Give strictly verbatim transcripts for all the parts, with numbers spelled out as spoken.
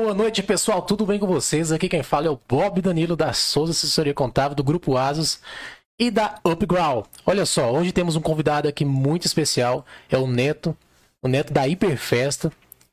Boa noite, pessoal. Tudo bem com vocês? Aqui quem fala é o Bob Danilo da Souza Assessoria Contábil do Grupo Asus e da Upgrau. Olha só, hoje temos um convidado aqui muito especial, é o Neto, o Neto da Hiperfesta.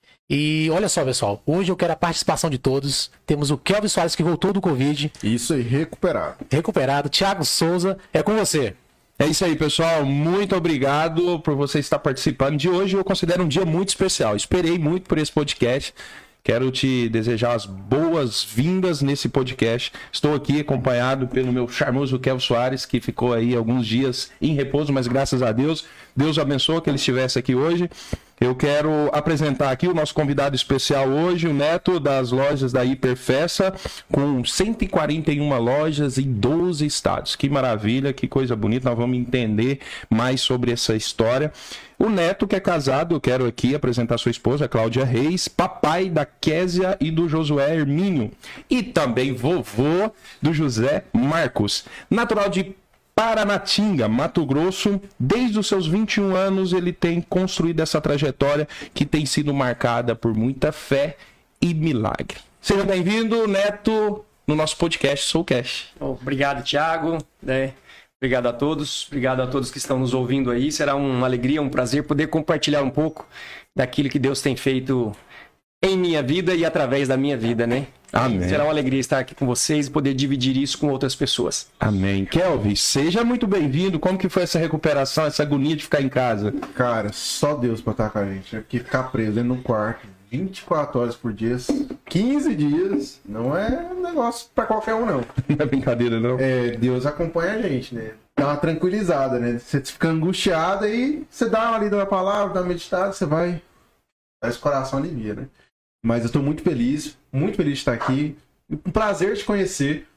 E olha só, pessoal, hoje eu quero a participação de todos. Temos o Kelvin Soares que voltou do Covid. Isso aí, recuperado. Recuperado. Thiago Souza, é com você. É isso aí, pessoal. Muito obrigado por você estar participando de hoje. Eu considero um dia muito especial. Esperei muito por esse podcast. Quero te desejar as boas-vindas nesse podcast. Estou aqui acompanhado pelo meu charmoso Kelvin Soares, que ficou aí alguns dias em repouso, mas graças a Deus, Deus abençoou que ele estivesse aqui hoje. Eu quero apresentar aqui o nosso convidado especial hoje, o Neto, das lojas da Hiperfesta, com cento e quarenta e uma lojas em doze estados. Que maravilha, que coisa bonita, nós vamos entender mais sobre essa história. O Neto, que é casado, eu quero aqui apresentar sua esposa, Cláudia Reis, papai da Késia e do Josué Hermínio, e também vovô do José Marcos, natural de Paranatinga, Mato Grosso. Desde os seus vinte e um anos ele tem construído essa trajetória que tem sido marcada por muita fé e milagre. Seja bem-vindo, Neto, no nosso podcast Soulcast. Obrigado, Thiago. É, obrigado a todos. Obrigado a todos que estão nos ouvindo aí. Será uma alegria, um prazer poder compartilhar um pouco daquilo que Deus tem feito em minha vida e através da minha vida, né? Amém. Será uma alegria estar aqui com vocês e poder dividir isso com outras pessoas. Amém. Kelvin, seja muito bem-vindo. Como que foi essa recuperação, essa agonia de ficar em casa? Cara, só Deus pra estar com a gente. Aqui ficar preso dentro de um quarto vinte e quatro horas por dia, quinze dias, não é um negócio pra qualquer um, não. Não é brincadeira, não? É, Deus acompanha a gente, né? Dá uma tranquilizada, né? Você fica angustiado aí, você dá uma lida na palavra, dá uma meditada, você vai... Esse coração alivia, né? Mas eu tô muito feliz, muito feliz de estar aqui. Um prazer te conhecer.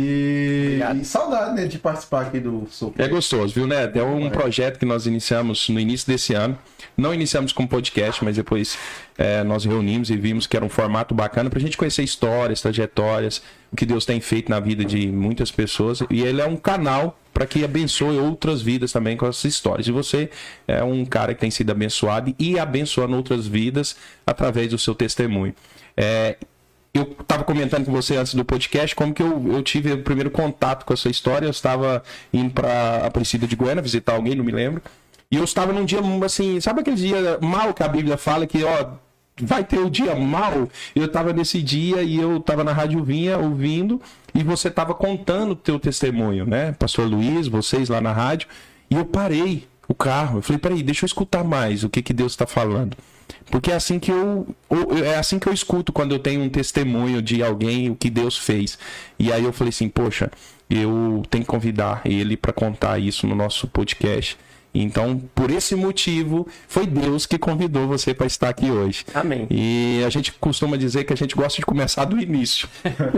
E, e saudade, né, de participar aqui do Soulcast. É gostoso, viu, né? É um projeto que nós iniciamos no início desse ano. Não iniciamos com podcast, mas depois é, nós reunimos e vimos que era um formato bacana pra gente conhecer histórias, trajetórias, o que Deus tem feito na vida de muitas pessoas. E ele é um canal para que abençoe outras vidas também com essas histórias. E você é um cara que tem sido abençoado e abençoando outras vidas através do seu testemunho. É, eu estava comentando com você antes do podcast como que eu, eu tive o primeiro contato com essa história. Eu estava indo para a Aparecida de Goiânia visitar alguém, não me lembro. E eu estava num dia assim, sabe aquele dia mal que a Bíblia fala que, ó, vai ter o dia mal? Eu estava nesse dia e eu estava na Rádio Vinha ouvindo e você estava contando o teu testemunho, né? Pastor Luiz, vocês lá na rádio. E eu parei o carro. Eu falei, peraí, deixa eu escutar mais o que, que Deus está falando. Porque é assim que eu é assim que eu escuto quando eu tenho um testemunho de alguém, o que Deus fez. E aí eu falei assim, poxa, eu tenho que convidar ele para contar isso no nosso podcast. Então, por esse motivo, foi Deus que convidou você para estar aqui hoje. Amém. E a gente costuma dizer que a gente gosta de começar do início.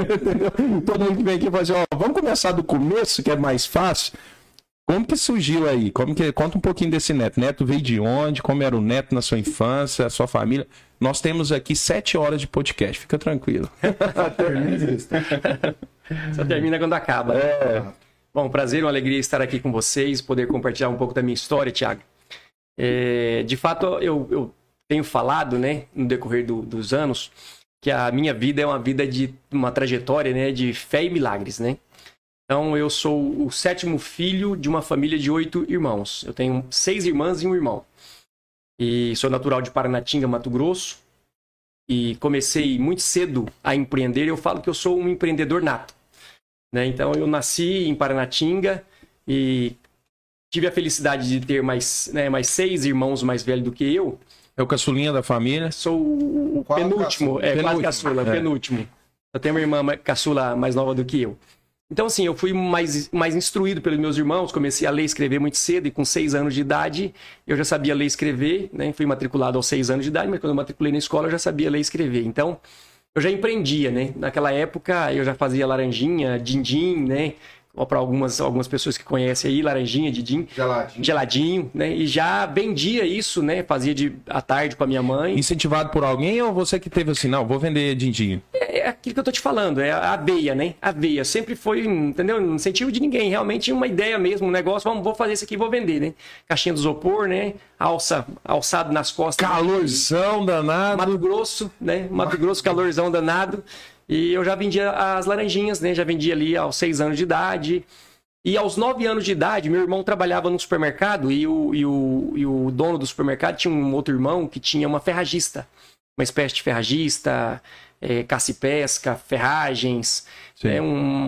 Todo mundo que vem aqui fala assim, ó, vamos começar do começo, que é mais fácil. Como que surgiu aí? Como que... Conta um pouquinho desse Neto. Neto veio de onde? Como era o Neto na sua infância, a sua família? Nós temos aqui sete horas de podcast. Fica tranquilo. Só termina quando acaba. É. Bom, prazer, uma alegria estar aqui com vocês, poder compartilhar um pouco da minha história, Thiago. É, de fato, eu, eu tenho falado, né, no decorrer do, dos anos, que a minha vida é uma vida de uma trajetória, né, de fé e milagres, né? Então, eu sou o sétimo filho de uma família de oito irmãos. Eu tenho seis irmãs e um irmão. E sou natural de Paranatinga, Mato Grosso. E comecei muito cedo a empreender. Eu falo que eu sou um empreendedor nato, né? Então, eu nasci em Paranatinga e tive a felicidade de ter mais, né, mais seis irmãos mais velhos do que eu. É o caçulinha da família? Sou o Quase penúltimo, caçula. é Penúltimo, quase caçula, é. penúltimo. Eu tenho uma irmã caçula mais nova do que eu. Então, assim, eu fui mais, mais instruído pelos meus irmãos, comecei a ler e escrever muito cedo, e com seis anos de idade eu já sabia ler e escrever, né? Fui matriculado aos seis anos de idade, mas quando eu matriculei na escola eu já sabia ler e escrever. Então, eu já empreendia, né? Naquela época eu já fazia laranjinha, din-din, né? Para algumas, algumas pessoas que conhecem aí, laranjinha, didim, Geladinho. geladinho, né? E já vendia isso, né? Fazia de, à tarde com a minha mãe. Incentivado por alguém ou você que teve assim, não, vou vender din-din? É, é aquilo que eu tô te falando, é a aveia, né? A aveia. Sempre foi, entendeu? Não incentivo de ninguém. Realmente uma ideia mesmo, um negócio, vamos, vou fazer isso aqui e vou vender, né? Caixinha do isopor, né? Alça, alçado nas costas. Calorzão danado. Mato Grosso, né? Mato Grosso, calorzão danado. E eu já vendia as laranjinhas, né? Já vendia ali aos seis anos de idade. E aos nove anos de idade, meu irmão trabalhava no supermercado e o, e o, e o dono do supermercado tinha um outro irmão que tinha uma ferragista. Uma espécie de ferragista, é, caça e pesca, ferragens. É, um,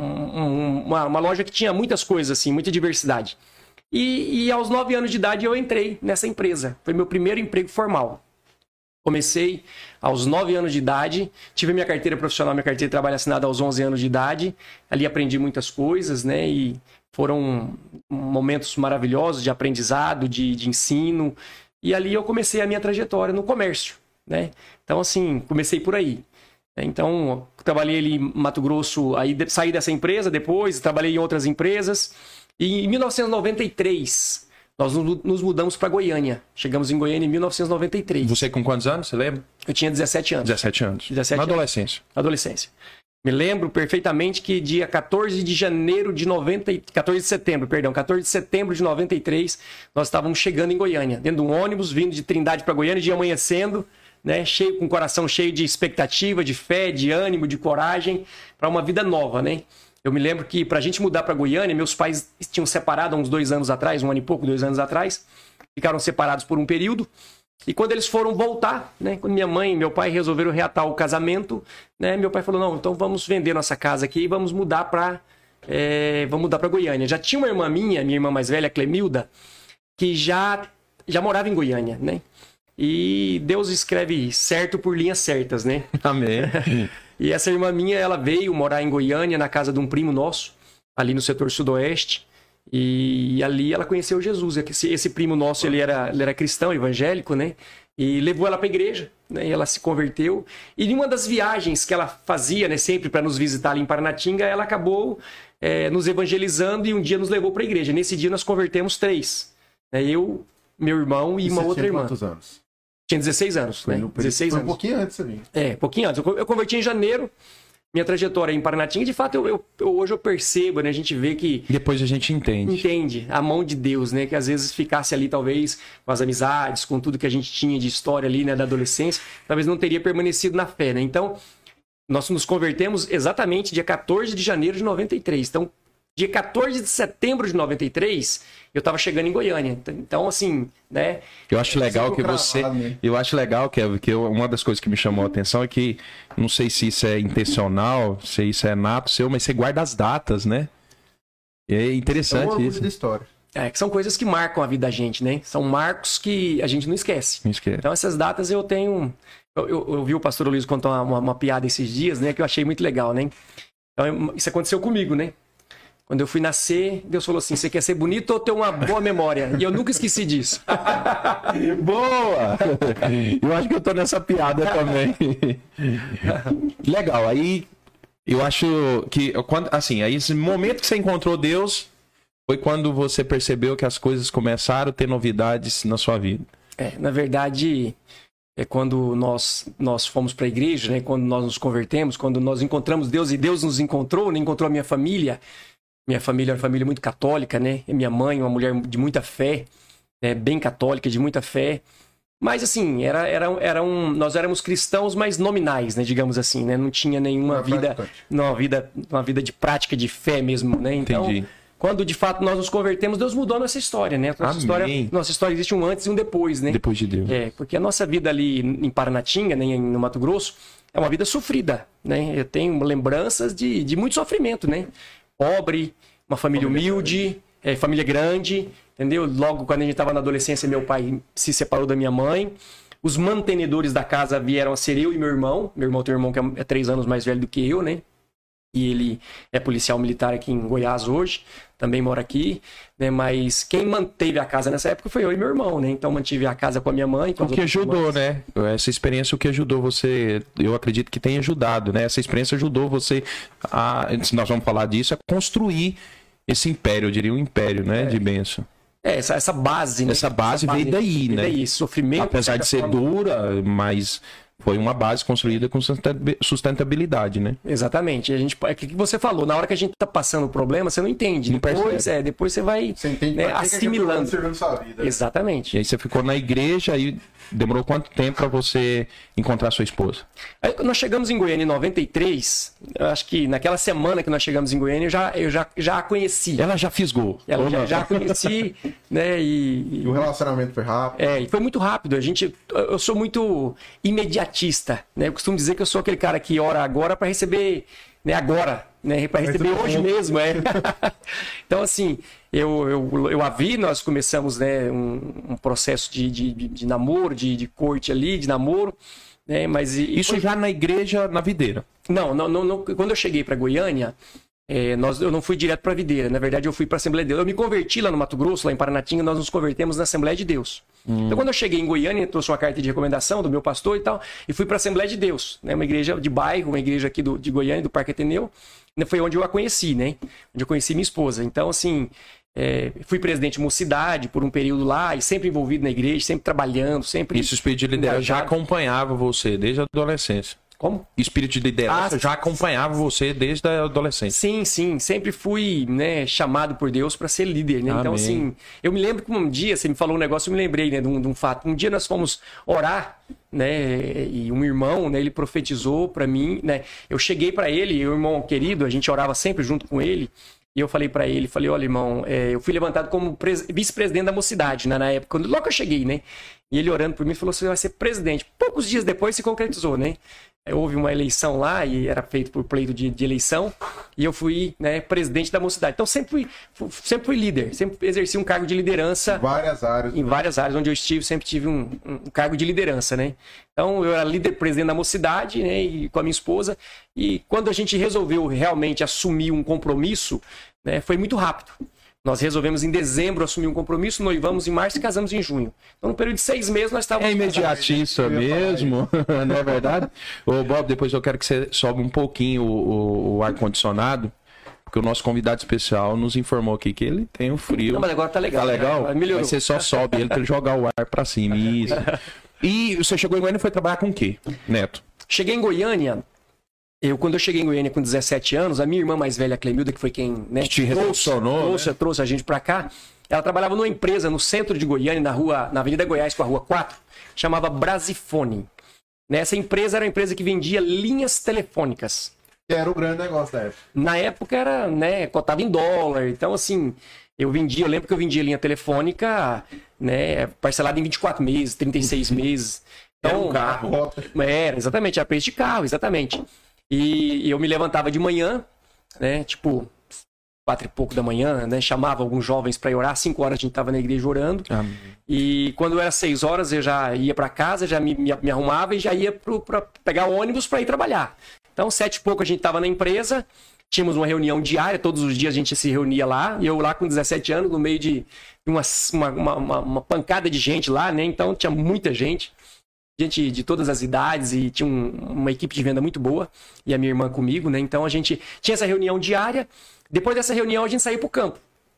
um, uma, uma loja que tinha muitas coisas, assim, muita diversidade. E, e aos nove anos de idade eu entrei nessa empresa. Foi meu primeiro emprego formal. Comecei aos nove anos de idade, tive minha carteira profissional, minha carteira de trabalho assinada aos onze anos de idade. Ali aprendi muitas coisas, né? E foram momentos maravilhosos de aprendizado, de, de ensino. E ali eu comecei a minha trajetória no comércio, né? Então, assim, comecei por aí. Então, trabalhei ali em Mato Grosso, aí saí dessa empresa depois, trabalhei em outras empresas. E em mil novecentos e noventa e três... nós nos mudamos para Goiânia. Chegamos em Goiânia em mil novecentos e noventa e três. Você com quantos anos, você lembra? Eu tinha dezessete anos. dezessete anos. dezessete Na anos. adolescência. Adolescência. Me lembro perfeitamente que dia quatorze de janeiro de noventa... quatorze de setembro, perdão. quatorze de setembro de noventa e três, nós estávamos chegando em Goiânia. Dentro de um ônibus, vindo de Trindade para Goiânia, dia amanhecendo, né? Cheio, com o coração cheio de expectativa, de fé, de ânimo, de coragem, para uma vida nova, né? Eu me lembro que para a gente mudar para Goiânia, meus pais tinham separado há uns dois anos atrás, um ano e pouco, dois anos atrás. Ficaram separados por um período. E quando eles foram voltar, né? Quando minha mãe e meu pai resolveram reatar o casamento, né? Meu pai falou, não, então vamos vender nossa casa aqui e vamos mudar para é, vamos mudar para Goiânia. Já tinha uma irmã minha, minha irmã mais velha, Clemilda, que já, já morava em Goiânia, né? E Deus escreve certo por linhas certas, né? Amém. E essa irmã minha, ela veio morar em Goiânia, na casa de um primo nosso, ali no setor sudoeste. E ali ela conheceu Jesus. Esse, esse primo nosso, ele era, ele era cristão, evangélico, né? E levou ela para a igreja, né? E ela se converteu. E em uma das viagens que ela fazia, né, sempre para nos visitar ali em Paranatinga, ela acabou é, nos evangelizando e um dia nos levou para a igreja. Nesse dia nós convertemos três. Né? Eu, meu irmão e, e uma outra irmã. Quantos anos? Tinha dezesseis anos, Foi né? no... dezesseis Foi anos. um pouquinho antes também. É, pouquinho antes. Eu converti em janeiro. Minha trajetória em Paranatinga, de fato, eu, eu, eu, hoje eu percebo, né? A gente vê que... Depois a gente entende. Entende a mão de Deus, né? Que às vezes ficasse ali, talvez, com as amizades, com tudo que a gente tinha de história ali, né? Da adolescência, talvez não teria permanecido na fé, né? Então, nós nos convertemos exatamente dia quatorze de janeiro de noventa e três. Então, dia quatorze de setembro de noventa e três, eu estava chegando em Goiânia. Então, assim, né? Eu acho legal que você... Né? Eu acho legal, Kevin, que eu, uma das coisas que me chamou a atenção é que, não sei se isso é intencional, se isso é nato seu, mas você guarda as datas, né? É interessante é isso. Da história. É, que são coisas que marcam a vida da gente, né? São marcos que a gente não esquece. Não esquece. Então, essas datas eu tenho... Eu, eu, eu vi o pastor Luiz contar uma, uma, uma piada esses dias, né? Que eu achei muito legal, né? Então, isso aconteceu comigo, né? Quando eu fui nascer, Deus falou assim, você quer ser bonito ou ter uma boa memória? E eu nunca esqueci disso. Boa! Eu acho que eu tô nessa piada também. Legal, aí eu acho que, quando, assim, aí esse momento que você encontrou Deus foi quando você percebeu que as coisas começaram a ter novidades na sua vida. É, na verdade, é quando nós, nós fomos para a igreja, né? Quando nós nos convertemos, quando nós encontramos Deus e Deus nos encontrou, né? Encontrou a minha família. Minha família é uma família muito católica, né? E minha mãe, uma mulher de muita fé, né? Bem católica, de muita fé. Mas, assim, era, era, era um, nós éramos cristãos, mas nominais, né? Digamos assim, né? Não tinha nenhuma Uma vida, uma vida, uma vida de prática de fé mesmo, né? Então, Entendi. quando de fato nós nos convertemos, Deus mudou a nossa história, né? Nossa história, nossa história existe um antes e um depois, né? Depois de Deus. É, porque a nossa vida ali em Paranatinga, né? No Mato Grosso, é uma vida sofrida, né? Eu tenho lembranças de, de muito sofrimento, né? Pobre, uma família, família humilde, grande. É, família grande, entendeu? Logo quando a gente estava na adolescência, meu pai se separou da minha mãe. Os mantenedores da casa vieram a ser eu e meu irmão. Meu irmão tem um irmão que é três anos mais velho do que eu, né? E ele é policial militar aqui em Goiás hoje, também mora aqui, né? Mas quem manteve a casa nessa época foi eu e meu irmão, né? Então mantive a casa com a minha mãe. Com o que ajudou, né? Essa experiência, o que ajudou você, eu acredito que tem ajudado, né? Essa experiência ajudou você a, nós vamos falar disso, a construir esse império, eu diria um império, né? É. De bênção. É, essa, essa base, né? Essa base, essa base veio daí, veio né? Daí, sofrimento. Apesar de ser forma... dura, mas foi uma base construída com sustentabilidade, né? Exatamente. A gente, é o que você falou, na hora que a gente tá passando o problema, você não entende. Não depois, é, depois você vai você entende, né, assimilando. Que é sua vida. Exatamente. E aí você ficou na igreja e demorou quanto tempo para você encontrar sua esposa? Aí, nós chegamos em Goiânia em noventa e três, eu acho que naquela semana que nós chegamos em Goiânia, eu já, eu já, já a conheci. Ela já fisgou. Ela já, já a conheci, né? E, e o relacionamento foi rápido. É, e foi muito rápido. A gente, eu sou muito imediatista, né? Eu costumo dizer que eu sou aquele cara que ora agora para receber, né, agora, né? Para receber hoje bom. mesmo, é. Então, assim, eu, eu, eu a vi, nós começamos, né, um, um processo de, de, de namoro, de, de corte ali, de namoro, né? Mas e, isso foi... já na igreja, na videira? Não, não, não, não quando eu cheguei para Goiânia, é, nós, eu não fui direto para a videira. Na verdade, eu fui para a Assembleia de Deus. Eu me converti lá no Mato Grosso, lá em Paranatinga, nós nos convertemos na Assembleia de Deus. Hum. Então, quando eu cheguei em Goiânia, trouxe uma carta de recomendação do meu pastor e tal, e fui para a Assembleia de Deus, né? Uma igreja de bairro, uma igreja aqui do, de Goiânia, do Parque Ateneu. Foi onde eu a conheci, né? Onde eu conheci minha esposa. Então, assim, é, fui presidente de mocidade por um período lá, e sempre envolvido na igreja, sempre trabalhando, sempre... Isso, o espírito de liderança já acompanhava você desde a adolescência. Como? Espírito de liderança ah, já acompanhava você desde a adolescência. Sim, sim. Sempre fui, né, chamado por Deus para ser líder, né? Amém. Então, assim, eu me lembro que um dia, você me falou um negócio, eu me lembrei, né, de um, de um fato. Um dia nós fomos orar, né, e um irmão, né, ele profetizou para mim, né? Eu cheguei para ele, o irmão querido, a gente orava sempre junto com ele. E eu falei para ele, falei, olha, irmão, é, eu fui levantado como vice-presidente da mocidade, né, na época, quando, logo que eu cheguei, né? E ele orando por mim, falou, você vai ser presidente. Poucos dias depois se concretizou, né? Houve uma eleição lá e era feito por pleito de, de eleição e eu fui, né, presidente da mocidade. Então sempre fui, sempre fui líder, sempre exerci um cargo de liderança. Em várias áreas. Em né? várias áreas onde eu estive, sempre tive um, um cargo de liderança, né? Então eu era líder, presidente da mocidade, né, e com a minha esposa. E quando a gente resolveu realmente assumir um compromisso, né, foi muito rápido. Nós resolvemos em dezembro assumir um compromisso, noivamos em março e casamos em junho. Então, no período de seis meses, nós estávamos... É imediatista mesmo, não é verdade? Ô, Bob, depois eu quero que você sobe um pouquinho o, o, o ar-condicionado, porque o nosso convidado especial nos informou aqui que ele tem um frio. Não, mas agora tá legal. Tá legal? Né? Melhorou. Mas você só sobe ele para ele jogar o ar para cima, isso. E você chegou em Goiânia e foi trabalhar com o quê, Neto? Cheguei em Goiânia... Eu, quando eu cheguei em Goiânia com dezessete anos, a minha irmã mais velha, a Clemilda, que foi quem, né, te recepcionou, trouxe, né? trouxe a gente pra cá, ela trabalhava numa empresa no centro de Goiânia, na rua, na Avenida Goiás com a Rua quatro, chamava Brasifone. Essa empresa era uma empresa que vendia linhas telefônicas. Era o grande negócio da época. Na época era, né, cotava em dólar, então assim, eu vendia, eu lembro que eu vendia linha telefônica, né, parcelada em vinte e quatro meses, trinta e seis meses. Então, era um carro. Era, exatamente, era preço de carro, exatamente. E eu me levantava de manhã, né, tipo, quatro e pouco da manhã, né, chamava alguns jovens para ir orar, cinco horas a gente estava na igreja orando. Amém. E quando era seis horas eu já ia para casa, já me, me, me arrumava e já ia para pegar o ônibus para ir trabalhar. Então, sete e pouco a gente estava na empresa, tínhamos uma reunião diária, todos os dias a gente se reunia lá, e eu lá com dezessete anos, no meio de uma, uma, uma, uma pancada de gente lá, né, então tinha muita gente. Gente de todas as idades e tinha um, uma equipe de venda muito boa e a minha irmã comigo, né? Então a gente tinha essa reunião diária. Depois dessa reunião a gente saía para o campo.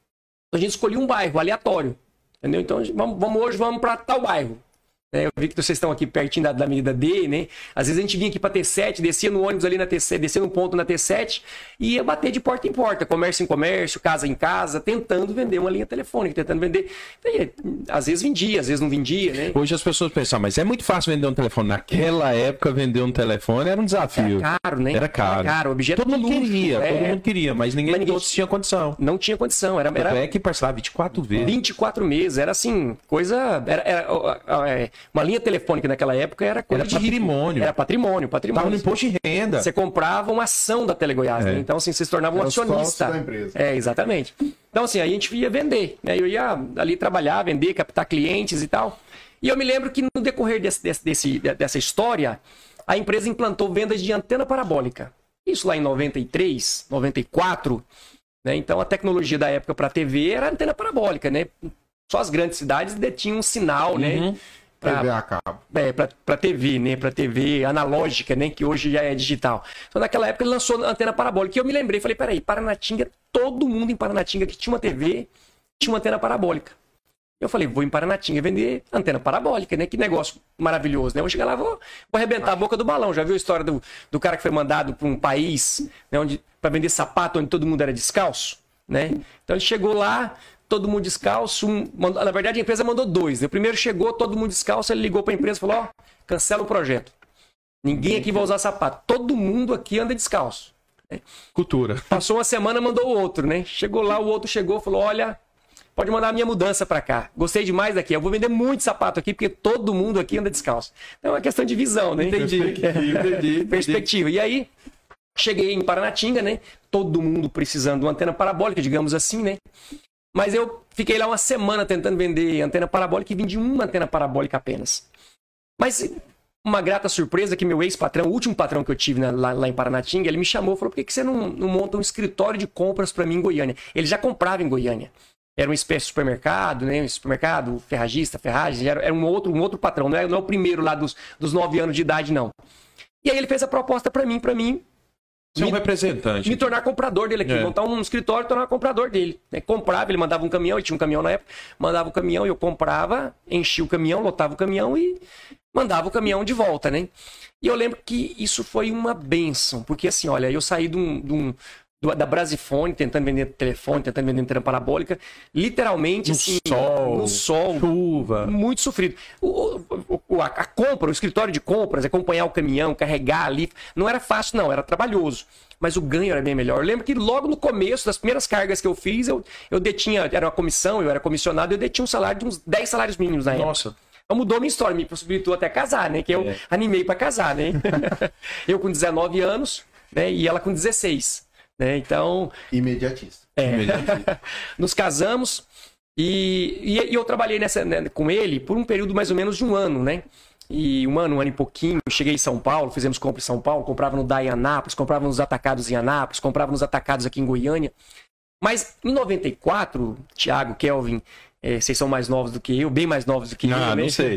A gente escolhia um bairro aleatório, entendeu? Então vamos, vamos hoje vamos para tal bairro. Eu vi que vocês estão aqui pertinho da, da Avenida D, né? Às vezes a gente vinha aqui para T sete, descia no ônibus ali na T sete, descia no ponto na T sete e ia bater de porta em porta, comércio em comércio, casa em casa, tentando vender uma linha telefônica, tentando vender. E, às vezes vendia, às vezes não vendia, né? Hoje as pessoas pensam, mas é muito fácil vender um telefone. Naquela época, vender um telefone era um desafio. Era caro, né? Era caro. Era caro. Objeto todo mundo luxo, queria, é... todo mundo queria, mas ninguém, mas ninguém tinha condição. Não tinha condição. Era, era... É que parcelava vinte e quatro vezes. vinte e quatro meses. Era assim, coisa... Era, era, era uma linha telefônica naquela época era coisa era de patrimônio. Era patrimônio, patrimônio. Tava no imposto de renda. Você comprava uma ação da Telegoiás, é. né? Então, assim, você se tornava um era acionista. Da empresa. É, exatamente. Então, assim, a gente ia vender, né? Eu ia ali trabalhar, vender, captar clientes e tal. E eu me lembro que no decorrer desse, desse, desse, dessa história, a empresa implantou vendas de antena parabólica. Isso lá em noventa e três, noventa e quatro, né? Então, a tecnologia da época para T V era antena parabólica, né? Só as grandes cidades detinham um sinal, uhum. né? Pra, T V a cabo. É, pra, pra T V, né? Pra T V analógica, né? Que hoje já é digital. Então, naquela época, ele lançou a antena parabólica. E eu me lembrei, falei, peraí, Paranatinga, todo mundo em Paranatinga que tinha uma T V, tinha uma antena parabólica. Eu falei, vou em Paranatinga vender antena parabólica, né? Que negócio maravilhoso, né? Eu vou chegar lá, vou, vou arrebentar a boca do balão. Já viu a história do, do cara que foi mandado para um país, né? Onde, pra vender sapato, onde todo mundo era descalço, né? Então, ele chegou lá, todo mundo descalço. Um, mandou, na verdade, a empresa mandou dois. Né? O primeiro chegou, todo mundo descalço, ele ligou para a empresa e falou, ó, cancela o projeto. Ninguém aqui vai usar sapato. Todo mundo aqui anda descalço. Né? Cultura. Passou uma semana, mandou o outro, né? Chegou lá, o outro chegou, falou, olha... Pode mandar a minha mudança para cá. Gostei demais daqui. Eu vou vender muito sapato aqui, porque todo mundo aqui anda descalço. Então é uma questão de visão, né? Entendi, entendi. Perspectiva. E aí, cheguei em Paranatinga, né? Todo mundo precisando de uma antena parabólica, digamos assim, né? Mas eu fiquei lá uma semana tentando vender antena parabólica e vendi uma antena parabólica apenas. Mas uma grata surpresa que meu ex-patrão, o último patrão que eu tive né, lá, lá em Paranatinga, ele me chamou e falou, por que, que você não, não monta um escritório de compras para mim em Goiânia? Ele já comprava em Goiânia. Era uma espécie de supermercado, né? Um supermercado, ferragista, ferragem, era, era um, outro, um outro patrão, não é, não é o primeiro lá dos, dos nove anos de idade, não. E aí ele fez a proposta para mim, para mim... Você é um me, representante. Me tornar comprador dele aqui, é. montar um escritório e tornar comprador dele. Né? Comprava, ele mandava um caminhão, ele tinha um caminhão na época, mandava o caminhão, eu comprava, enchia o caminhão, lotava o caminhão e mandava o caminhão de volta, né? E eu lembro que isso foi uma bênção, porque assim, olha, eu saí de um... De um da Brasifone, tentando vender telefone, tentando vender antena parabólica, literalmente no assim, sol, no sol, chuva, muito sofrido. O, o, a, a compra, o escritório de compras, acompanhar o caminhão, carregar ali, não era fácil não, era trabalhoso, mas o ganho era bem melhor. Eu lembro que logo no começo, das primeiras cargas que eu fiz, eu, eu detinha, era uma comissão, eu era comissionado, eu detinha um salário de uns dez salários mínimos na época. Nossa. Então mudou minha história, me possibilitou até casar, né, que eu é. animei para casar, né. Eu com dezenove anos, né, e ela com dezesseis. Né? Então... Imediatista. É. Imediatista. Nos casamos e, e, e eu trabalhei nessa, né, com ele por um período mais ou menos de um ano, né? E um ano, um ano e pouquinho. Cheguei em São Paulo, fizemos compra em São Paulo, comprava no D A I em Anápolis, comprava nos atacados em Anápolis, comprava nos atacados aqui em Goiânia. Mas em noventa e quatro, Thiago, Kelvin, é, vocês são mais novos do que eu, bem mais novos do que ah, eu. Ah, não sei.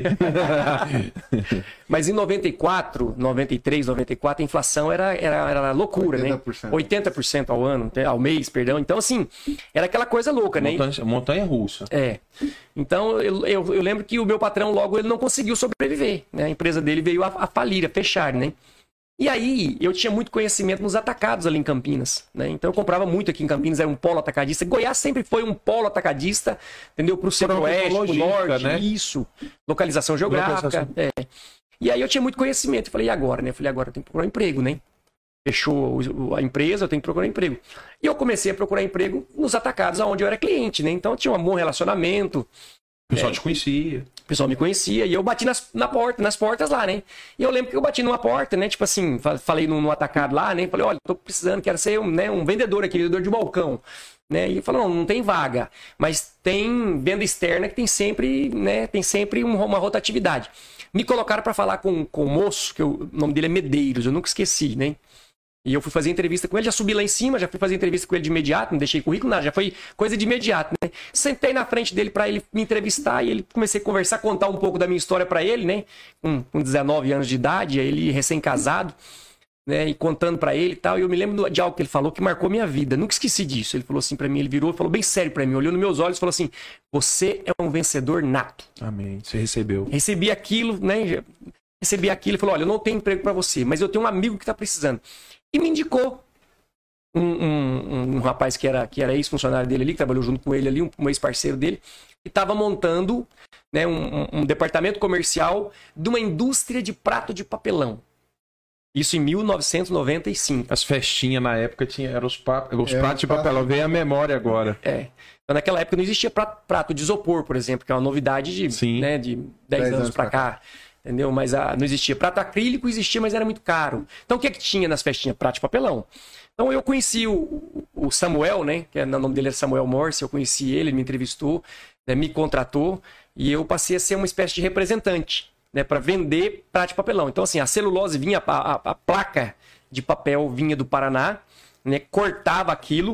Mas em noventa e quatro, noventa e três, noventa e quatro, a inflação era, era, era loucura, oitenta por cento. Né? oitenta por cento ao ano, ao mês, perdão. Então, assim, era aquela coisa louca, né? Montanha, montanha russa. É. Então, eu, eu, eu lembro que o meu patrão logo ele não conseguiu sobreviver. Né? A empresa dele veio a, a falir, a fechar, né? E aí, eu tinha muito conhecimento nos atacados ali em Campinas, né? Então, eu comprava muito aqui em Campinas, era um polo atacadista. Goiás sempre foi um polo atacadista, entendeu? Para o centro-oeste, para o norte, né? Isso. Localização geográfica. Localização. É. E aí, eu tinha muito conhecimento. Eu falei, e agora, né? Eu falei, agora eu tenho que procurar um emprego, né? Fechou a empresa, eu tenho que procurar um emprego. E eu comecei a procurar emprego nos atacados onde eu era cliente, né? Então, eu tinha um bom relacionamento. O pessoal é, te conhecia. O pessoal me conhecia e eu bati nas, na porta, nas portas lá, né? E eu lembro que eu bati numa porta, né? Tipo assim, falei no, no atacado lá, né? Falei, olha, tô precisando, quero ser um, né, um vendedor aqui, vendedor de balcão. Né? E ele falou, não, não tem vaga, mas tem venda externa que tem sempre, né? Tem sempre uma rotatividade. Me colocaram para falar com, com o moço, que eu, o nome dele é Medeiros, eu nunca esqueci, né? E eu fui fazer entrevista com ele, já subi lá em cima, já fui fazer entrevista com ele de imediato, não deixei currículo, nada, já foi coisa de imediato, né? Sentei na frente dele para ele me entrevistar e ele comecei a conversar, contar um pouco da minha história para ele, né? Com, com dezenove anos de idade, ele recém-casado, né? E contando para ele e tal. E eu me lembro de algo que ele falou que marcou minha vida, nunca esqueci disso. Ele falou assim para mim, ele virou e falou bem sério para mim, olhou nos meus olhos e falou assim, você é um vencedor nato. Amém, você recebeu. Recebi aquilo, né? Recebi aquilo e falou, olha, eu não tenho emprego para você, mas eu tenho um amigo que tá precisando. E me indicou um, um, um rapaz que era, que era ex-funcionário dele ali, que trabalhou junto com ele ali, um, um ex-parceiro dele, que estava montando, né, um, um departamento comercial de uma indústria de prato de papelão. Isso em mil novecentos e noventa e cinco. As festinhas na época tinha, eram os, pa... os é, pratos de papelão. Veio a memória agora. É. Então, naquela época não existia prato, prato de isopor, por exemplo, que é uma novidade de, né, de dez anos para cá. cá. Entendeu? Mas ah, não existia. Prato acrílico existia, mas era muito caro. Então, o que é que tinha nas festinhas? Prato de papelão. Então, eu conheci o, o Samuel, né? Que é, o nome dele era Samuel Morse. Eu conheci ele, ele me entrevistou, né, me contratou. E eu passei a ser uma espécie de representante, né? Para vender prato de papelão. Então, assim, a celulose vinha, a, a, a placa de papel vinha do Paraná, né? Cortava aquilo,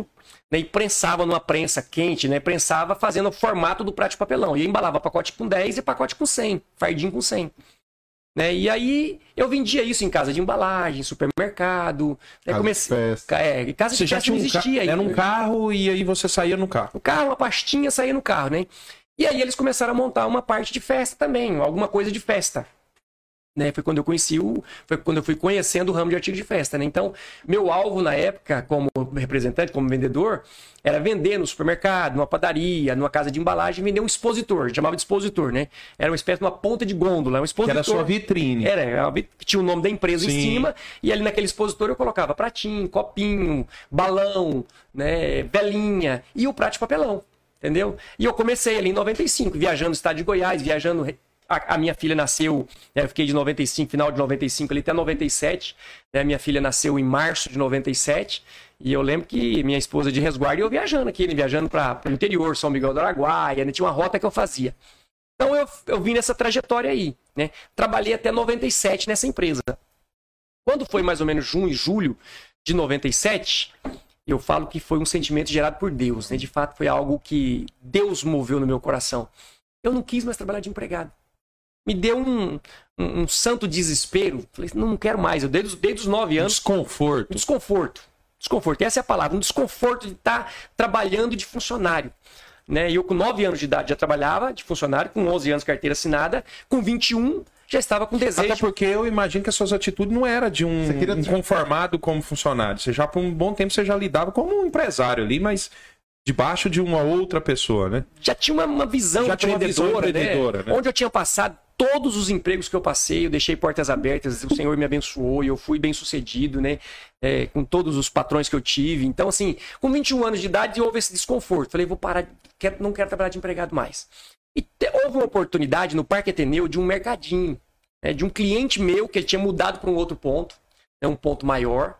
né, e prensava numa prensa quente, né? Prensava fazendo o formato do prato de papelão. E eu embalava pacote com dez e pacote com cem, fardinho com cem. Né? E aí eu vendia isso em casa de embalagem, supermercado. Né? Casa Comecei... de festa. É, em casa Você de já festa tinha não um existia ca... ainda. Era um carro e aí você saía no carro. O carro, uma pastinha, saía no carro, né? E aí eles começaram a montar uma parte de festa também, alguma coisa de festa. Né, foi quando eu conheci o, foi quando eu fui conhecendo o ramo de artigo de festa, né? Então, meu alvo na época, como representante, como vendedor, era vender no supermercado, numa padaria, numa casa de embalagem, vender um expositor, a gente chamava de expositor, né? Era uma espécie de uma ponta de gôndola, um expositor. Que era a sua vitrine. Era, era tinha o nome da empresa Sim. em cima, e ali naquele expositor eu colocava pratinho, copinho, balão, né, velinha e o prato de papelão, entendeu? E eu comecei ali em noventa e cinco, viajando no estado de Goiás, viajando. A, a minha filha nasceu, né, eu fiquei de noventa e cinco, final de noventa e cinco ali até noventa e sete. Né, minha filha nasceu em março de noventa e sete. E eu lembro que minha esposa de resguardo e eu viajando aqui, né, viajando para o interior, São Miguel do Araguaia, né, tinha uma rota que eu fazia. Então eu, eu vim nessa trajetória aí. Né, trabalhei até noventa e sete nessa empresa. Quando foi mais ou menos junho e julho de noventa e sete, eu falo que foi um sentimento gerado por Deus. Né, de fato, foi algo que Deus moveu no meu coração. Eu não quis mais trabalhar de empregado. Me deu um, um, um santo desespero. Falei, não quero mais. Eu desde, desde os nove anos... Desconforto. Um desconforto. Desconforto. Essa é a palavra. Um desconforto de estar trabalhando de funcionário. Né? E eu com nove anos de idade já trabalhava de funcionário, com onze anos carteira assinada, com vinte e um já estava com desejo. Até porque eu imagino que as suas atitudes não eram de um, queria... um conformado como funcionário. Você já, por um bom tempo, você já lidava como um empresário ali, mas... debaixo de uma outra pessoa, né? Já tinha uma, uma visão Já tinha uma visão empreendedora, né? né? Onde eu tinha passado todos os empregos que eu passei, eu deixei portas abertas, o Senhor me abençoou e eu fui bem sucedido, né? É, com todos os patrões que eu tive. Então, assim, com vinte e um anos de idade, houve esse desconforto. Falei, vou parar, quero, não quero trabalhar de empregado mais. E te, houve uma oportunidade no Parque Ateneu de um mercadinho, né? De um cliente meu que ele tinha mudado para um outro ponto, né? Um ponto maior,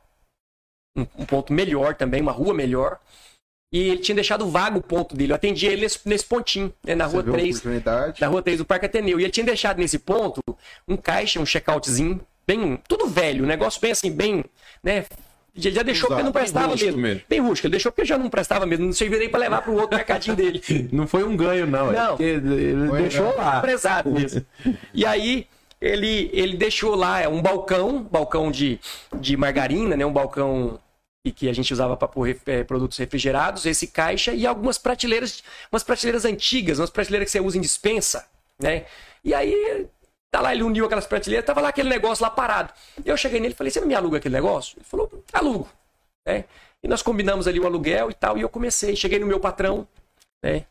um, um ponto melhor também, uma rua melhor. E ele tinha deixado vago o ponto dele. Eu atendia ele nesse, nesse pontinho, né, na rua três. Na rua três do Parque Ateneu. E ele tinha deixado nesse ponto um caixa, um check-outzinho, bem, tudo velho, um negócio bem assim, bem, né? Ele já deixou porque não prestava mesmo. mesmo. Bem rústico. Ele deixou porque já não prestava mesmo. Não servia nem para levar para o outro mercadinho dele. Não foi um ganho, não. Não. É ele foi, deixou né? lá. Prezado mesmo. E aí, ele, ele deixou lá um balcão, balcão de, de margarina, né? Um balcão... e que a gente usava para pôr é, produtos refrigerados, esse caixa e algumas prateleiras, umas prateleiras antigas, umas prateleiras que você usa em dispensa, né? E aí, tá lá, ele uniu aquelas prateleiras, tava lá aquele negócio lá parado. Eu cheguei nele e falei, você não me aluga aquele negócio? Ele falou, alugo, né? E nós combinamos ali o aluguel e tal, e eu comecei, cheguei no meu patrão, né?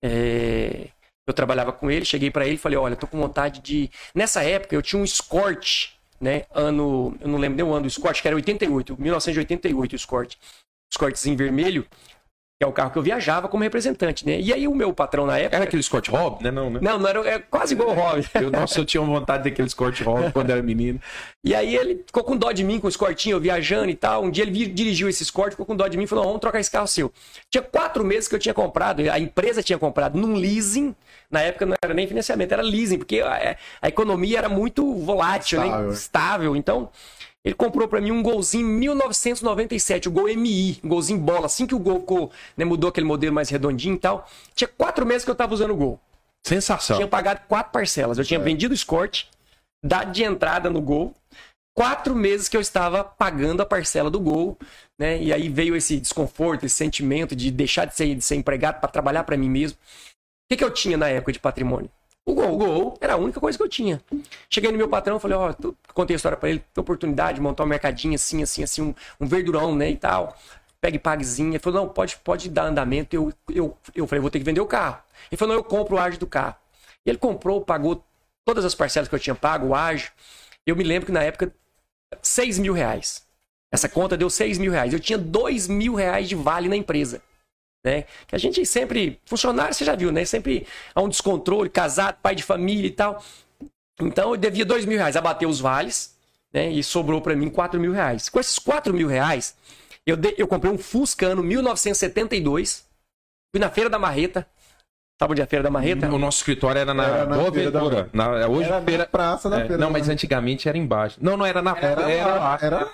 É... Eu trabalhava com ele, cheguei para ele e falei, olha, tô com vontade de... Nessa época eu tinha um Escort, né, ano, eu não lembro nem o ano do Escort, que era oitenta e oito, mil novecentos e oitenta e oito o Escort. Escortezinho vermelho, que é o carro que eu viajava como representante, né? E aí o meu patrão na época... Era aquele Escort Hobby, né? Não, né? Não, não era, é quase igual o Hobby. Eu, nossa, eu tinha vontade daquele Escort Hobby quando era menino. E aí ele ficou com dó de mim, com o Escortinho, eu viajando e tal. Um dia ele dirigiu esse Escort, ficou com dó de mim e falou, vamos trocar esse carro seu. Tinha quatro meses que eu tinha comprado, a empresa tinha comprado num leasing. Na época não era nem financiamento, era leasing, porque a, a economia era muito volátil, Estável. né? Estável. Então, ele comprou pra mim um Golzinho mil novecentos e noventa e sete, o Gol M I, um Golzinho bola. Assim que o Gol ficou, né, mudou aquele modelo mais redondinho e tal. Tinha quatro meses que eu tava usando o Gol. Sensação. Tinha pagado quatro parcelas. Eu tinha É. vendido o Escort, dado de entrada no Gol. Quatro meses que eu estava pagando a parcela do Gol, né? E aí veio esse desconforto, esse sentimento de deixar de ser, de ser empregado para trabalhar para mim mesmo. O que, que eu tinha na época de patrimônio? O Gol. O Gol era a única coisa que eu tinha. Cheguei no meu patrão, falei, ó, oh, contei a história para ele, tem oportunidade de montar um mercadinho assim, assim, assim, um, um verdurão, né, e tal. Pegue paguezinha. Ele falou, não, pode, pode dar andamento. Eu, eu, eu falei, vou ter que vender o carro. Ele falou, não, eu compro o ágio do carro. E ele comprou, pagou todas as parcelas que eu tinha pago, o ágio. Eu me lembro que na época, seis mil reais. Essa conta deu seis mil reais. Eu tinha dois mil reais de vale na empresa. Né? Que a gente sempre, funcionário, você já viu, né? Sempre há um descontrole, casado, pai de família e tal. Então eu devia dois mil reais, abateu os vales, né? E sobrou para mim quatro mil reais. Com esses quatro mil reais, eu, de, eu comprei um Fusca ano mil novecentos e setenta e dois. Fui na Feira da Marreta. Sabe onde é a Feira da Marreta? O nosso escritório era na, Era na Boa Feira da Ventura. Na, hoje Era feira... na praça da é, Feira Não, da mas Marreta. antigamente era embaixo. Não, não era na Era, era lá, lá. era lá.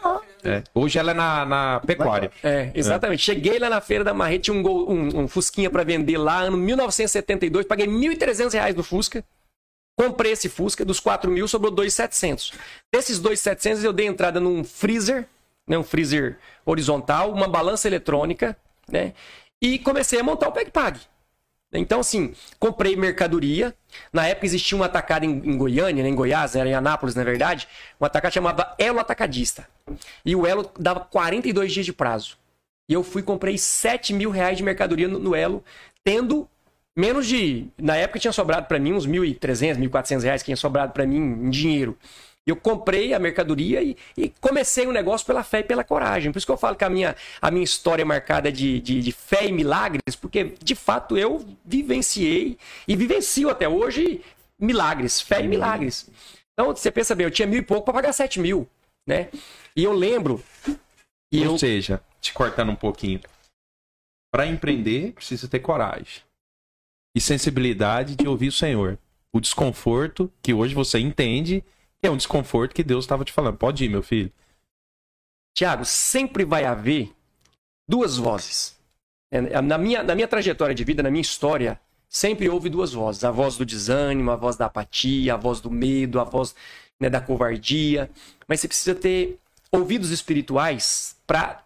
É. Hoje ela é na, na pecuária. É, exatamente. É. Cheguei lá na feira da Marreta, tinha um, gol, um, um Fusquinha pra vender lá, ano mil novecentos e setenta e dois, paguei mil e trezentos reais no Fusca. Comprei esse Fusca, dos quatro mil sobrou dois mil e setecentos. Desses dois mil e setecentos eu dei entrada num freezer, né, um freezer horizontal, uma balança eletrônica, né, e comecei a montar o PegPag. Então, assim, comprei mercadoria. Na época existia um atacado em, em Goiânia, né, em Goiás, era em Anápolis, na verdade. Um atacado chamava Elo Atacadista. E o Elo dava quarenta e dois dias de prazo. E eu fui e comprei sete mil reais de mercadoria no, no Elo, tendo menos de... Na época tinha sobrado para mim uns mil e trezentos, mil e quatrocentos reais que tinha sobrado para mim em dinheiro. Eu comprei a mercadoria e, e comecei o negócio pela fé e pela coragem. Por isso que eu falo que a minha, a minha história é marcada de, de, de fé e milagres, porque, de fato, eu vivenciei e vivencio até hoje milagres, fé e milagres. Então, você pensa bem, eu tinha mil e pouco para pagar sete mil, né? E eu lembro... E Ou eu... seja, te cortando um pouquinho, para empreender, precisa ter coragem e sensibilidade de ouvir o Senhor. O desconforto, que hoje você entende... É um desconforto que Deus estava te falando. Pode ir, meu filho. Tiago, sempre vai haver duas vozes. Na minha, na minha trajetória de vida, na minha história, sempre houve duas vozes. A voz do desânimo, a voz da apatia, a voz do medo, a voz, né, da covardia. Mas você precisa ter ouvidos espirituais pra...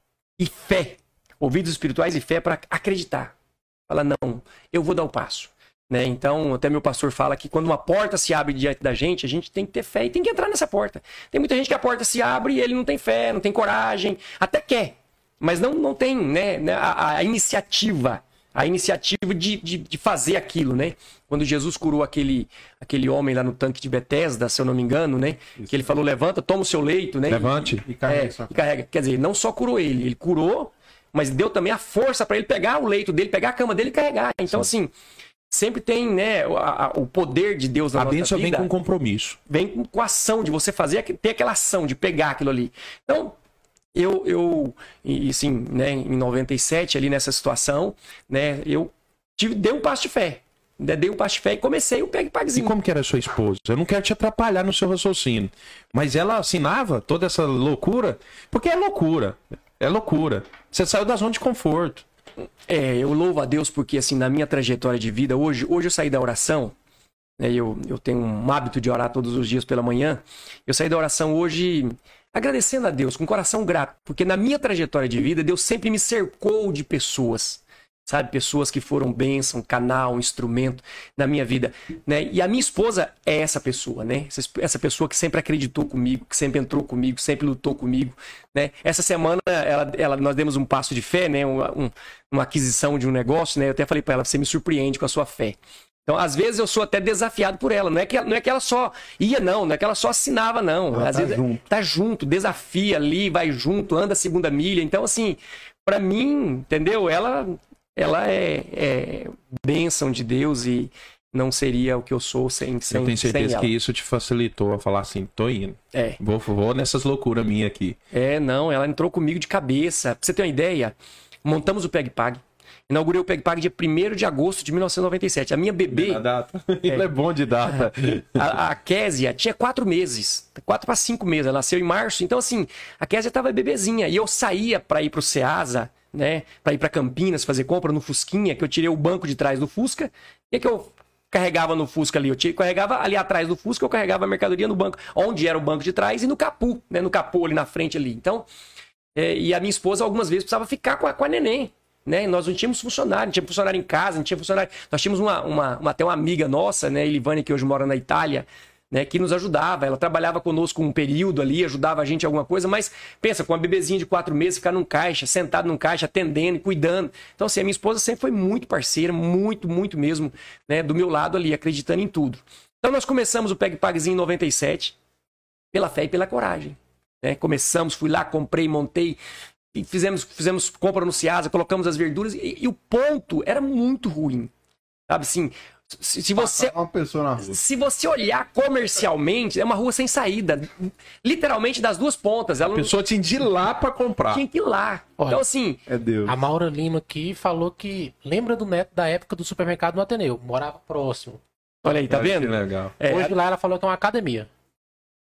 e fé. Ouvidos espirituais e fé para acreditar. Fala, não, eu vou dar o passo. Né? Então, até meu pastor fala que quando uma porta se abre diante da gente, a gente tem que ter fé e tem que entrar nessa porta. Tem muita gente que a porta se abre e ele não tem fé, não tem coragem, até quer, mas não, não tem, né, a, a iniciativa, a iniciativa de, de, de fazer aquilo, né? Quando Jesus curou aquele, aquele homem lá no tanque de Betesda, se eu não me engano, né? Isso. Que ele falou, levanta, toma o seu leito, né? Levante. E, e, carrega, é, e carrega. Quer dizer, não só curou ele, ele curou, mas deu também a força para ele pegar o leito dele, pegar a cama dele e carregar. Então, Sim. assim... Sempre tem, né, o, a, o poder de Deus na a nossa vida. A bênção vem com compromisso. Vem com, com a ação de você fazer, ter aquela ação de pegar aquilo ali. Então, eu, eu e assim, né, em noventa e sete, ali nessa situação, né, eu tive, dei um passo de fé. Né, dei um passo de fé e comecei o PegPagzinho. E como que era a sua esposa? Eu não quero te atrapalhar no seu raciocínio. Mas ela assinava toda essa loucura? Porque é loucura. É loucura. Você saiu da zona de conforto. É, eu louvo a Deus porque, assim, na minha trajetória de vida, hoje, hoje eu saí da oração, né, eu, eu tenho um hábito de orar todos os dias pela manhã, eu saí da oração hoje agradecendo a Deus, com o coração grato, porque na minha trajetória de vida, Deus sempre me cercou de pessoas, sabe, pessoas que foram bênção, canal, instrumento na minha vida, né, e a minha esposa é essa pessoa, né, essa, essa pessoa que sempre acreditou comigo, que sempre entrou comigo, sempre lutou comigo, né, essa semana ela, ela, nós demos um passo de fé, né, um, um, uma aquisição de um negócio, né, eu até falei para ela, você me surpreende com a sua fé. Então, às vezes, eu sou até desafiado por ela. Não é que, não é que ela só ia, não. Não é que ela só assinava, não. Ela às tá vezes, junto. Tá junto, desafia ali, vai junto, anda a segunda milha. Então, assim, para mim, entendeu? Ela, ela é, é bênção de Deus e não seria o que eu sou sem, sem, eu tenho certeza sem ela. Que isso te facilitou a falar assim, tô indo. É. Vou, vou nessas loucuras minhas aqui. É, não, ela entrou comigo de cabeça. Pra você ter uma ideia, montamos o PegPag. Inaugurei o PegPag dia primeiro de agosto de mil novecentos e noventa e sete. A minha bebê... A data. Ele é bom de data. A, a Késia tinha quatro meses. Quatro para cinco meses. Ela nasceu em março. Então, assim, a Késia tava bebezinha. E eu saía para ir pro Ceasa, né? Para ir para Campinas fazer compra no Fusquinha, que eu tirei o banco de trás do Fusca. E que eu carregava no Fusca ali? Eu tirei, carregava ali atrás do Fusca, eu carregava a mercadoria no banco. Onde era o banco de trás e no capô, né? No capô ali na frente ali. Então, é, e a minha esposa algumas vezes precisava ficar com a, com a neném. Né? Nós não tínhamos funcionário, não tinha funcionário em casa, não tinha funcionário. Nós tínhamos uma, uma, uma, até uma amiga nossa, né, Elivane, que hoje mora na Itália, né, que nos ajudava. Ela trabalhava conosco um período ali, ajudava a gente em alguma coisa, mas pensa, com uma bebezinha de quatro meses, ficar num caixa, sentado num caixa, atendendo e cuidando. Então, assim, a minha esposa sempre foi muito parceira, muito, muito mesmo, né, do meu lado ali, acreditando em tudo. Então, nós começamos o PegPagzinho em noventa e sete, pela fé e pela coragem. Né? Começamos, fui lá, comprei, montei. E fizemos, fizemos compra no Ceasa, colocamos as verduras e, e o ponto era muito ruim. Sabe assim, se, se você uma pessoa na rua. Se você olhar comercialmente, é uma rua sem saída. Literalmente das duas pontas. Ela a pessoa tinha de ir lá para comprar. Tinha que ir lá. Olha, então assim... É Deus. A Maura Lima aqui falou que lembra do neto da época do supermercado no Ateneu. Morava próximo. Olha aí, tá vendo? Que legal. É, Hoje lá ela falou que é uma academia.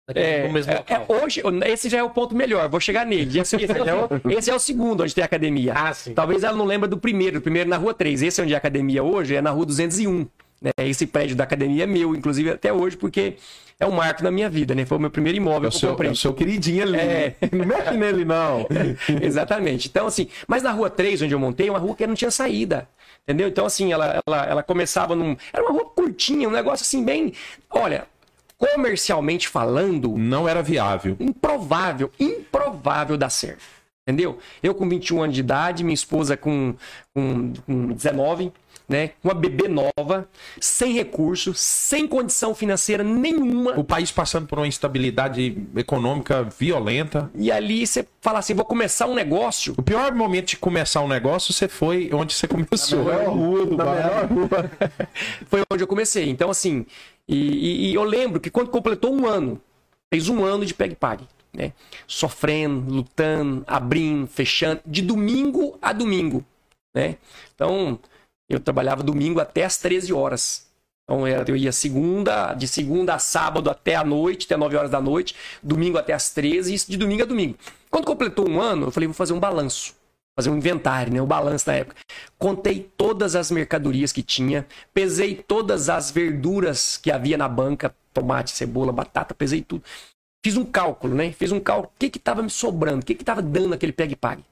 É, no mesmo é, local. é, hoje, esse já é o ponto melhor, vou chegar nele. Esse, esse, é, o, esse é o segundo onde tem academia. Ah, sim. Talvez ela não lembre do primeiro, o primeiro na rua três. Esse é onde é a academia hoje, é na rua duzentos e um. Né? Esse prédio da academia é meu, inclusive até hoje, porque é um marco na minha vida, né? Foi o meu primeiro imóvel É o que eu seu, comprei. é o seu queridinho ali. É. Não mexe nele, não. Exatamente. Então, assim, mas na rua três, onde eu montei, é uma rua que não tinha saída. Entendeu? Então, assim, ela, ela, ela começava num. Era uma rua curtinha, um negócio assim, bem. Olha, comercialmente falando. Não era viável. Improvável, improvável dar certo. Entendeu? Eu com vinte e um anos de idade, minha esposa com, com, com dezenove, né? Uma bebê nova, sem recurso, sem condição financeira nenhuma. O país passando por uma instabilidade econômica violenta. E ali você fala assim, vou começar um negócio. O pior momento de começar um negócio, você foi onde você começou. Na melhor rua do Na bairro. melhor rua. Foi onde eu comecei. Então, assim, e, e- e eu lembro que quando completou um ano, fez um ano de PegPag, né? Sofrendo, lutando, abrindo, fechando, de domingo a domingo, né? Então, eu trabalhava domingo até as treze horas. Então, era- eu ia segunda, de segunda a sábado até a noite, até nove horas da noite, domingo até as treze, isso de domingo a domingo. Quando completou um ano, eu falei, vou fazer um balanço. Fazer um inventário, né? O balanço na época. Contei todas as mercadorias que tinha, pesei todas as verduras que havia na banca, tomate, cebola, batata, pesei tudo. Fiz um cálculo, né? Fiz um cálculo, o que que tava me sobrando, o que que tava dando aquele PegPag.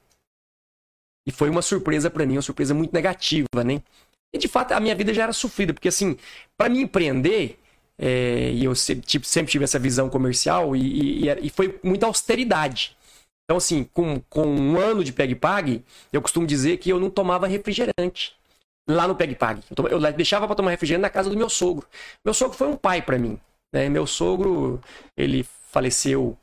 E foi uma surpresa para mim, uma surpresa muito negativa, né? E de fato a minha vida já era sofrida, porque assim, para mim empreender, é, e eu sempre, tipo, sempre tive essa visão comercial, e, e, e foi muita austeridade. Então, assim, com, com um ano de PegPag, eu costumo dizer que eu não tomava refrigerante lá no PegPag. Eu, to- eu deixava para tomar refrigerante na casa do meu sogro. Meu sogro foi um pai para mim, né? Meu sogro, ele faleceu.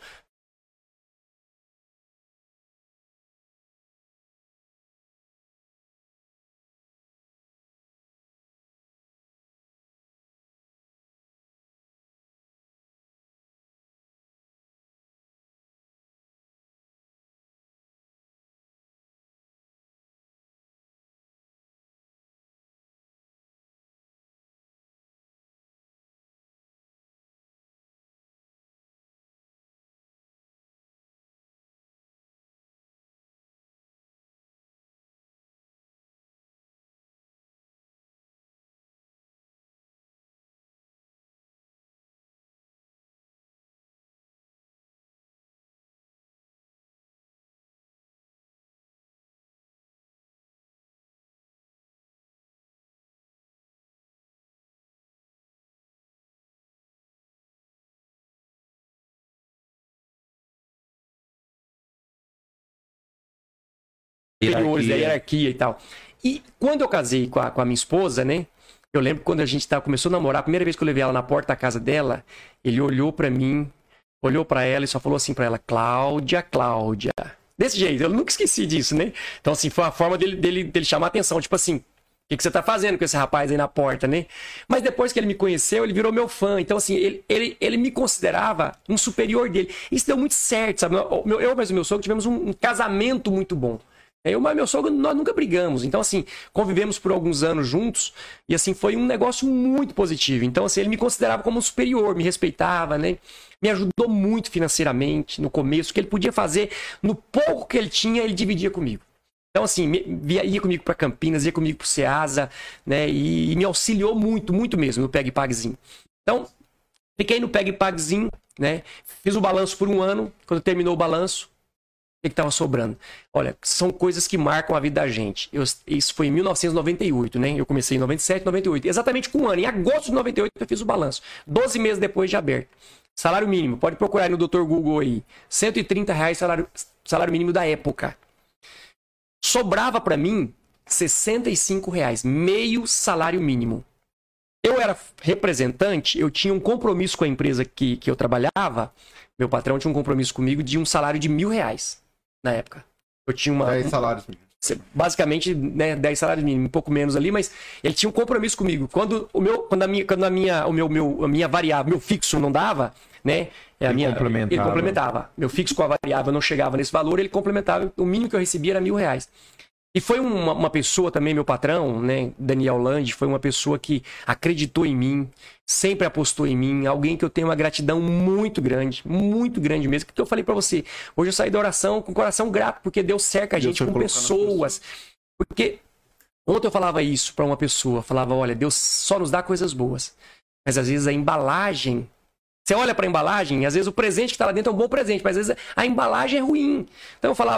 Superiores, da hierarquia e tal. E quando eu casei com a, com a minha esposa, né? Eu lembro quando a gente tava, começou a namorar, a primeira vez que eu levei ela na porta da casa dela, ele olhou pra mim, olhou pra ela e só falou assim pra ela, Cláudia, Cláudia. Desse jeito, eu nunca esqueci disso, né? Então, assim, foi a forma dele, dele, dele chamar a atenção, tipo assim, o que, que você tá fazendo com esse rapaz aí na porta, né? Mas depois que ele me conheceu, ele virou meu fã. Então, assim, ele, ele, ele me considerava um superior dele. Isso deu muito certo, sabe? O meu- Eu mas o meu sogro tivemos um, um casamento muito bom. Eu e meu sogro, nós nunca brigamos. Então, assim, convivemos por alguns anos juntos e, assim, foi um negócio muito positivo. Então, assim, ele me considerava como um superior, me respeitava, né? Me ajudou muito financeiramente no começo. O que ele podia fazer, no pouco que ele tinha, ele dividia comigo. Então, assim, me- via- ia comigo para Campinas, ia comigo para o Ceasa, né? E, e me auxiliou muito, muito mesmo no PegPagzinho. Então, fiquei no PegPagzinho, né? Fiz o balanço por um ano. Quando terminou o balanço, o que estava sobrando? Olha, são coisas que marcam a vida da gente. Eu- isso foi em mil novecentos e noventa e oito, né? Eu comecei em noventa e sete, noventa e oito. Exatamente com um ano. Em agosto de noventa e oito eu fiz o balanço. doze meses depois de aberto. Salário mínimo. Pode procurar aí no doutor Google aí. cento e trinta reais salário, salário mínimo da época. Sobrava para mim sessenta e cinco reais. Meio salário mínimo. Eu era representante, eu tinha um compromisso com a empresa que, que eu trabalhava. Meu patrão tinha um compromisso comigo de um salário de mil reais na época. Eu tinha uma. dez salários. Basicamente, né, dez salários mínimos, um pouco menos ali, mas ele tinha um compromisso comigo. Quando o meu, quando a minha, quando a minha, o meu, meu, a minha variável, meu fixo não dava, né? A Ele minha, complementava. Ele complementava. Meu fixo com a variável não chegava nesse valor, ele complementava. O mínimo que eu recebia era mil reais. E foi uma, uma pessoa também, meu patrão, né, Daniel Landi, foi uma pessoa que acreditou em mim, sempre apostou em mim, alguém que eu tenho uma gratidão muito grande, muito grande mesmo, que eu falei pra você, hoje eu saí da oração com o coração grato, porque Deus cerca a gente com pessoas, porque ontem eu falava isso pra uma pessoa, falava, olha, Deus só nos dá coisas boas, mas às vezes a embalagem, você olha pra embalagem, às vezes o presente que tá lá dentro é um bom presente, mas às vezes a embalagem é ruim, então eu falava,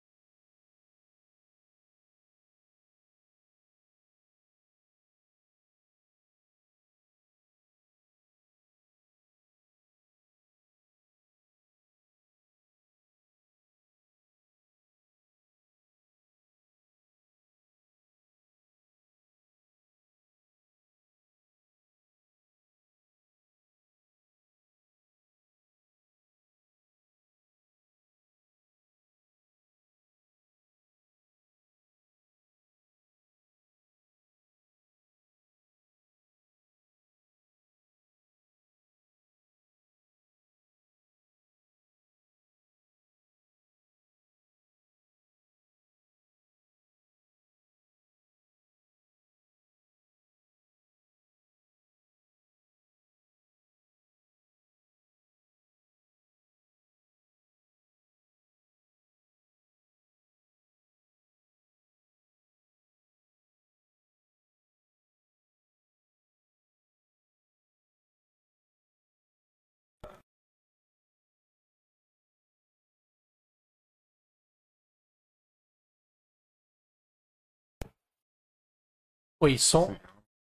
Oi, som.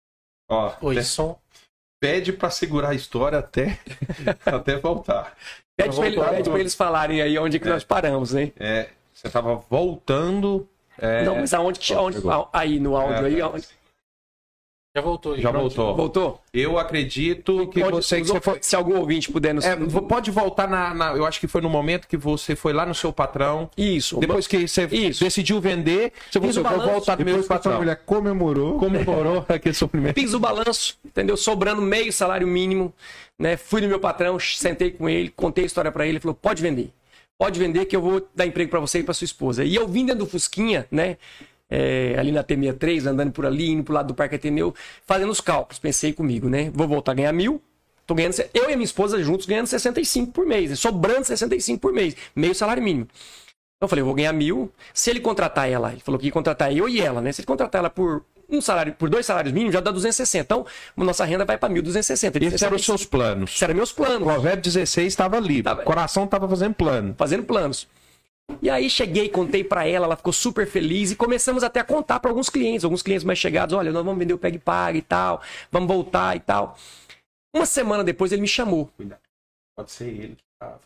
Ó, Oi, até- som. pede pra segurar a história até, até voltar. pede pra, ele- Voltar pede tudo. pra eles falarem aí onde que nós paramos, né? É, você tava voltando. é, Não, mas aonde que... Aonde, pegou. aí, no áudio É, aí, é. aonde- Já voltou. Já pronto. voltou. voltou? Eu acredito que Onde- você, que os- você foi. Se algum ouvinte puder nos... É, vo- pode voltar na, na- Eu acho que foi no momento que você foi lá no seu patrão. Isso. Depois que você Isso. decidiu vender, você Fiz falou, o vou balanço, voltar do meu Depois que a sua patrão. mulher comemorou. Comemorou aquele sofrimento. Fiz o balanço, entendeu? Sobrando meio salário mínimo, né? Fui no meu patrão, sentei com ele, contei a história pra ele, ele falou, pode vender. Pode vender que eu vou dar emprego pra você e pra sua esposa. E eu vim dentro do Fusquinha, né? É, ali na T sessenta e três, andando por ali, indo pro lado do Parque Ateneu, fazendo os cálculos. Pensei comigo, né? Vou voltar a ganhar mil. Tô ganhando, eu e a minha esposa juntos ganhando sessenta e cinco por mês, né? Sobrando sessenta e cinco por mês, meio salário mínimo. Então eu falei, eu vou ganhar mil. Se ele contratar ela, ele falou que ia contratar eu e ela, né? Se ele contratar ela por um salário, por dois salários mínimos, já dá duzentos e sessenta. Então, nossa renda vai para mil duzentos e sessenta. Esses eram os seus planos. Esses eram meus O planos, Provérbio dezesseis estava livre. Tava- O coração estava fazendo plano. fazendo planos. E aí cheguei, contei pra ela, ela ficou super feliz e começamos até a contar para alguns clientes, alguns clientes mais chegados, olha, nós vamos vender o Peg e Paga e tal, vamos voltar e tal. Uma semana depois ele me chamou. Pode ser ele que tá.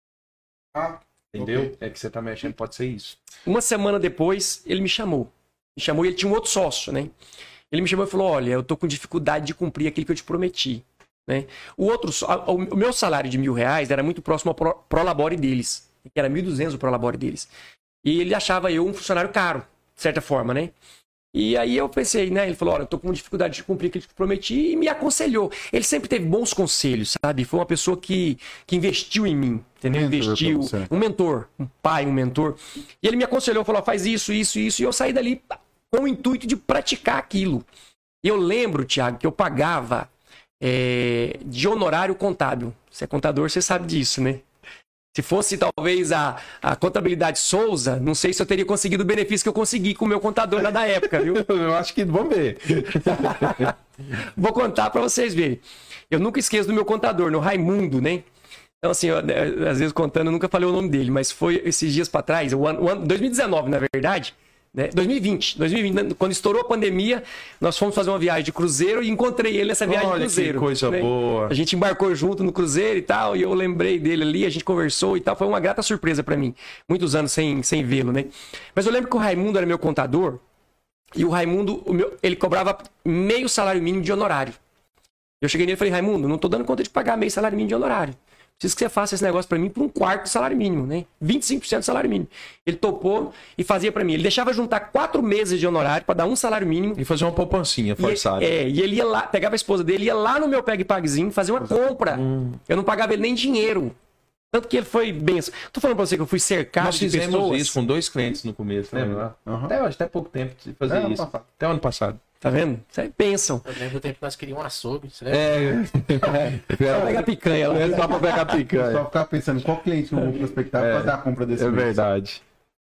Ah, Entendeu? É que você tá mexendo, pode ser isso. Uma semana depois ele me chamou. Me chamou e ele tinha um outro sócio, né? Ele me chamou e falou, olha, eu tô com dificuldade de cumprir aquilo que eu te prometi. Né? O outro, só- o o meu salário de mil reais era muito próximo ao pro, prolabore deles, que era mil e duzentos o prolabore deles. E ele achava eu um funcionário caro, de certa forma, né? E aí eu pensei, né? Ele falou, olha, eu tô com dificuldade de cumprir aquilo que eu te prometi e me aconselhou. Ele sempre teve bons conselhos, sabe? Foi uma pessoa que, que investiu em mim, entendeu? Mentor pra Investiu, você. um mentor, um pai, um mentor. E ele me aconselhou, falou, faz isso, isso, isso. E eu saí dali com o intuito de praticar aquilo. E eu lembro, Thiago, que eu pagava é, de honorário contábil. Você é contador, você sabe disso, né? Se fosse talvez a, a contabilidade Souza, não sei se eu teria conseguido o benefício que eu consegui com o meu contador lá da época, viu? Eu acho que vamos ver. Vou contar pra vocês verem. Eu nunca esqueço do meu contador, no Raimundo, né? Então, assim, eu, eu, às vezes contando, eu nunca falei o nome dele, mas foi esses dias pra trás, o ano, o ano dois mil e dezenove, na verdade. Né? dois mil e vinte, dois mil e vinte, quando estourou a pandemia, nós fomos fazer uma viagem de cruzeiro e encontrei ele nessa viagem Olha de cruzeiro. que coisa né? boa. A gente embarcou junto no cruzeiro e tal, e eu lembrei dele ali, a gente conversou e tal, foi uma grata surpresa pra mim. Muitos anos sem, sem vê-lo, né? Mas eu lembro que o Raimundo era meu contador, e o Raimundo, o meu, ele cobrava meio salário mínimo de honorário. Eu cheguei nele e falei, Raimundo, não tô dando conta de pagar meio salário mínimo de honorário. Preciso que você faça esse negócio pra mim por um quarto do salário mínimo, né? vinte e cinco por cento do salário mínimo. Ele topou e fazia pra mim. Ele deixava juntar quatro meses de honorário pra dar um salário mínimo. E fazer uma poupancinha E, forçada. é, e ele ia lá, pegava a esposa dele, ia lá no meu Peg Pagzinho, fazer uma compra. Eu não pagava ele nem dinheiro. Tanto que ele foi benção. Tô falando pra você que eu fui cercado Nós de fizemos pessoas. isso com dois clientes no começo, lembra? Uhum. Até, até pouco tempo de fazer É, ano isso. passado. Até o ano passado. Tá vendo? Isso é bênção. Eu lembro do tempo que nós queríamos um açougue. Você É. Vai pegar picanha lá. É só pra pegar picanha. Só ficar pensando qual cliente que eu vou prospectar pra É. fazer a compra desse É mês. verdade.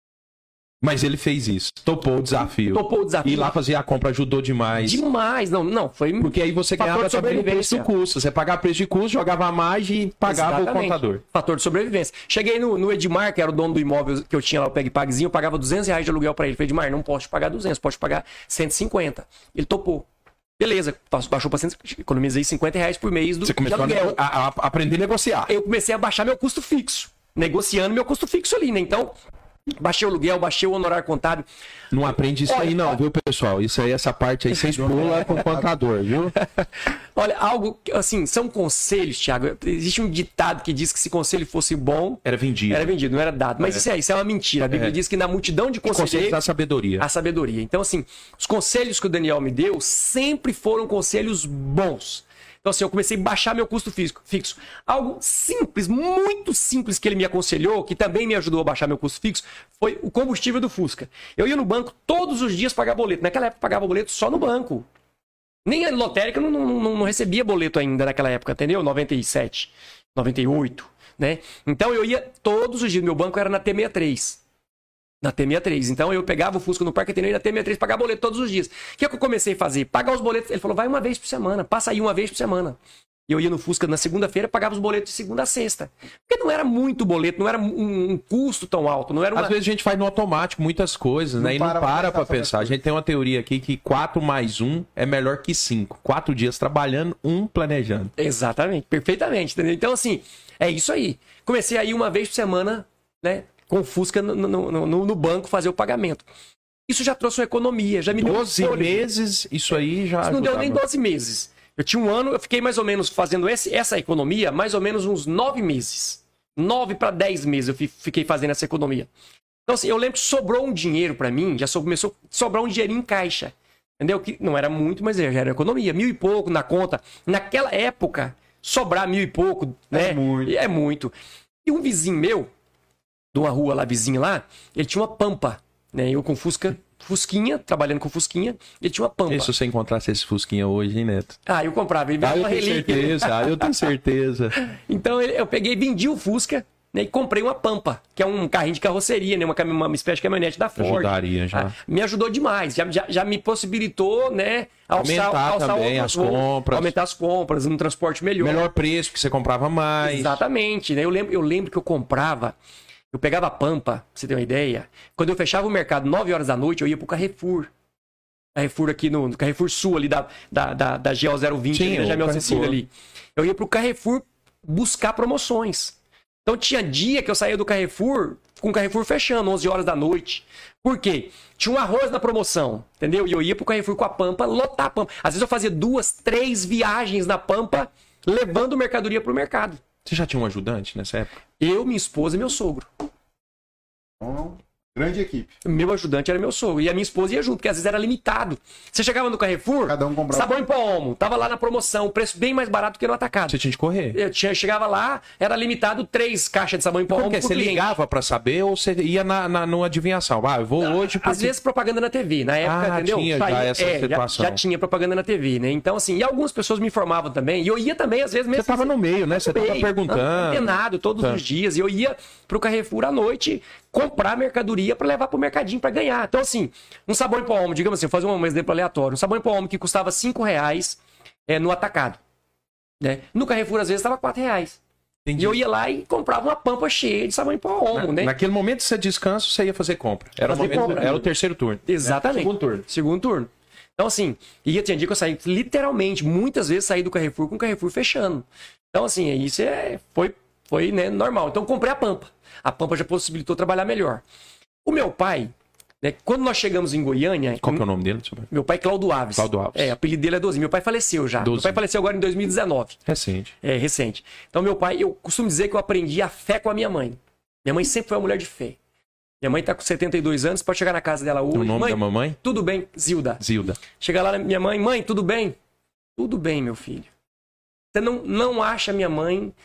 Mas ele fez isso. Topou o desafio. Topou o desafio. E lá fazer a compra ajudou demais. Demais. Não, não. Foi. Porque aí você Fator ganhava de também o preço sobrevivência. do custo. Você pagava preço de custo, jogava mais e pagava Exatamente. o contador. Fator de sobrevivência. Cheguei no, no Edmar, que era o dono do imóvel que eu tinha lá, o Peg Pagzinho, eu pagava duzentos reais de aluguel pra ele. Eu falei, Edmar, não posso te pagar duzentos, pode pagar cento e cinquenta. Ele topou. Beleza, baixou pra cento, economizei cinquenta reais por mês do Você começou de aluguel. a, a- a aprender a negociar. Eu comecei a baixar meu custo fixo, negociando meu custo fixo ali, né? Então, baixei o aluguel, baixei o honorário contábil. Não aprende isso aí não, viu, pessoal? Isso aí, essa parte aí, vocês pulam com o contador, viu? Olha, algo, que, assim, são conselhos, Thiago. Existe um ditado que diz que se conselho fosse bom, Era vendido. era vendido, não era dado. Mas isso é, isso é uma mentira. A Bíblia É. diz que na multidão de Conselhos conselheiros, da sabedoria. a sabedoria. Então, assim, os conselhos que o Daniel me deu sempre foram conselhos bons. Então, assim, eu comecei a baixar meu custo físico- fixo. Algo simples, muito simples que ele me aconselhou, que também me ajudou a baixar meu custo fixo, foi o combustível do Fusca. Eu ia no banco todos os dias pagar boleto. Naquela época, eu pagava boleto só no banco. Nem a lotérica não, não, não, não recebia boleto ainda naquela época, entendeu? noventa e sete, noventa e oito, né? Então, eu ia todos os dias. Meu banco era na T sessenta e três. Na T sessenta e três. Então eu pegava o Fusca no Parque Ateneu e na T sessenta e três pagar boleto todos os dias. O que, é que eu comecei a fazer? Pagar os boletos. Ele falou, vai uma vez por semana. Passa aí uma vez por semana. E eu ia no Fusca na segunda-feira, pagava os boletos de segunda a sexta. Porque não era muito boleto, não era um, um custo tão alto. Não era uma... Às vezes a gente faz no automático muitas coisas, né? Não E não para para pra pra pensar pensar. A gente tem uma teoria aqui que quatro mais um é melhor que cinco. Quatro dias trabalhando, um planejando. Exatamente, perfeitamente, entendeu? Então, assim, é isso aí. Comecei aí uma vez por semana, né? Com o Fusca no, no, no, no banco fazer o pagamento. Isso já trouxe uma economia, já me deu doze fôlego. meses, isso aí já Isso não deu nem ajudava. doze meses. Eu tinha um ano, eu fiquei mais ou menos fazendo esse, essa economia, mais ou menos uns nove meses. nove para dez meses eu fi- fiquei fazendo essa economia. Então, assim, eu lembro que sobrou um dinheiro para mim, já so- começou a sobrar um dinheirinho em caixa. Entendeu? Que não era muito, mas já era economia. Mil e pouco na conta. Naquela época, sobrar mil e pouco, né? É muito. É muito. E um vizinho meu, de uma rua lá, vizinho lá, ele tinha uma Pampa, né? Eu com Fusca, Fusquinha, trabalhando com Fusquinha, ele tinha uma Pampa. E se você encontrasse esse Fusquinha hoje, hein, Neto? Ah, eu comprava, ele Ah, virava eu uma tenho relíquia. certeza, ah, eu tenho certeza. Então ele- eu peguei, vendi o Fusca, né, e comprei uma Pampa, que é um carrinho de carroceria, né, uma, cami- uma espécie de caminhonete da Ford. Ajudaria já. Ah, me ajudou demais, já, já, já me possibilitou, né, Aumentar também outros as voos, compras. aumentar as compras, um transporte melhor. Melhor preço, que você comprava mais. Exatamente, né? Eu lembro, eu lembro que eu comprava, eu pegava a Pampa, pra você ter uma ideia, quando eu fechava o mercado nove horas da noite, eu ia pro Carrefour. Carrefour aqui no, no Carrefour Sul, ali da, da, da, da G O zero vinte, Sim, ali, da o Jamel Carrefour. Cecília ali. Eu ia pro Carrefour buscar promoções. Então tinha dia que eu saía do Carrefour com o Carrefour fechando, onze horas da noite. Por quê? Tinha um arroz na promoção, entendeu? E eu ia pro Carrefour com a Pampa, lotar a Pampa. Às vezes eu fazia duas, três viagens na Pampa, levando mercadoria pro mercado. Você já tinha um ajudante nessa época? Eu, minha esposa e meu sogro. Então, grande equipe. Meu ajudante era meu sogro. E a minha esposa ia junto, porque às vezes era limitado. Você chegava no Carrefour, Cada um comprava. sabão em pó Omo, tava lá na promoção, preço bem mais barato que no atacado. Você tinha de correr. Eu tinha, chegava lá, era limitado três caixas de sabão em pó Como Omo que é? por Você cliente. ligava pra saber ou você ia na, na, numa adivinhação? Ah, eu vou hoje porque... Às vezes propaganda na T V, na época, Ah, entendeu? tinha já essa é, situação. Já, já tinha propaganda na T V, né? Então, assim, e algumas pessoas me informavam também, e eu ia também, às vezes, mesmo... Você tava no meio, né? Você tava meio, perguntando. antenado todos Tá. os dias, e eu ia pro Carrefour à noite comprar mercadoria para levar pro mercadinho para ganhar. Então, assim, um sabão em pó Omo, digamos assim, vou fazer um exemplo aleatório, um sabão em pó Omo que custava cinco reais é, no atacado, né? No Carrefour, às vezes, estava quatro reais. Entendi. E eu ia lá e comprava uma pampa cheia de sabão em pó Omo, Na- né? Naquele momento de você descanso, você ia fazer compra. Era, o, Fazer momento- compra. era o terceiro turno. Exatamente. Segundo turno. Segundo turno. Então, assim, ia, tinha dia que eu saí, literalmente, muitas vezes saí do Carrefour com o Carrefour fechando. Então, assim, isso é, foi, foi né, normal. Então, eu comprei a Pampa. A Pampa já possibilitou trabalhar melhor. O meu pai, né, quando nós chegamos em Goiânia... Qual que é o nome dele? Deixa eu ver. Meu pai, Cláudio Alves. Cláudio Alves. É, o apelido dele é Dozinho. Meu pai faleceu já. Dozinho. Meu pai faleceu agora em dois mil e dezenove. Recente. É, recente. Então, meu pai, eu costumo dizer que eu aprendi a fé com a minha mãe. Minha mãe sempre foi uma mulher de fé. Minha mãe tá com setenta e dois anos, pode chegar na casa dela hoje. O nome mãe, da mamãe? tudo bem, Zilda. Zilda. Chega lá, minha mãe, mãe, tudo bem? Tudo bem, meu filho. Você não, não acha minha mãe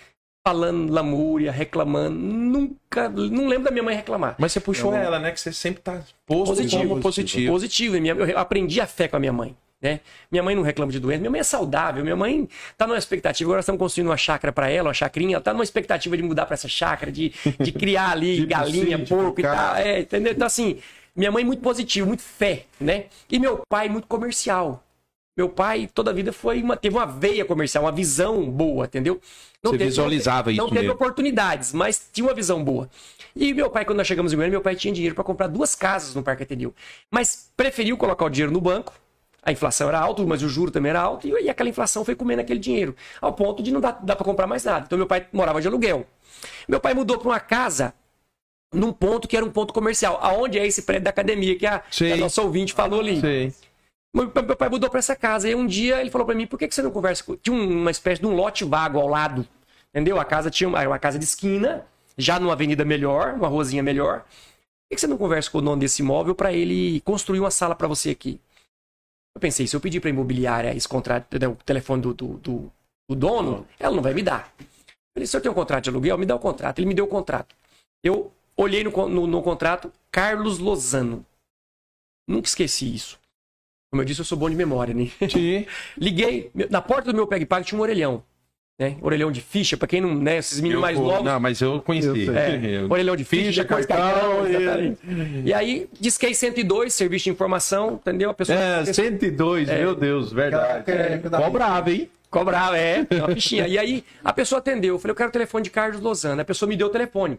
falando lamúria, reclamando. Nunca, não lembro da minha mãe reclamar. Mas você puxou Eu- ela, né? Que você sempre tá posto Positivo, como positivo. Positivo. E minha- Eu aprendi a fé com a minha mãe. Né? Minha mãe não reclama de doença, minha mãe é saudável, minha mãe tá numa expectativa, agora nós estamos construindo uma chácara para ela, uma chacrinha, ela tá numa expectativa de mudar para essa chácara, de, de criar ali De galinha, sítio, porco e cara. tal, é, entendeu? Então assim, minha mãe muito positiva, muito fé, né? E meu pai muito comercial. Meu pai toda a vida foi uma, teve uma veia comercial, uma visão boa, entendeu? Você visualizava não, isso Não teve nele. oportunidades, mas tinha uma visão boa. E meu pai, quando nós chegamos em Goiânia, meu pai tinha dinheiro para comprar duas casas no Parque Ateneu, mas preferiu colocar o dinheiro no banco. A inflação era alta, mas o juro também era alto, e aquela inflação foi comendo aquele dinheiro, ao ponto de não dar, dar para comprar mais nada. Então meu pai morava de aluguel. Meu pai mudou para uma casa num ponto que era um ponto comercial, aonde é esse prédio da academia que a, que a nossa ouvinte falou ali. Sei. Meu, meu pai mudou para essa casa, e um dia ele falou para mim, por que, que você não conversa com... Tinha uma espécie de um lote vago ao lado, entendeu? A casa tinha uma, uma casa de esquina, já numa avenida melhor, uma ruazinha melhor. Por que, que você não conversa com o dono desse imóvel para ele construir uma sala para você aqui? Eu pensei, se eu pedir para a imobiliária esse contrato, o telefone do, do, do, do dono, ela não vai me dar. Eu falei, se eu tenho um contrato de aluguel, me dá o contrato. Ele me deu o contrato. Eu olhei no, no, no contrato, Carlos Lozano. Nunca esqueci isso. Como eu disse, eu sou bom de memória, né? Sim. Liguei, na porta do meu Peg Pag tinha um orelhão. Né? Orelhão de ficha, para quem não, né, esses meninos Eu- mais novos. Não, mas eu conheci. Eu sei. É, Eu- orelhão de ficha, Ficha, depois cartão, exatamente. E aí, disquei cento e dois, serviço de informação, entendeu? A pessoa É, cento e dois, meu Deus, verdade. É, Cobrava, hein? cobrava, é, uma fichinha. E aí, a pessoa atendeu. Eu falei, eu quero o telefone de Carlos Lozano. A pessoa me deu o telefone.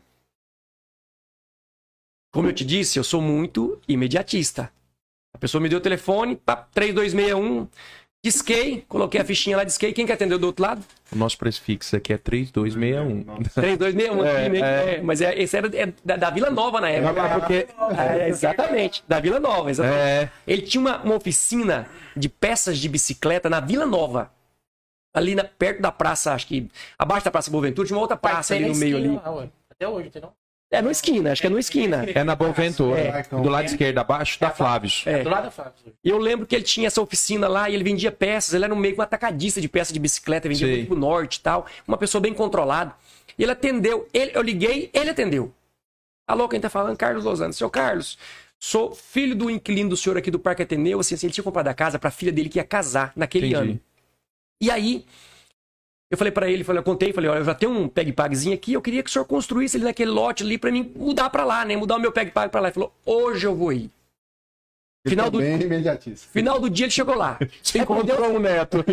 Como eu te disse, eu sou muito imediatista. A pessoa me deu o telefone, pá, três dois seis um, disquei, coloquei a fichinha lá, disquei. Quem que atendeu do outro lado? O nosso preço fixo aqui é três dois seis um. três dois seis um, É, aqui, né? é. É, mas é, esse era é da, da Vila Nova na época. É, porque- É, exatamente, da Vila Nova, exatamente. É. Ele tinha uma, uma oficina de peças de bicicleta na Vila Nova. Ali na, perto da praça, acho que abaixo da Praça Boaventura, tinha uma outra praça ali no meio ali. Até hoje, tem não? É no esquina, acho que é no esquina. É na Boaventura. É. Do lado esquerdo, abaixo da Flávios. É. Do lado da Fábio. E eu lembro que ele tinha essa oficina lá e ele vendia peças. Ele era um meio que um atacadista de peças de bicicleta, vendia Sei. muito pro norte e tal. Uma pessoa bem controlada. E ele atendeu. Ele, eu liguei, ele atendeu. Alô, quem tá falando? Carlos Lozano. Seu Carlos, sou filho do inquilino do senhor aqui do Parque Ateneu. Assim, assim, ele tinha comprado a casa pra filha dele que ia casar naquele Entendi. ano. E aí, eu falei pra ele, falei, eu contei, falei, olha, eu já tenho um peg-pagzinho aqui, eu queria que o senhor construísse ele naquele lote ali pra mim mudar pra lá, né? Mudar o meu peg-pag pra lá. Ele falou, hoje eu vou ir. Final do, Bem imediatista. final do dia ele chegou lá. Você É porque encontrou Deus, um neto.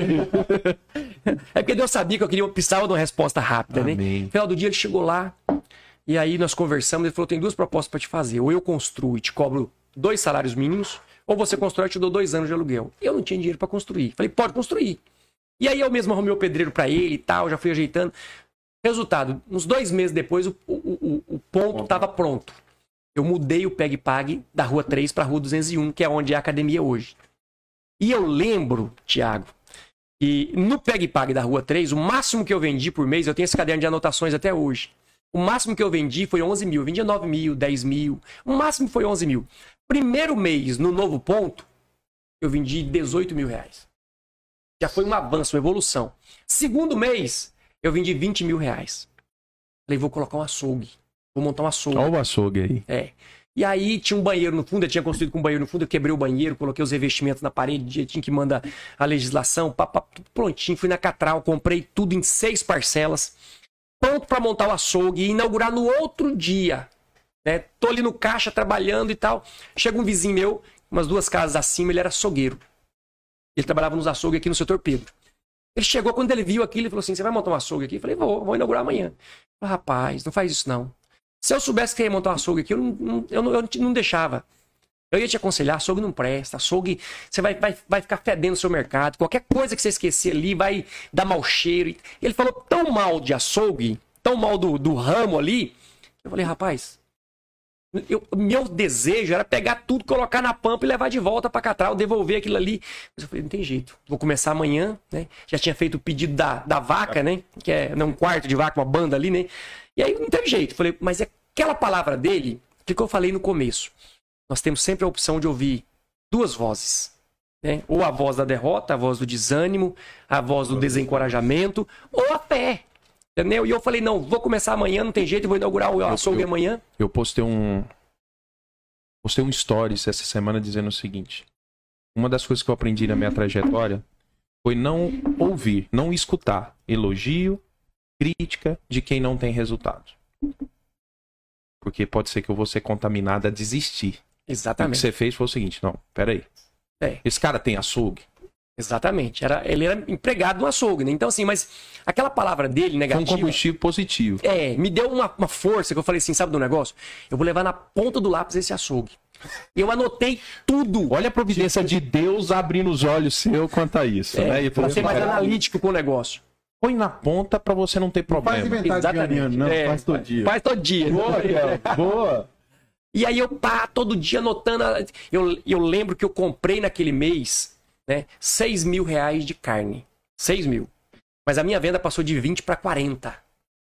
é porque Deus sabia que eu queria, precisava de uma resposta rápida, né? Amém. Final do dia ele chegou lá, e aí nós conversamos, ele falou, tem duas propostas pra te fazer. Ou eu construo e te cobro dois salários mínimos, ou você constrói e te dou dois anos de aluguel. Eu não tinha dinheiro pra construir. Falei, pode construir. E aí eu mesmo arrumei o pedreiro pra ele e tal, já fui ajeitando. Resultado, uns dois meses depois, o, o, o, o ponto estava pronto. Eu mudei o Peg-Pag da Rua três para a Rua duzentos e um, que é onde é a academia hoje. E eu lembro, Thiago, que no Peg-Pag da Rua três, o máximo que eu vendi por mês, eu tenho esse caderno de anotações até hoje, o máximo que eu vendi foi onze mil. Eu vendia nove mil, dez mil, o máximo foi onze mil. Primeiro mês, no novo ponto, eu vendi dezoito mil reais. Já foi um avanço, uma evolução. Segundo mês, eu vendi vinte mil reais. Falei, vou colocar um açougue. Vou montar um açougue. Olha o açougue aí. É. E aí tinha um banheiro no fundo, eu tinha construído com um banheiro no fundo, eu quebrei o banheiro, coloquei os revestimentos na parede, tinha que mandar a legislação, pá, pá, tudo prontinho. Fui na Catral, comprei tudo em seis parcelas. Pronto para montar o açougue e inaugurar no outro dia. Né? Tô ali no caixa trabalhando e tal. Chega um vizinho meu, umas duas casas acima, ele era açougueiro. Ele trabalhava nos açougues aqui no setor Pedro. Ele chegou, quando ele viu aquilo, ele falou assim, você vai montar um açougue aqui? Eu falei, vou, vou inaugurar amanhã. Eu falei, rapaz, não faz isso não. Se eu soubesse que você ia montar um açougue aqui, eu não, não, eu não, eu não deixava. Eu ia te aconselhar, açougue não presta, açougue, você vai, vai, vai ficar fedendo o seu mercado, qualquer coisa que você esquecer ali vai dar mau cheiro. Ele falou tão mal de açougue, tão mal do, do ramo ali, eu falei, rapaz, eu, meu desejo era pegar tudo, colocar na pampa e levar de volta para Catral, devolver aquilo ali. Mas eu falei, não tem jeito, vou começar amanhã, né? Já tinha feito o pedido da, da vaca, né? Que é né, um quarto de vaca, uma banda ali, né? E aí não teve jeito. Falei, mas é aquela palavra dele, que eu falei no começo. Nós temos sempre a opção de ouvir duas vozes. Né? Ou a voz da derrota, a voz do desânimo, a voz do desencorajamento, ou a fé. Entendeu? E eu falei, não, vou começar amanhã, não tem jeito, eu vou inaugurar o açougue amanhã. Eu postei um... Postei um stories essa semana dizendo o seguinte. Uma das coisas que eu aprendi na minha trajetória foi não ouvir, não escutar elogio, crítica de quem não tem resultado. Porque pode ser que eu vou ser contaminado a desistir. Exatamente. O que você fez foi o seguinte, não, peraí. É. Esse cara tem açougue? Exatamente. Era, ele era empregado no açougue, né? Então, assim, mas aquela palavra dele, negativa... Foi um combustível positivo. É, me deu uma, uma força que eu falei assim, sabe do negócio? Eu vou levar na ponta do lápis esse açougue. Eu anotei tudo. Olha a providência de Deus abrindo os olhos seu quanto a isso. É, né? E pra ser mais cara, analítico com o negócio. põe na ponta pra você não ter problema. Faz inventar de ano, não, É, faz todo dia. Faz todo dia. Boa, Biel, boa. E aí eu, pá, todo dia anotando. a- Eu, eu lembro que eu comprei naquele mês, né, seis mil reais de carne. seis mil. Mas a minha venda passou de vinte para quarenta.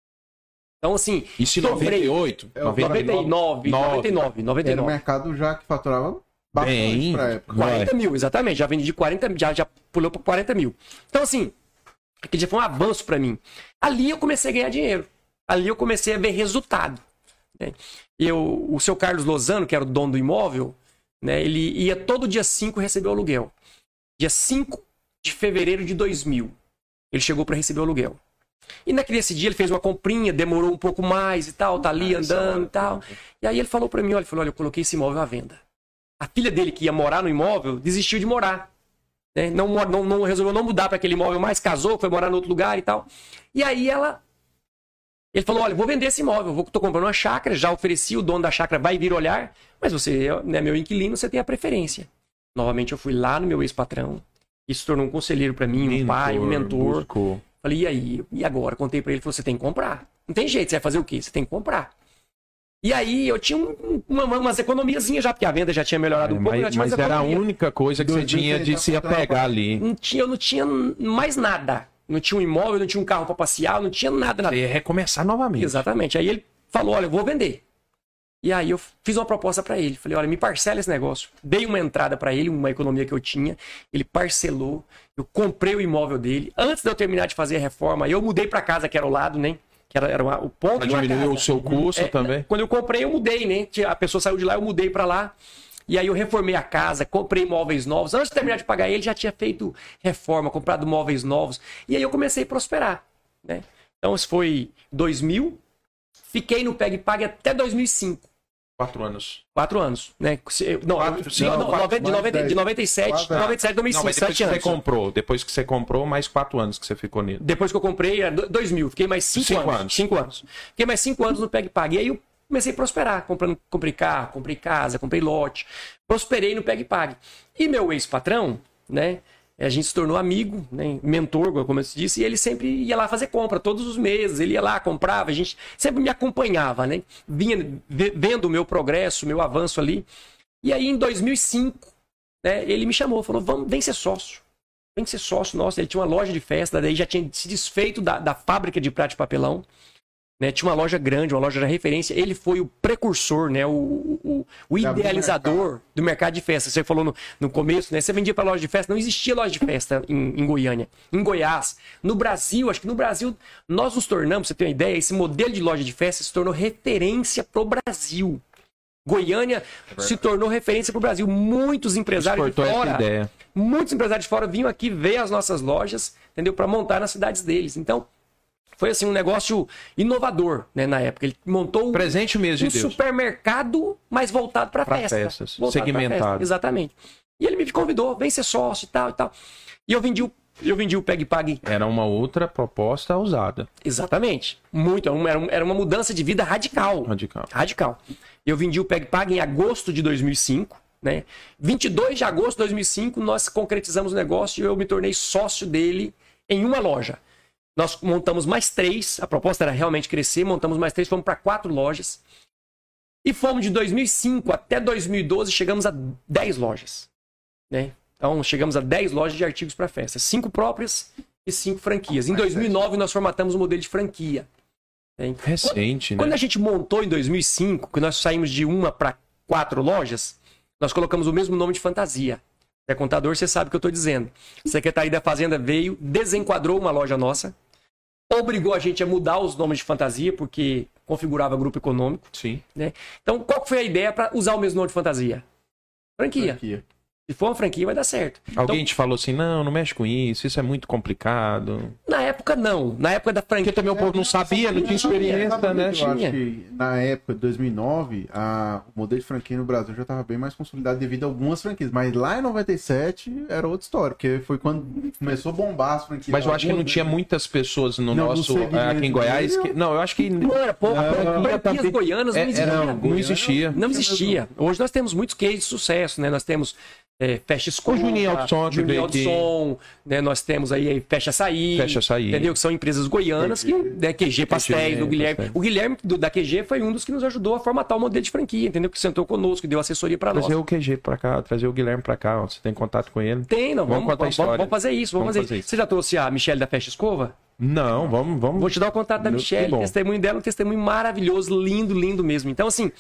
Então, assim. Isso em dobrei. noventa e oito? É, noventa noventa e nove, noventa e nove, noventa e Era um nove. mercado já que faturava bastante Bem, pra época. quarenta mil, exatamente. Já vendi de quarenta, já, já pulou para quarenta mil. Então, assim, aquele dia foi um avanço para mim. Ali eu comecei a ganhar dinheiro. Ali eu comecei a ver resultado. Né? Eu, o seu Carlos Lozano, que era o dono do imóvel, né, ele ia todo dia cinco receber o aluguel. Dia cinco de fevereiro de dois mil, ele chegou para receber o aluguel. E naquele esse dia ele fez uma comprinha, demorou um pouco mais e tal, tá ali andando e tal. E aí ele falou para mim, olha, ele falou, olha, eu coloquei esse imóvel à venda. A filha dele que ia morar no imóvel desistiu de morar. Né? Não, mor- não, não resolveu não mudar para aquele imóvel mais, casou, foi morar em outro lugar e tal. E aí ela... Ele falou, olha, vou vender esse imóvel, vou, tô comprando uma chácara, já ofereci, o dono da chácara vai vir olhar, mas você é né, meu inquilino, você tem a preferência. Novamente eu fui lá no meu ex-patrão, e se tornou um conselheiro para mim, um pai, um mentor. Buscou. Falei, e aí? E agora? Contei para ele, ele falou, você tem que comprar. Não tem jeito, você vai fazer o quê? Você tem que comprar. E aí eu tinha um, uma, umas economiazinhas já, porque a venda já tinha melhorado um pouco. Mas, já tinha mas umas era a economias. única coisa que você Dois mil tinha de já se faturava. apegar ali. Não tinha, eu não tinha mais nada. Não tinha um imóvel, não tinha um carro para passear, não tinha nada, nada. Você ia recomeçar novamente. Exatamente. Aí ele falou, olha, eu vou vender. E aí eu fiz uma proposta para ele. Falei, olha, me parcela esse negócio. Dei uma entrada para ele, uma economia que eu tinha. Ele parcelou. Eu comprei o imóvel dele. Antes de eu terminar de fazer a reforma, eu mudei para casa que era ao lado, né? Que era, era uma- o ponto Pra de uma diminuir casa. o seu custo É, também. Quando eu comprei, eu mudei, né? A pessoa saiu de lá, eu mudei para lá. E aí eu reformei a casa, comprei móveis novos. Antes de terminar de pagar ele, já tinha feito reforma, comprado móveis novos. E aí eu comecei a prosperar, né? Então isso foi dois mil. Fiquei no Peg Pag até dois mil e cinco. Quatro anos. Quatro anos, né? Se- Não, Quatro, eu- cinco, não, quatro, noventa- de, mais noventa, de dez. noventa e sete, Quatro, noventa e sete, dois mil e Não, cinco, mas depois sete que você anos. comprou. Depois que você comprou, mais quatro anos que você ficou nele. Depois que eu comprei, era do- dois mil. Fiquei mais cinco, Cinco anos. anos. Cinco anos. Fiquei mais cinco anos no Peg Pag. E aí eu comecei a prosperar. Comprando, comprei carro, comprei casa, comprei lote. Prosperei no Peg Pag. E meu ex-patrão, né? A gente se tornou amigo, né, mentor, como eu disse, e ele sempre ia lá fazer compra todos os meses. Ele ia lá, comprava, a gente sempre me acompanhava, né? Vinha ve- vendo o meu progresso, o meu avanço ali. E aí em dois mil e cinco, né, ele me chamou, falou: vamos, vem ser sócio. Vem ser sócio nosso. Ele tinha uma loja de festa, daí já tinha se desfeito da, da fábrica de prata de papelão. Né? Tinha uma loja grande, uma loja de referência. Ele foi o precursor, né? o, o, o idealizador do mercado de festa. Você falou no, no começo, né? Você vendia para loja de festa, não existia loja de festa em, em Goiânia, em Goiás. No Brasil, acho que no Brasil, nós nos tornamos, você tem uma ideia, esse modelo de loja de festa se tornou referência pro Brasil. Goiânia se tornou referência pro Brasil. Muitos empresários de Exportou fora, essa ideia. muitos empresários de fora vinham aqui ver as nossas lojas, entendeu? Para montar nas cidades deles. Então, foi assim um negócio inovador, né, na época. Ele montou um, Presente mesmo um de Deus. supermercado, mas voltado para Pra festa. festas, Voltado pra segmentado. festa, exatamente. E ele me convidou, vem ser sócio e tal e tal. E eu vendi o, eu vendi o Peg Pag. Era uma outra proposta usada. Exatamente. Muito. Era, um- era uma mudança de vida radical. Radical. Radical. Eu vendi o Peg Pag em agosto de dois mil e cinco. Né? vinte e dois de agosto de dois mil e cinco, nós concretizamos o negócio e eu me tornei sócio dele em uma loja. Nós montamos mais três, a proposta era realmente crescer, montamos mais três, fomos para quatro lojas. E fomos de dois mil e cinco até dois mil e doze, chegamos a dez lojas. Né? Então, chegamos a dez lojas de artigos para festa. Cinco próprias e cinco franquias. Em dois mil e nove, nós formatamos o modelo de franquia. Né? Recente, Quando né? a gente montou em dois mil e cinco, que nós saímos de uma para quatro lojas, nós colocamos o mesmo nome de fantasia. Você é contador, você sabe o que eu estou dizendo. A Secretaria da Fazenda veio, desenquadrou uma loja nossa, obrigou a gente a mudar os nomes de fantasia, porque configurava grupo econômico. Sim. Né? Então, qual foi a ideia para usar o mesmo nome de fantasia? Franquia. franquia. Se for uma franquia, vai dar certo. Alguém então, te falou assim, não, não mexe com isso, isso é muito complicado. Na época, não. Na época da franquia... Porque também o povo não sabia, não tinha experiência, né? Eu acho que na época de dois mil e nove, a, o modelo de franquia no Brasil já estava bem mais consolidado devido a algumas franquias. Mas lá em noventa e sete era outra história, porque foi quando começou a bombar as franquias. Mas eu acho que não tinha muitas pessoas no não, nosso... É, aqui em Goiás... Que, não, eu acho que... Não era pouco. Franquias goianas não existia. Não, não existia. Não existia. Hoje nós temos muitos cases de sucesso, né? Nós temos... É, fecha Escola, Juninho Alto Juninho Alto Som, né? Nós temos aí Fecha Açaí, Fecha Açaí, entendeu? Que são empresas goianas, que, né, Q G Pastéis, do Guilherme. Pastéis. O Guilherme do, da Q G foi um dos que nos ajudou a formatar o modelo de franquia, entendeu? Que sentou conosco, que deu assessoria para nós. Trazer o Q G para cá, trazer o Guilherme para cá, ó. Você tem contato com ele? Tem, não. Vamos, vamos, vamos, vamos fazer isso, vamos, vamos fazer, fazer isso. Você já trouxe a Michelle da Fecha Escova? Não, vamos, vamos. Vou te dar o contato da Michelle, o testemunho dela, um testemunho maravilhoso, lindo, lindo mesmo. Então, assim,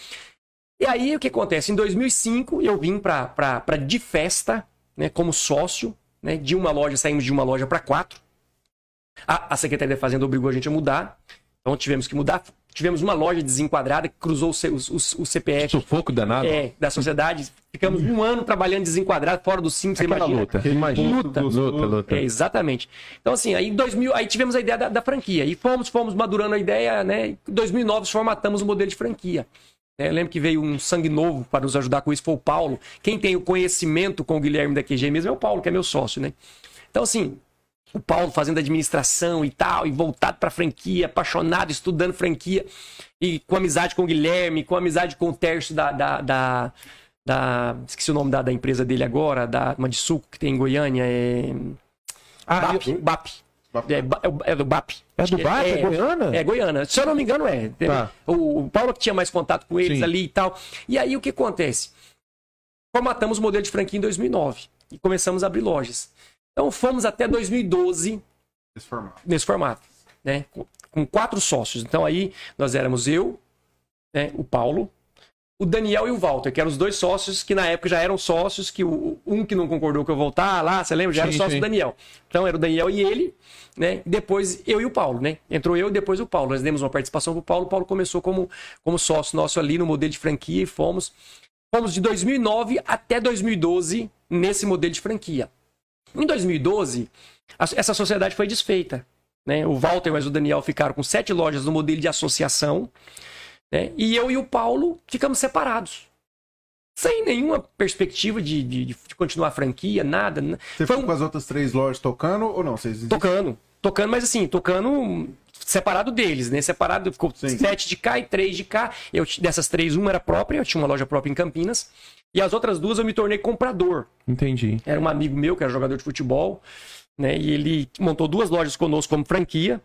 e aí o que acontece? Em dois mil e cinco, eu vim para de festa, né, como sócio, né, de uma loja, saímos de uma loja para quatro. A, a Secretaria da Fazenda obrigou a gente a mudar, então tivemos que mudar. Tivemos uma loja desenquadrada que cruzou o, C, o, o, o C P F. Sufoco danado. É, da sociedade. Ficamos um ano trabalhando desenquadrado, fora do Simples. Aquela imagina. luta. Imagina. Luta. Luta, luta. É, exatamente. Então, assim, aí em dois mil, aí tivemos a ideia da, da franquia. E fomos, fomos madurando a ideia, né? Em dois mil e nove formatamos o modelo de franquia. Eu lembro que veio um sangue novo para nos ajudar com isso, foi o Paulo. Quem tem o conhecimento com o Guilherme da Q G mesmo é o Paulo, que é meu sócio, né? Então, assim, o Paulo fazendo administração e tal, e voltado para franquia, apaixonado, estudando franquia, e com amizade com o Guilherme, com amizade com o Tércio da... da, da, da esqueci o nome da, da empresa dele agora, da, uma de suco que tem em Goiânia, é... Ah, B A P, eu... B A P. É, é do B A P. É do B A P? É, é Goiânia? É Goiânia. Se eu não me engano, é. Tá. O, o Paulo que tinha mais contato com eles. Sim. Ali e tal. E aí o que acontece? Formatamos o modelo de franquia em dois mil e nove e começamos a abrir lojas. Então fomos até dois mil e doze nesse formato. Nesse formato, né? Com, com quatro sócios. Então aí nós éramos eu, né, o Paulo, o Daniel e o Walter, que eram os dois sócios que na época já eram sócios, que o, um que não concordou que eu voltar lá, você lembra? Já sim, era sócio sim. do Daniel. Então era o Daniel e ele, né? Depois eu e o Paulo, né? Entrou eu e depois o Paulo. Nós demos uma participação pro Paulo, o Paulo começou como, como sócio nosso ali no modelo de franquia e fomos, fomos de dois mil e nove até dois mil e doze nesse modelo de franquia. Em dois mil e doze, a, essa sociedade foi desfeita, né? O Walter e o Daniel ficaram com sete lojas no modelo de associação, né? E eu e o Paulo ficamos separados. Sem nenhuma perspectiva de, de, de continuar a franquia, nada. Você ficou um... com as outras três lojas tocando ou não? Vocês... Tocando. Tocando, mas assim, tocando separado deles, né? Separado, ficou Sim. sete de cá e três de cá. Eu, dessas três, uma era própria, eu tinha uma loja própria em Campinas. E as outras duas eu me tornei comprador. Entendi. Era um amigo meu, que era jogador de futebol, né? E ele montou duas lojas conosco como franquia.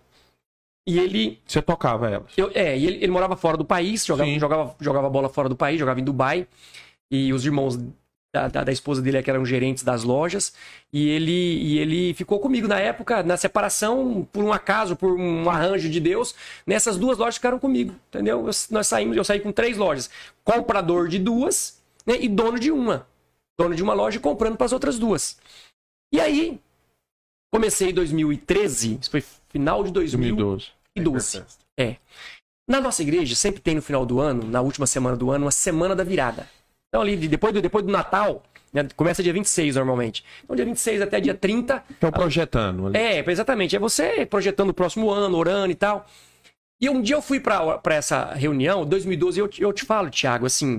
E ele... Você tocava elas? Eu, é, e ele, ele morava fora do país, jogava, jogava, jogava bola fora do país, jogava em Dubai. E os irmãos da, da, da esposa dele que eram gerentes das lojas. E ele, e ele ficou comigo na época, na separação, por um acaso, por um arranjo de Deus. Nessas duas lojas ficaram comigo, entendeu? Eu, nós saímos, eu saí com três lojas. Comprador de duas, né, e dono de uma. Dono de uma loja e comprando para as outras duas. E aí, comecei em dois mil e treze, isso foi final de dois mil e doze. É. Na nossa igreja, sempre tem no final do ano, na última semana do ano, uma semana da virada. Então, ali, depois do, depois do Natal, né, começa dia vinte e seis normalmente. Então, dia vinte e seis até dia trinta. Então, projetando. Ali. É, exatamente. É você projetando o próximo ano, orando e tal. E um dia eu fui para essa reunião, dois mil e doze, eu, eu te falo, Thiago, assim,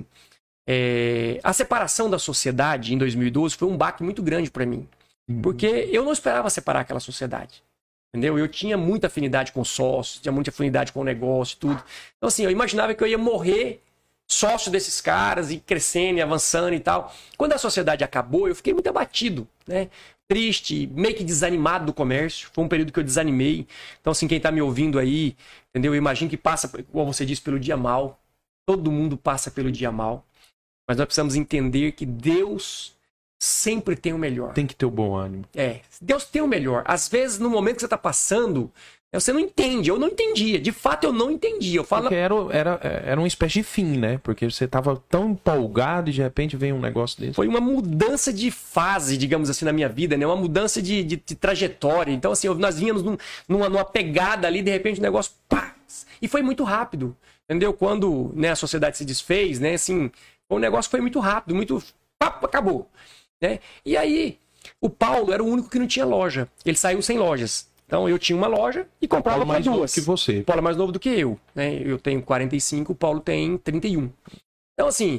é, a separação da sociedade em dois mil e doze foi um baque muito grande para mim. Porque eu não esperava separar aquela sociedade. Entendeu? Eu tinha muita afinidade com sócios, tinha muita afinidade com o negócio, tudo. Então, assim, eu imaginava que eu ia morrer sócio desses caras e crescendo e avançando e tal. Quando a sociedade acabou, eu fiquei muito abatido, né? Triste, meio que desanimado do comércio. Foi um período que eu desanimei. Então, assim, quem tá me ouvindo aí, entendeu? Eu imagino que passa, como você disse, pelo dia mal. Todo mundo passa pelo dia mal. Mas nós precisamos entender que Deus sempre tem o melhor. Tem que ter o bom ânimo. É, Deus tem o melhor. Às vezes, no momento que você está passando, Você não entende, eu não entendia. De fato, eu não entendia. Eu falo... Porque era, era, era uma espécie de fim, né? Porque você tava tão empolgado e de repente vem um negócio desse. Foi uma mudança de fase, digamos assim, na minha vida, né? Uma mudança de, de, de trajetória. Então, assim, nós vínhamos num, numa, numa pegada ali, de repente o negócio... Pá, e foi muito rápido, entendeu? Quando, né, a sociedade se desfez, né? Assim, o negócio foi muito rápido, muito... Pá, acabou, né? E aí, o Paulo era o único que não tinha loja. Ele saiu sem lojas. Então eu tinha uma loja e comprava para duas. Mais novo que você. O Paulo é mais novo do que eu, né? Eu tenho quarenta e cinco, o Paulo tem trinta e um. Então assim,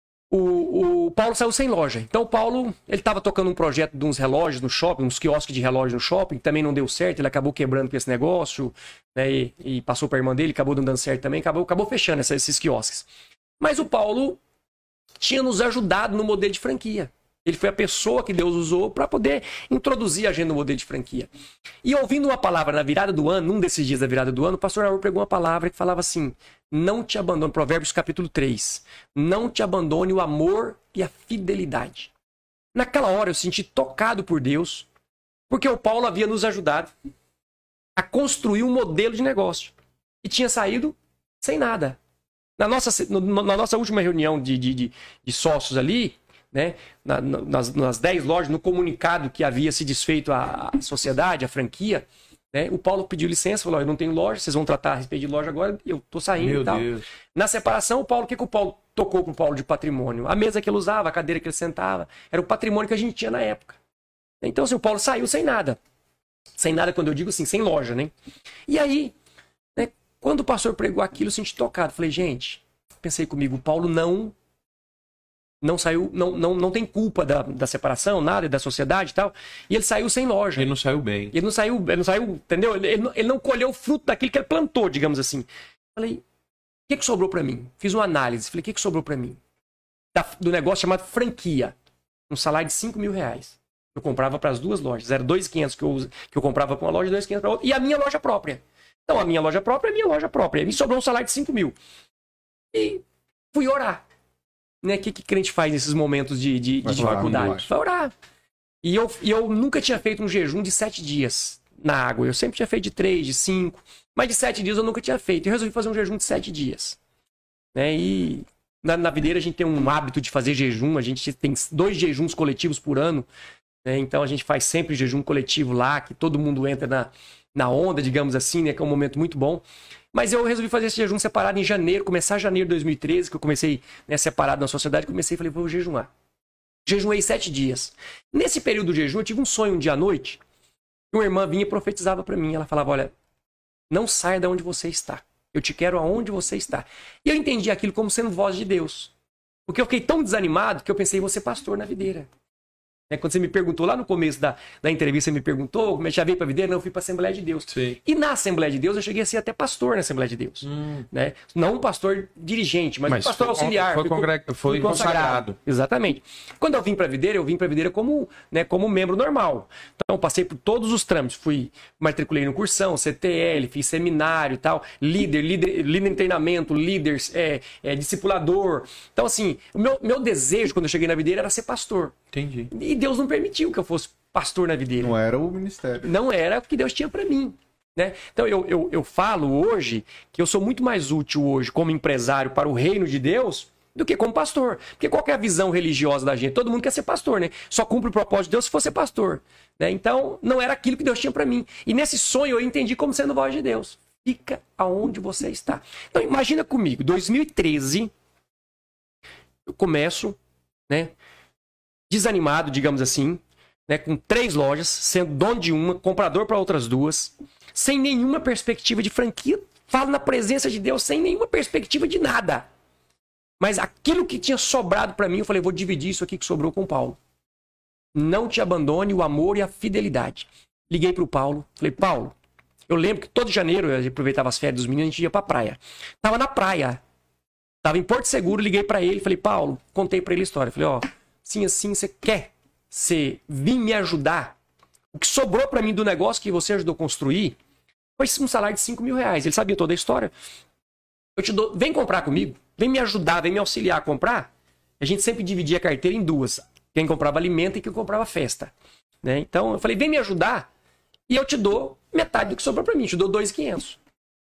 o, o Paulo saiu sem loja. Então o Paulo, ele estava tocando um projeto de uns relógios no shopping, uns quiosques de relógio no shopping, também não deu certo, ele acabou quebrando com esse negócio, né? E, e passou para a irmã dele, acabou não dando certo também, acabou, acabou fechando essa, esses quiosques. Mas o Paulo tinha nos ajudado no modelo de franquia. Ele foi a pessoa que Deus usou para poder introduzir a gente no modelo de franquia. E ouvindo uma palavra na virada do ano, num desses dias da virada do ano, o pastor Raul pregou uma palavra que falava assim: não te abandone, Provérbios capítulo três, não te abandone o amor e a fidelidade. Naquela hora eu senti tocado por Deus, porque o Paulo havia nos ajudado a construir um modelo de negócio. E tinha saído sem nada. Na nossa, na nossa última reunião de, de, de, de sócios ali, né, na, nas, nas dez lojas, no comunicado que havia se desfeito a, a sociedade, a franquia, né, o Paulo pediu licença, falou: eu não tenho loja, vocês vão tratar a respeito de loja agora, eu tô saindo. Meu e tal. Deus. Na separação, o Paulo, o que, que o Paulo tocou pro Paulo de patrimônio? A mesa que ele usava, a cadeira que ele sentava, era o patrimônio que a gente tinha na época. Então, assim, o Paulo saiu sem nada. Sem nada, quando eu digo assim, sem loja, né? E aí, né, quando o pastor pregou aquilo, eu senti tocado. Falei, gente, pensei comigo, o Paulo não... Não saiu, não, não, não tem culpa da, da separação, nada, da sociedade e tal. E ele saiu sem loja. Ele não saiu bem. Ele não saiu, ele não saiu, entendeu? Ele, ele, não, ele não colheu o fruto daquilo que ele plantou, digamos assim. Falei, o que, que sobrou pra mim? Fiz uma análise. Falei, o que, que sobrou pra mim? Da, do negócio chamado franquia. Um salário de cinco mil reais. Eu comprava para as duas lojas. Era dois mil e quinhentos que eu, que eu comprava para uma loja e dois mil e quinhentos para outra. E a minha loja própria. Então, a minha loja própria é a minha loja própria. E me sobrou um salário de cinco mil. E fui orar. Né? O que, que crente faz nesses momentos de, de, de dificuldade? Vai orar. E eu, e eu nunca tinha feito um jejum de sete dias na água. Eu sempre tinha feito de três, de cinco. Mas de sete dias eu nunca tinha feito. Eu resolvi fazer um jejum de sete dias. Né? E na, na videira a gente tem um hábito de fazer jejum. A gente tem dois jejuns coletivos por ano. Né? Então a gente faz sempre jejum coletivo lá, que todo mundo entra na, na onda, digamos assim, né? Que é um momento muito bom. Mas eu resolvi fazer esse jejum separado em janeiro, começar em janeiro de dois mil e treze, que eu comecei, né, separado na sociedade, comecei e falei, vou jejuar. Jejuei sete dias. Nesse período do jejum, eu tive um sonho um dia à noite, que uma irmã vinha e profetizava para mim. Ela falava, olha, não saia de onde você está. Eu te quero aonde você está. E eu entendi aquilo como sendo voz de Deus. Porque eu fiquei tão desanimado que eu pensei, vou ser pastor na videira. É, quando você me perguntou lá no começo da, da entrevista, você me perguntou como é que já veio para a videira, não, eu fui para a Assembleia de Deus. Sim. E na Assembleia de Deus, eu cheguei a ser até pastor na Assembleia de Deus. Hum. Né? Não um pastor dirigente, mas, mas um pastor foi, auxiliar. Foi, congre... foi consagrado. consagrado. Exatamente. Quando eu vim para a videira, eu vim para a videira como, né, como membro normal. Então, eu passei por todos os trâmites. Fui, matriculei no cursão, C T L, fiz seminário e tal, líder, líder, líder em treinamento, líder, é, é, discipulador. Então, assim, o meu, meu desejo quando eu cheguei na videira era ser pastor. Entendi. E Deus não permitiu que eu fosse pastor na videira. Não era o ministério. Não era o que Deus tinha para mim. Né? Então eu, eu, eu falo hoje que eu sou muito mais útil hoje como empresário para o reino de Deus do que como pastor. Porque qual que é a visão religiosa da gente? Todo mundo quer ser pastor, né? Só cumpre o propósito de Deus se for ser pastor. Né? Então não era aquilo que Deus tinha para mim. E nesse sonho eu entendi como sendo voz de Deus. Fica aonde você está. Então imagina comigo, dois mil e treze, eu começo, né? Desanimado, digamos assim, né, com três lojas, sendo dono de uma, comprador para outras duas, sem nenhuma perspectiva de franquia, falo na presença de Deus, sem nenhuma perspectiva de nada. Mas aquilo que tinha sobrado para mim, eu falei, vou dividir isso aqui que sobrou com o Paulo. Não te abandone o amor e a fidelidade. Liguei para o Paulo, falei, Paulo, eu lembro que todo janeiro, eu aproveitava as férias dos meninos, a gente ia para a praia. Tava na praia, tava em Porto Seguro, liguei para ele, falei, Paulo, contei para ele a história, falei, ó, sim, assim, você quer você vir me ajudar? O que sobrou para mim do negócio que você ajudou a construir foi um salário de cinco mil reais. Ele sabia toda a história. Eu te dou, vem comprar comigo, vem me ajudar, vem me auxiliar a comprar. A gente sempre dividia a carteira em duas. Quem comprava alimento e quem comprava festa. Né? Então eu falei, vem me ajudar e eu te dou metade do que sobrou para mim, te dou dois mil e quinhentos.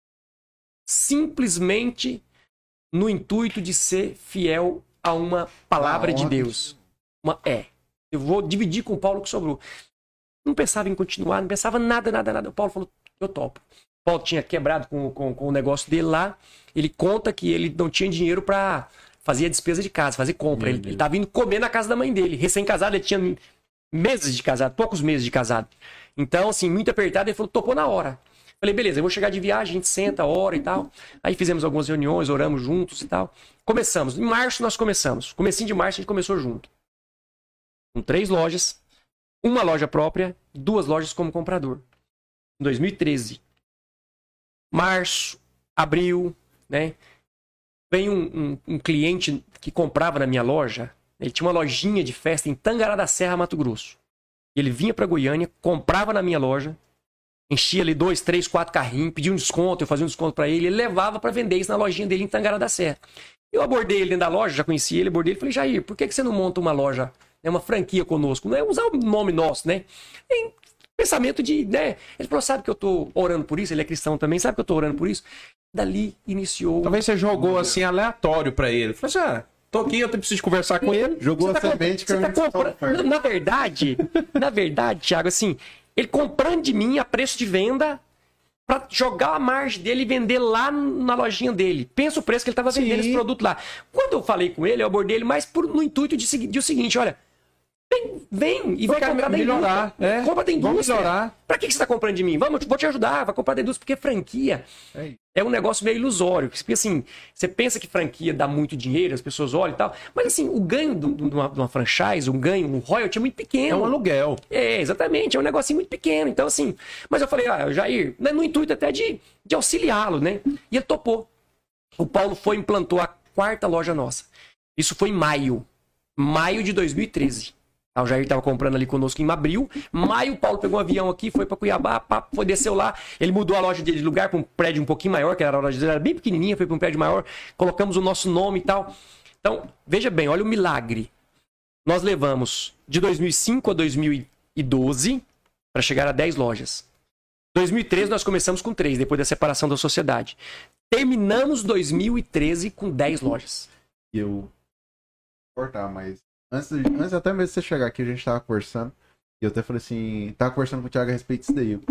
Simplesmente no intuito de ser fiel a uma palavra ah, de Deus. Uma, é, eu vou dividir com o Paulo o que sobrou. Não pensava em continuar, não pensava nada, nada, nada. O Paulo falou, eu topo. O Paulo tinha quebrado com, com, com o negócio dele lá. Ele conta que ele não tinha dinheiro para fazer a despesa de casa, fazer compra. Ele, ele tava indo comer na casa da mãe dele. Recém-casado, ele tinha meses de casado, poucos meses de casado. Então, assim, muito apertado, ele falou, topou na hora. Falei, beleza, eu vou chegar de viagem, a gente senta, hora e tal. Aí fizemos algumas reuniões, oramos juntos e tal. Começamos. Em março nós começamos. Comecinho de março a gente começou junto. Com três lojas, uma loja própria, duas lojas como comprador. Em dois mil e treze. Março, abril, né? Vem um, um, um cliente que comprava na minha loja. Ele tinha uma lojinha de festa em Tangará da Serra, Mato Grosso. Ele vinha para Goiânia, comprava na minha loja, enchia ali dois, três, quatro carrinhos, pedia um desconto, eu fazia um desconto para ele, ele levava para vender isso na lojinha dele em Tangará da Serra. Eu abordei ele dentro da loja, já conhecia ele, abordei ele e falei, Jair, por que que você não monta uma loja, né, uma franquia conosco? Não é usar o nome nosso, né? Tem pensamento de, né? Ele falou, sabe que eu tô orando por isso? Ele é cristão também, sabe que eu tô orando por isso? Dali iniciou... Talvez você jogou assim aleatório para ele. Falei assim, ah, tô aqui, eu preciso conversar com ele. Jogou você a tá semente que tá comprando. Na verdade, na verdade, Thiago, assim, ele comprando de mim a preço de venda para jogar a margem dele e vender lá na lojinha dele. Pensa o preço que ele estava vendendo esse produto lá. Quando eu falei com ele, eu abordei ele mais por, no intuito de, de o seguinte, olha, vem, vem e vai comprar da indústria. É, compra da indústria. Para que, que você está comprando de mim? Vamos, vou te ajudar, vai comprar da indústria, porque franquia é, é um negócio meio ilusório. Porque assim, você pensa que franquia dá muito dinheiro, as pessoas olham e tal, mas assim, o ganho de uma, de uma franchise, o ganho, um royalty é muito pequeno. É um aluguel. É, exatamente, é um negocinho muito pequeno. Então assim, mas eu falei, ah, Jair, no intuito até de, de auxiliá-lo, né? E ele topou. O Paulo foi e implantou a quarta loja nossa. Isso foi em maio. Maio de dois mil e treze. O Jair estava comprando ali conosco em abril. Maio, o Paulo pegou um avião aqui, foi para Cuiabá, pá, foi, desceu lá. Ele mudou a loja dele de lugar para um prédio um pouquinho maior, que era a loja dele, era bem pequenininha, foi para um prédio maior. Colocamos o nosso nome e tal. Então, veja bem, olha o milagre. Nós levamos de dois mil e cinco a dois mil e doze para chegar a dez lojas. dois mil e treze nós começamos com três, depois da separação da sociedade. Terminamos dois mil e treze com dez lojas. E eu vou cortar, mas antes, de, antes até mesmo de você chegar aqui, a gente tava conversando. E eu até falei assim, tava conversando com o Thiago a respeito disso daí.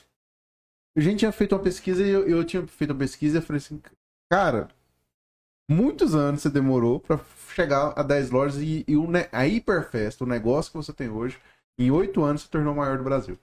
A gente tinha feito uma pesquisa e eu, eu tinha feito uma pesquisa e eu falei assim, cara, muitos anos você demorou pra chegar a dez lojas e, e o, a Hiperfest, o negócio que você tem hoje, em oito anos se tornou o maior do Brasil.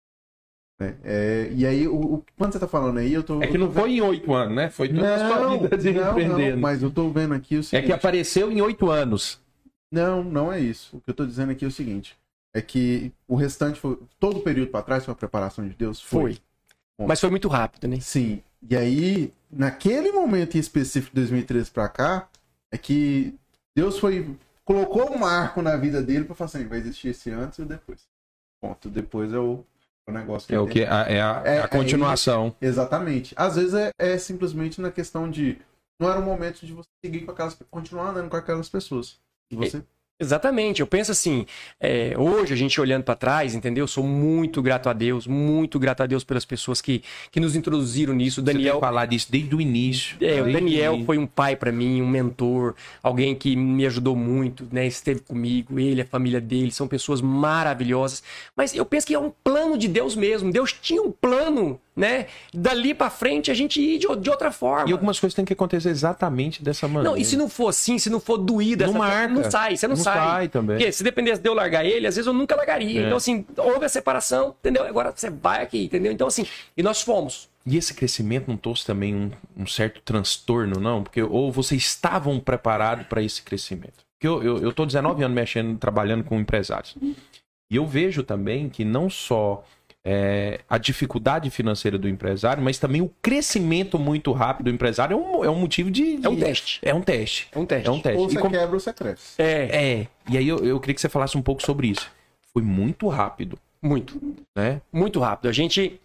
É, é, e aí, o, o, quando você tá falando aí, eu tô... É que não foi em oito anos, né? Foi toda a sua vida de não, empreender. Não, mas eu tô vendo aqui o seguinte... É que apareceu em oito anos. Não, não é isso. O que eu tô dizendo aqui é o seguinte. É que o restante, foi, todo o período pra trás foi a preparação de Deus? Foi. foi. Mas foi muito rápido, né? Sim. E aí, naquele momento em específico de dois mil e treze pra cá, é que Deus foi... Colocou um marco na vida dele pra falar assim, vai existir esse antes e o depois. Ponto. Depois é o... O negócio que é o que é a, é a, é, a continuação. É, exatamente. Às vezes é, é simplesmente na questão de não era o momento de você seguir com aquelas, continuar andando com aquelas pessoas. E você... é, exatamente. Eu penso assim, é, hoje a gente olhando para trás, entendeu? Eu sou muito grato a Deus, muito grato a Deus pelas pessoas que, que nos introduziram nisso. O Daniel, você tem que falar disso desde o início. É, desde o Daniel o... foi um pai para mim, um mentor, alguém que me ajudou muito, né? Esteve comigo, ele, a família dele, são pessoas maravilhosas. Mas eu penso que é um plano de Deus mesmo. Deus tinha um plano, né? Dali para frente a gente ir de, de outra forma. E algumas coisas têm que acontecer exatamente dessa maneira. Não, e se não for assim, se não for doído, não, essa... não sai, você não, não sai. sai também. Porque se dependesse de eu largar ele, às vezes eu nunca largaria. É. Então, assim, houve a separação, entendeu? Agora você vai aqui, entendeu? Então, assim, e nós fomos. E esse crescimento não trouxe também um, um certo transtorno, não? Porque ou vocês estavam preparados para esse crescimento? Porque eu, eu, eu tô dezenove anos mexendo, trabalhando com empresários. E eu vejo também que não só é, a dificuldade financeira do empresário, mas também o crescimento muito rápido do empresário é um, é um motivo de, de... É um teste. É um teste. É um teste. É um teste. Ou você como... quebra ou você cresce. É. É. E aí eu, eu queria que você falasse um pouco sobre isso. Foi muito rápido. Muito. Né? Muito rápido. A gente...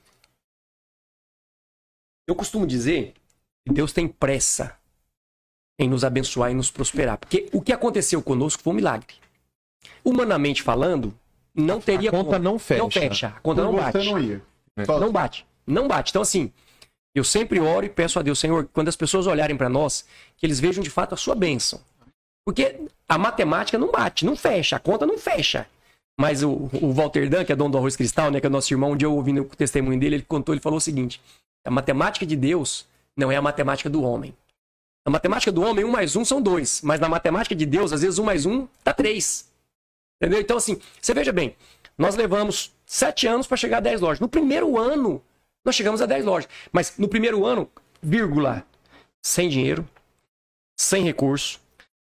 Eu costumo dizer que Deus tem pressa em nos abençoar e nos prosperar. Porque o que aconteceu conosco foi um milagre. Humanamente falando, não teria... A conta como. não fecha. Não fecha. A conta Por não bate. Você não ia. Só- Não bate. Não bate. Então, assim, eu sempre oro e peço a Deus, Senhor, quando as pessoas olharem para nós, que eles vejam de fato a sua bênção. Porque a matemática não bate, não fecha, a conta não fecha. Mas o, o Walter Dan, que é dono do Arroz Cristal, né, que é nosso irmão, um dia eu ouvindo o testemunho dele, ele contou, ele falou o seguinte: a matemática de Deus não é a matemática do homem. Na matemática do homem, um mais um são dois. Mas na matemática de Deus, às vezes um mais um dá três. Entendeu? Então, assim, você veja bem, nós levamos sete anos para chegar a dez lojas. No primeiro ano, nós chegamos a dez lojas. Mas no primeiro ano, vírgula, sem dinheiro, sem recurso,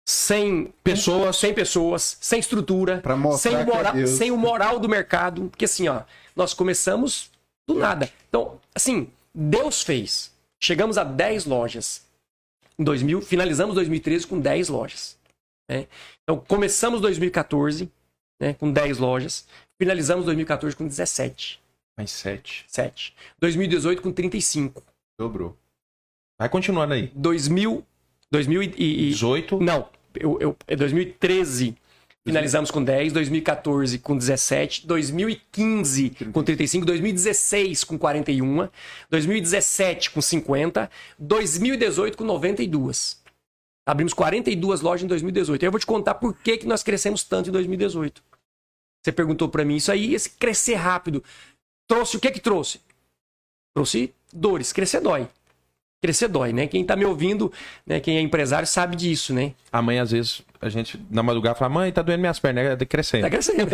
sem pessoas, sem pessoas, sem estrutura, Pra mostrar sem, o que é moral, Deus. sem o moral do mercado. Porque assim, ó, nós começamos do nada. Então, assim, Deus fez. Chegamos a dez lojas. Em dois mil, finalizamos dois mil e treze com dez lojas. Né? Então, começamos dois mil e quatorze, né, com dez lojas. Finalizamos dois mil e quatorze com dezessete. Mais sete. sete. dois mil e dezoito com trinta e cinco. Dobrou. Vai continuando aí. dois mil, dois mil e... dezoito. Não, eu, eu, é dois mil e treze finalizamos com dez, dois mil e quatorze com dezessete, dois mil e quinze com trinta e cinco, dois mil e dezesseis com quarenta e um, dois mil e dezessete com cinquenta, dois mil e dezoito com noventa e dois. Abrimos quarenta e duas lojas em dois mil e dezoito. Eu vou te contar por que, que nós crescemos tanto em dois mil e dezoito. Você perguntou para mim isso aí, esse crescer rápido. Trouxe o que que trouxe? Trouxe dores. Crescer dói. Crescer dói, né? Quem tá me ouvindo, né? Quem é empresário sabe disso, né? A mãe, às vezes, a gente, na madrugada, fala: mãe, tá doendo minhas pernas, tá crescendo. Tá crescendo.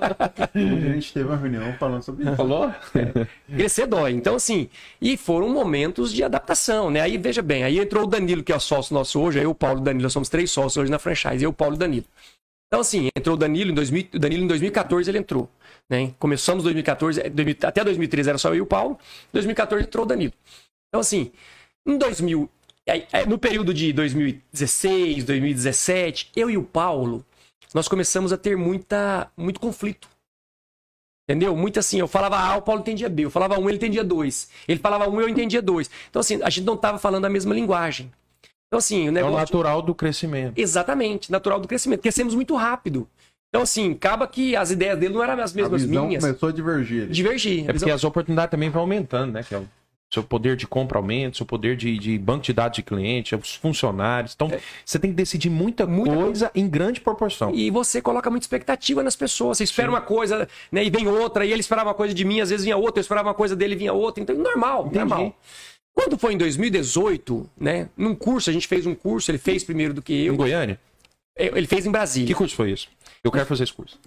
Hoje a gente teve uma reunião falando sobre isso. Falou? Crescer dói. Então, assim, e foram momentos de adaptação, né? Aí, veja bem, aí entrou o Danilo, que é o sócio nosso hoje, aí o Paulo e o Danilo, nós somos três sócios hoje na franchise, eu, o Paulo e o Danilo. Então, assim, entrou o Danilo em, dois mil, o Danilo em dois mil e quatorze, ele entrou. Né? Começamos em dois mil e quatorze, até dois mil e treze era só eu e o Paulo, em dois mil e quatorze entrou o Danilo. Então, assim, em dois mil, no período de dois mil e dezesseis, dois mil e dezessete, eu e o Paulo, nós começamos a ter muita, muito conflito. Entendeu? Muito assim, eu falava A, o Paulo entendia B, eu falava um, ele entendia dois. Ele falava um, eu entendia dois. Então, assim, a gente não estava falando a mesma linguagem. Então, assim, o negócio... É o natural do crescimento. Exatamente, natural do crescimento. Crescemos muito rápido. Então, assim, acaba que as ideias dele não eram as mesmas A visão minhas. começou a divergir. ali. Divergir. É porque Visão- as oportunidades também vão aumentando, né? Que é o seu poder de compra aumenta, seu poder de, de banco de dados de cliente, os funcionários. Então, você tem que decidir muita, Muita coisa em grande proporção. E você coloca muita expectativa nas pessoas. Você espera Sim. uma coisa, né? E vem outra, e ele esperava uma coisa de mim, às vezes vinha outra, eu esperava uma coisa dele, vinha outra. Então, normal, Entendi. normal. Quando foi em dois mil e dezoito, né? Num curso, a gente fez um curso, ele fez primeiro do que Em eu. Goiânia? Ele fez em Brasília. Que curso foi isso? Eu quero fazer esse curso.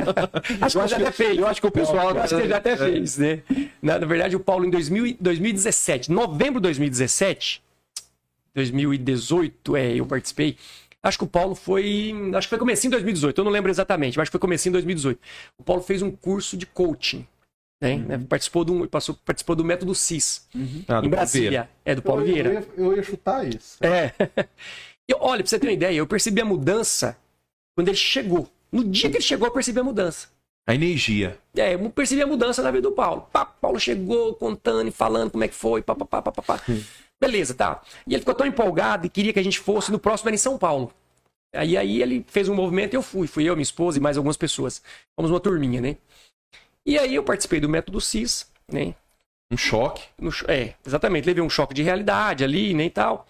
Acho que já até fez. Eu acho que o pessoal... Eu acho que ele já até fez, né? Na, na verdade, o Paulo, em dois mil, e- dois mil e dezessete, novembro de dois mil e dezessete, dois mil e dezoito, é, eu participei. Acho que o Paulo foi. Acho que foi comecinho em dois mil e dezoito, eu não lembro exatamente, mas acho que foi comecinho em dois mil e dezoito. O Paulo fez um curso de coaching. Né? Né? Participou, do, passou, participou do método C I S, Ah, do em Brasília. Palmeira. É, do Paulo eu, Vieira. eu, ia, eu ia chutar isso. É. E, olha, pra você ter uma ideia, eu percebi a mudança quando ele chegou. No dia que ele chegou, eu percebi a mudança. A energia. É, eu percebi a mudança na vida do Paulo. Pá, Paulo chegou contando e falando como é que foi, pá, pá, pá, pá, pá, pá. Beleza, tá. E ele ficou tão empolgado e queria que a gente fosse no próximo, era em São Paulo. Aí, aí ele fez um movimento e eu fui. Fui eu, minha esposa e mais algumas pessoas. Fomos uma turminha, né? E aí eu participei do método C I S, né? Um choque. No cho- é, exatamente. Levei um choque de realidade ali, né, e tal.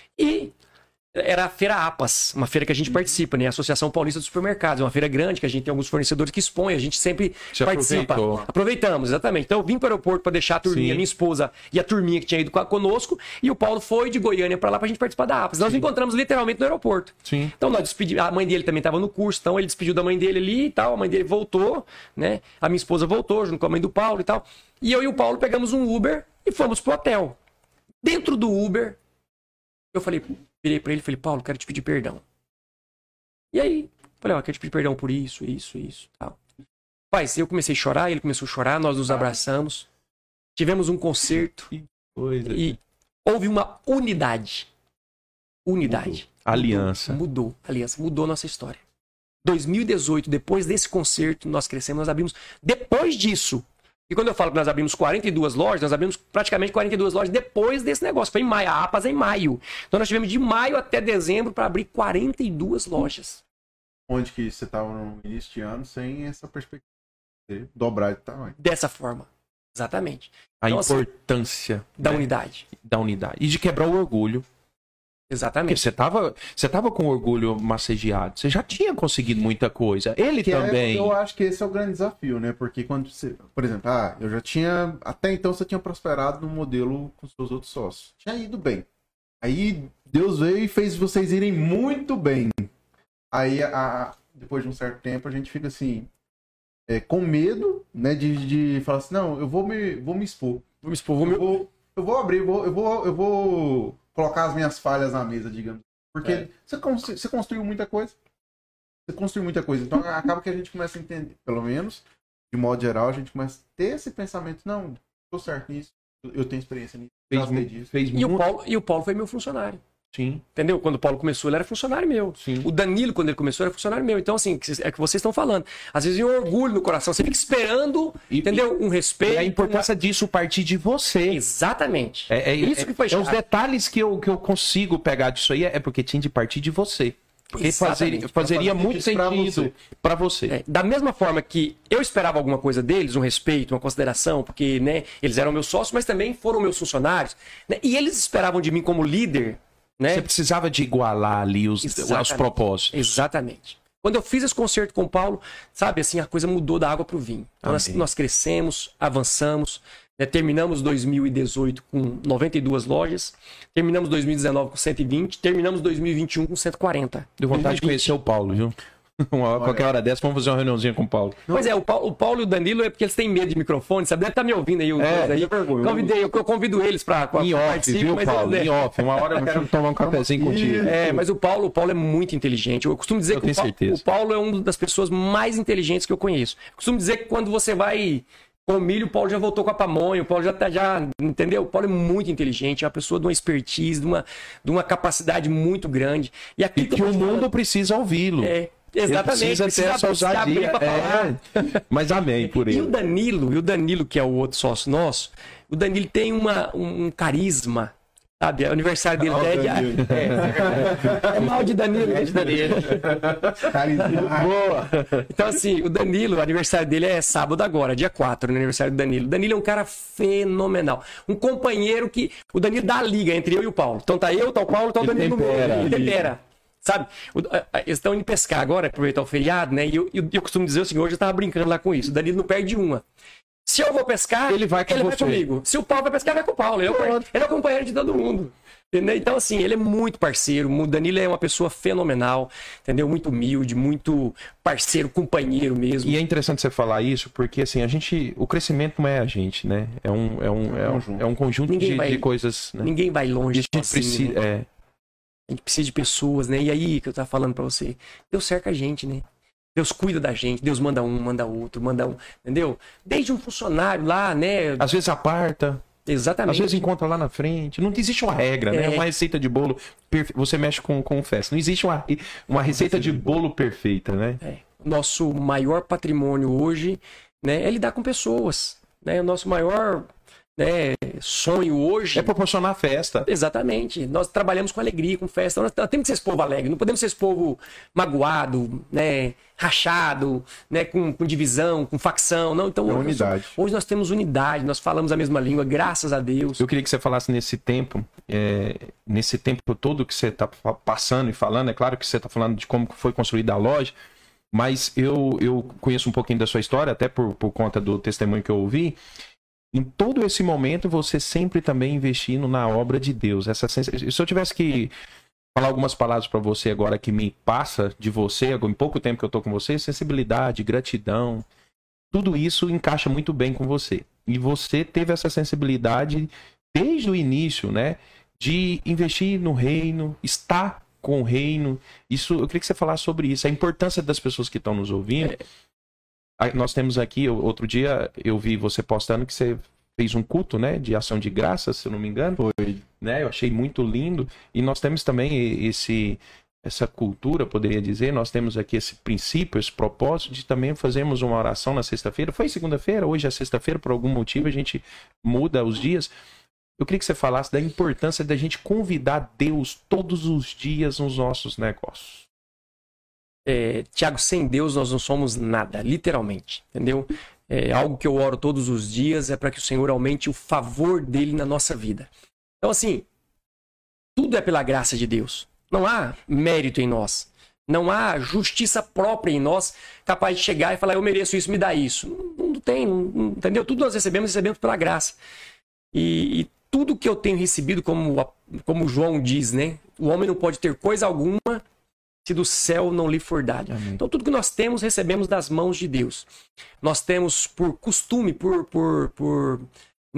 E era a Feira APAS, uma feira que a gente participa, né? A Associação Paulista dos Supermercados. É uma feira grande que a gente tem alguns fornecedores que expõem, a gente sempre Você participa. aproveitou. Aproveitamos, exatamente. Então eu vim para o aeroporto para deixar a turminha, Sim. minha esposa e a turminha que tinha ido co- conosco, e o Paulo foi de Goiânia para lá para a gente participar da APAS. Nós nos encontramos literalmente no aeroporto. Sim. Então nós despedimos, a mãe dele também estava no curso, então ele despediu da mãe dele ali e tal, a mãe dele voltou, né? A minha esposa voltou junto com a mãe do Paulo e tal. E eu e o Paulo pegamos um Uber e fomos pro hotel. Dentro do Uber, eu falei, virei pra ele e falei, Paulo, quero te pedir perdão. E aí, falei, ó, quero te pedir perdão por isso, isso, isso, tal. Mas eu comecei a chorar, ele começou a chorar, nós nos abraçamos, tivemos um concerto Coisa. e houve uma unidade. Unidade. Aliança. Mudou, aliança, mudou nossa história. dois mil e dezoito, depois desse concerto, nós crescemos, nós abrimos. Depois disso, e quando eu falo que nós abrimos quarenta e duas lojas, nós abrimos praticamente quarenta e duas lojas depois desse negócio. Foi em maio, a APAS é em maio. Então nós tivemos de maio até dezembro para abrir quarenta e duas lojas. Onde que você estava no início de ano sem essa perspectiva de dobrar de tamanho. Dessa forma. Exatamente. A Então, assim, importância da né, unidade. da unidade. E de quebrar o orgulho. Porque Exatamente. você tava, você tava com o orgulho massageado. Você já tinha conseguido muita coisa. Ele Que também. É, eu acho que esse é o grande desafio, né? Porque quando você, por exemplo, ah, eu já tinha, até então você tinha prosperado no modelo com seus outros sócios. Tinha ido bem. Aí Deus veio e fez vocês irem muito bem. Aí, a, depois de um certo tempo, a gente fica assim, é, com medo, né, de, de falar assim, não, eu vou me, vou me expor. Vou me expor, vou me... Eu vou, eu vou abrir, eu vou, eu vou, eu vou colocar as minhas falhas na mesa, digamos. Porque É. você, constru, você construiu muita coisa. Você construiu muita coisa. Então acaba que a gente começa a entender, pelo menos, de modo geral, a gente começa a ter esse pensamento, não, estou certo nisso, eu tenho experiência nisso. Fez, já sei disso. fez E o, muito. Paulo, e o Paulo foi meu funcionário. Sim, Entendeu? Quando o Paulo começou, ele era funcionário meu. sim. O Danilo, quando ele começou, era funcionário meu. Então, assim, é o que vocês estão falando. Às vezes, um orgulho no coração. Você fica esperando, E- entendeu? Um respeito. E a importância disso partir de você. Exatamente. É, é- Isso é- que foi é os chato. detalhes que eu, que eu consigo pegar disso aí, é porque tinha de partir de você. Porque fazer, Exatamente. fazeria Pra fazer muito isso pra sentido para você. É, da mesma forma que eu esperava alguma coisa deles, um respeito, uma consideração, porque né, eles eram meus sócios, mas também foram meus funcionários. Né, e eles esperavam de mim como líder, né? Você precisava de igualar ali os, os Exatamente. propósitos. Exatamente. Quando eu fiz esse concerto com o Paulo, sabe, assim, a coisa mudou da água pro vinho. Então, nós, Amém. nós crescemos, avançamos, né, terminamos dois mil e dezoito com noventa e duas lojas, terminamos dois mil e dezenove com cento e vinte, terminamos dois mil e vinte e um com cento e quarenta. Deu vontade de conhecer o Paulo, viu? Uma hora, qualquer hora dessa, vamos fazer uma reuniãozinha com o Paulo. Pois é, o Paulo, o Paulo e o Danilo é porque eles têm medo de microfone, sabe? Deve estar me ouvindo aí. Os É, dois aí. vergonha. Convidei, eu, eu convido eles para Em off, viu, Paulo? Em off. Uma hora eu quero tomar um cafezinho contigo. É, mas o Paulo, o Paulo é muito inteligente. Eu costumo dizer Eu que o tenho Paulo, certeza. o Paulo é uma das pessoas mais inteligentes que eu conheço. Eu costumo dizer que quando você vai com o milho, o Paulo já voltou com a pamonha, o Paulo já tá já, entendeu? O Paulo é muito inteligente, é uma pessoa de uma expertise, de uma, de uma capacidade muito grande. E aqui E que o mundo precisa ouvi-lo. é Ele exatamente precisa ter essa se abrir ousadia. pra falar. É. Mas amém por E o ele. Danilo, e o Danilo, que é o outro sócio nosso, o Danilo tem uma, um, um carisma, sabe? É o aniversário dele Ó, é, Danilo. é, é mal de Danilo, é de Danilo. Boa. Então, assim, o Danilo, o aniversário dele é sábado agora, dia quatro, no aniversário do Danilo. O Danilo é um cara fenomenal. Um companheiro que. O Danilo dá a liga entre eu e o Paulo. Então tá eu, tá o Paulo, tá o Ele Danilo no tempera. meio. Ele tempera. Sabe? O- a- a- Eles estão indo pescar agora, aproveitar o feriado, né? E eu, eu, eu costumo dizer o seguinte: hoje eu tava brincando lá com isso. O Danilo não perde uma. Se eu vou pescar, Ele vai com você. comigo. Se o Paulo vai pescar, vai com o Paulo. Ele é o, par- ele é o companheiro de todo mundo. Entendeu? Então, assim, ele é muito parceiro. O Danilo é uma pessoa fenomenal, entendeu? Muito humilde, muito parceiro, companheiro mesmo. E é interessante você falar isso, porque assim, a gente. O crescimento não é a gente, né? É um, é um, é um, é um conjunto Ninguém de, vai- de coisas. Né? Ninguém vai E longe a gente sozinho, precisa. né? É, A gente precisa de pessoas, né? E aí, que eu tava falando pra você, Deus cerca a gente, né? Deus cuida da gente, Deus manda um, manda outro, manda um, entendeu? Desde um funcionário lá, né? às vezes aparta, Exatamente. às vezes encontra lá na frente. Não existe uma regra, né? É. Uma receita de bolo. perfe- Você mexe com, com festa. Não existe uma, uma receita de bolo perfeita, né? É. Nosso maior patrimônio hoje, né, é lidar com pessoas, né? O nosso maior, né, sonho hoje É proporcionar festa. Exatamente. Nós trabalhamos com alegria, com festa. Nós temos que ser esse povo alegre. Não podemos ser esse povo magoado, né? Rachado, né? Com, com divisão, com facção. Não, então, É hoje, unidade. Nós, hoje nós temos unidade, nós falamos a mesma língua, graças a Deus. Eu queria que você falasse nesse tempo, é, nesse tempo todo que você está passando e falando. É claro que você está falando de como foi construída a loja, mas eu, eu conheço um pouquinho da sua história, até por, por conta do testemunho que eu ouvi. Em todo esse momento, você sempre também investindo na obra de Deus. Essa sens... Se eu tivesse que falar algumas palavras para você agora que me passa de você, em pouco tempo que eu tô com você, sensibilidade, gratidão, tudo isso encaixa muito bem com você. E você teve essa sensibilidade desde o início, né? De investir no reino, estar com o reino. Isso, eu queria que você falasse sobre isso, a importância das pessoas que estão nos ouvindo. Aí nós temos aqui, eu- outro dia eu vi você postando que você fez um culto, né, de ação de graças, se eu não me engano. Foi. Né, eu achei muito lindo. E nós temos também esse essa cultura, poderia dizer, nós temos aqui esse princípio, esse propósito de também fazermos uma oração na sexta-feira. Foi segunda-feira, hoje é sexta-feira, por algum motivo a gente muda os dias. Eu queria que você falasse da importância da gente convidar Deus todos os dias nos nossos negócios. É, Tiago, sem Deus nós não somos nada, literalmente, entendeu? é, algo que eu oro todos os dias é para que o Senhor aumente o favor dele na nossa vida. Então, assim, tudo é pela graça de Deus. Não há mérito em nós. Não há justiça própria em nós capaz de chegar e falar, eu mereço isso, me dá isso. Não, não tem, não, não, entendeu? Tudo nós recebemos, recebemos pela graça. E, e tudo que eu tenho recebido, como, como João diz, né? O homem não pode ter coisa alguma se do céu não lhe for dado. Amém. Então tudo que nós temos, recebemos das mãos de Deus. Nós temos por costume, por, por, por né,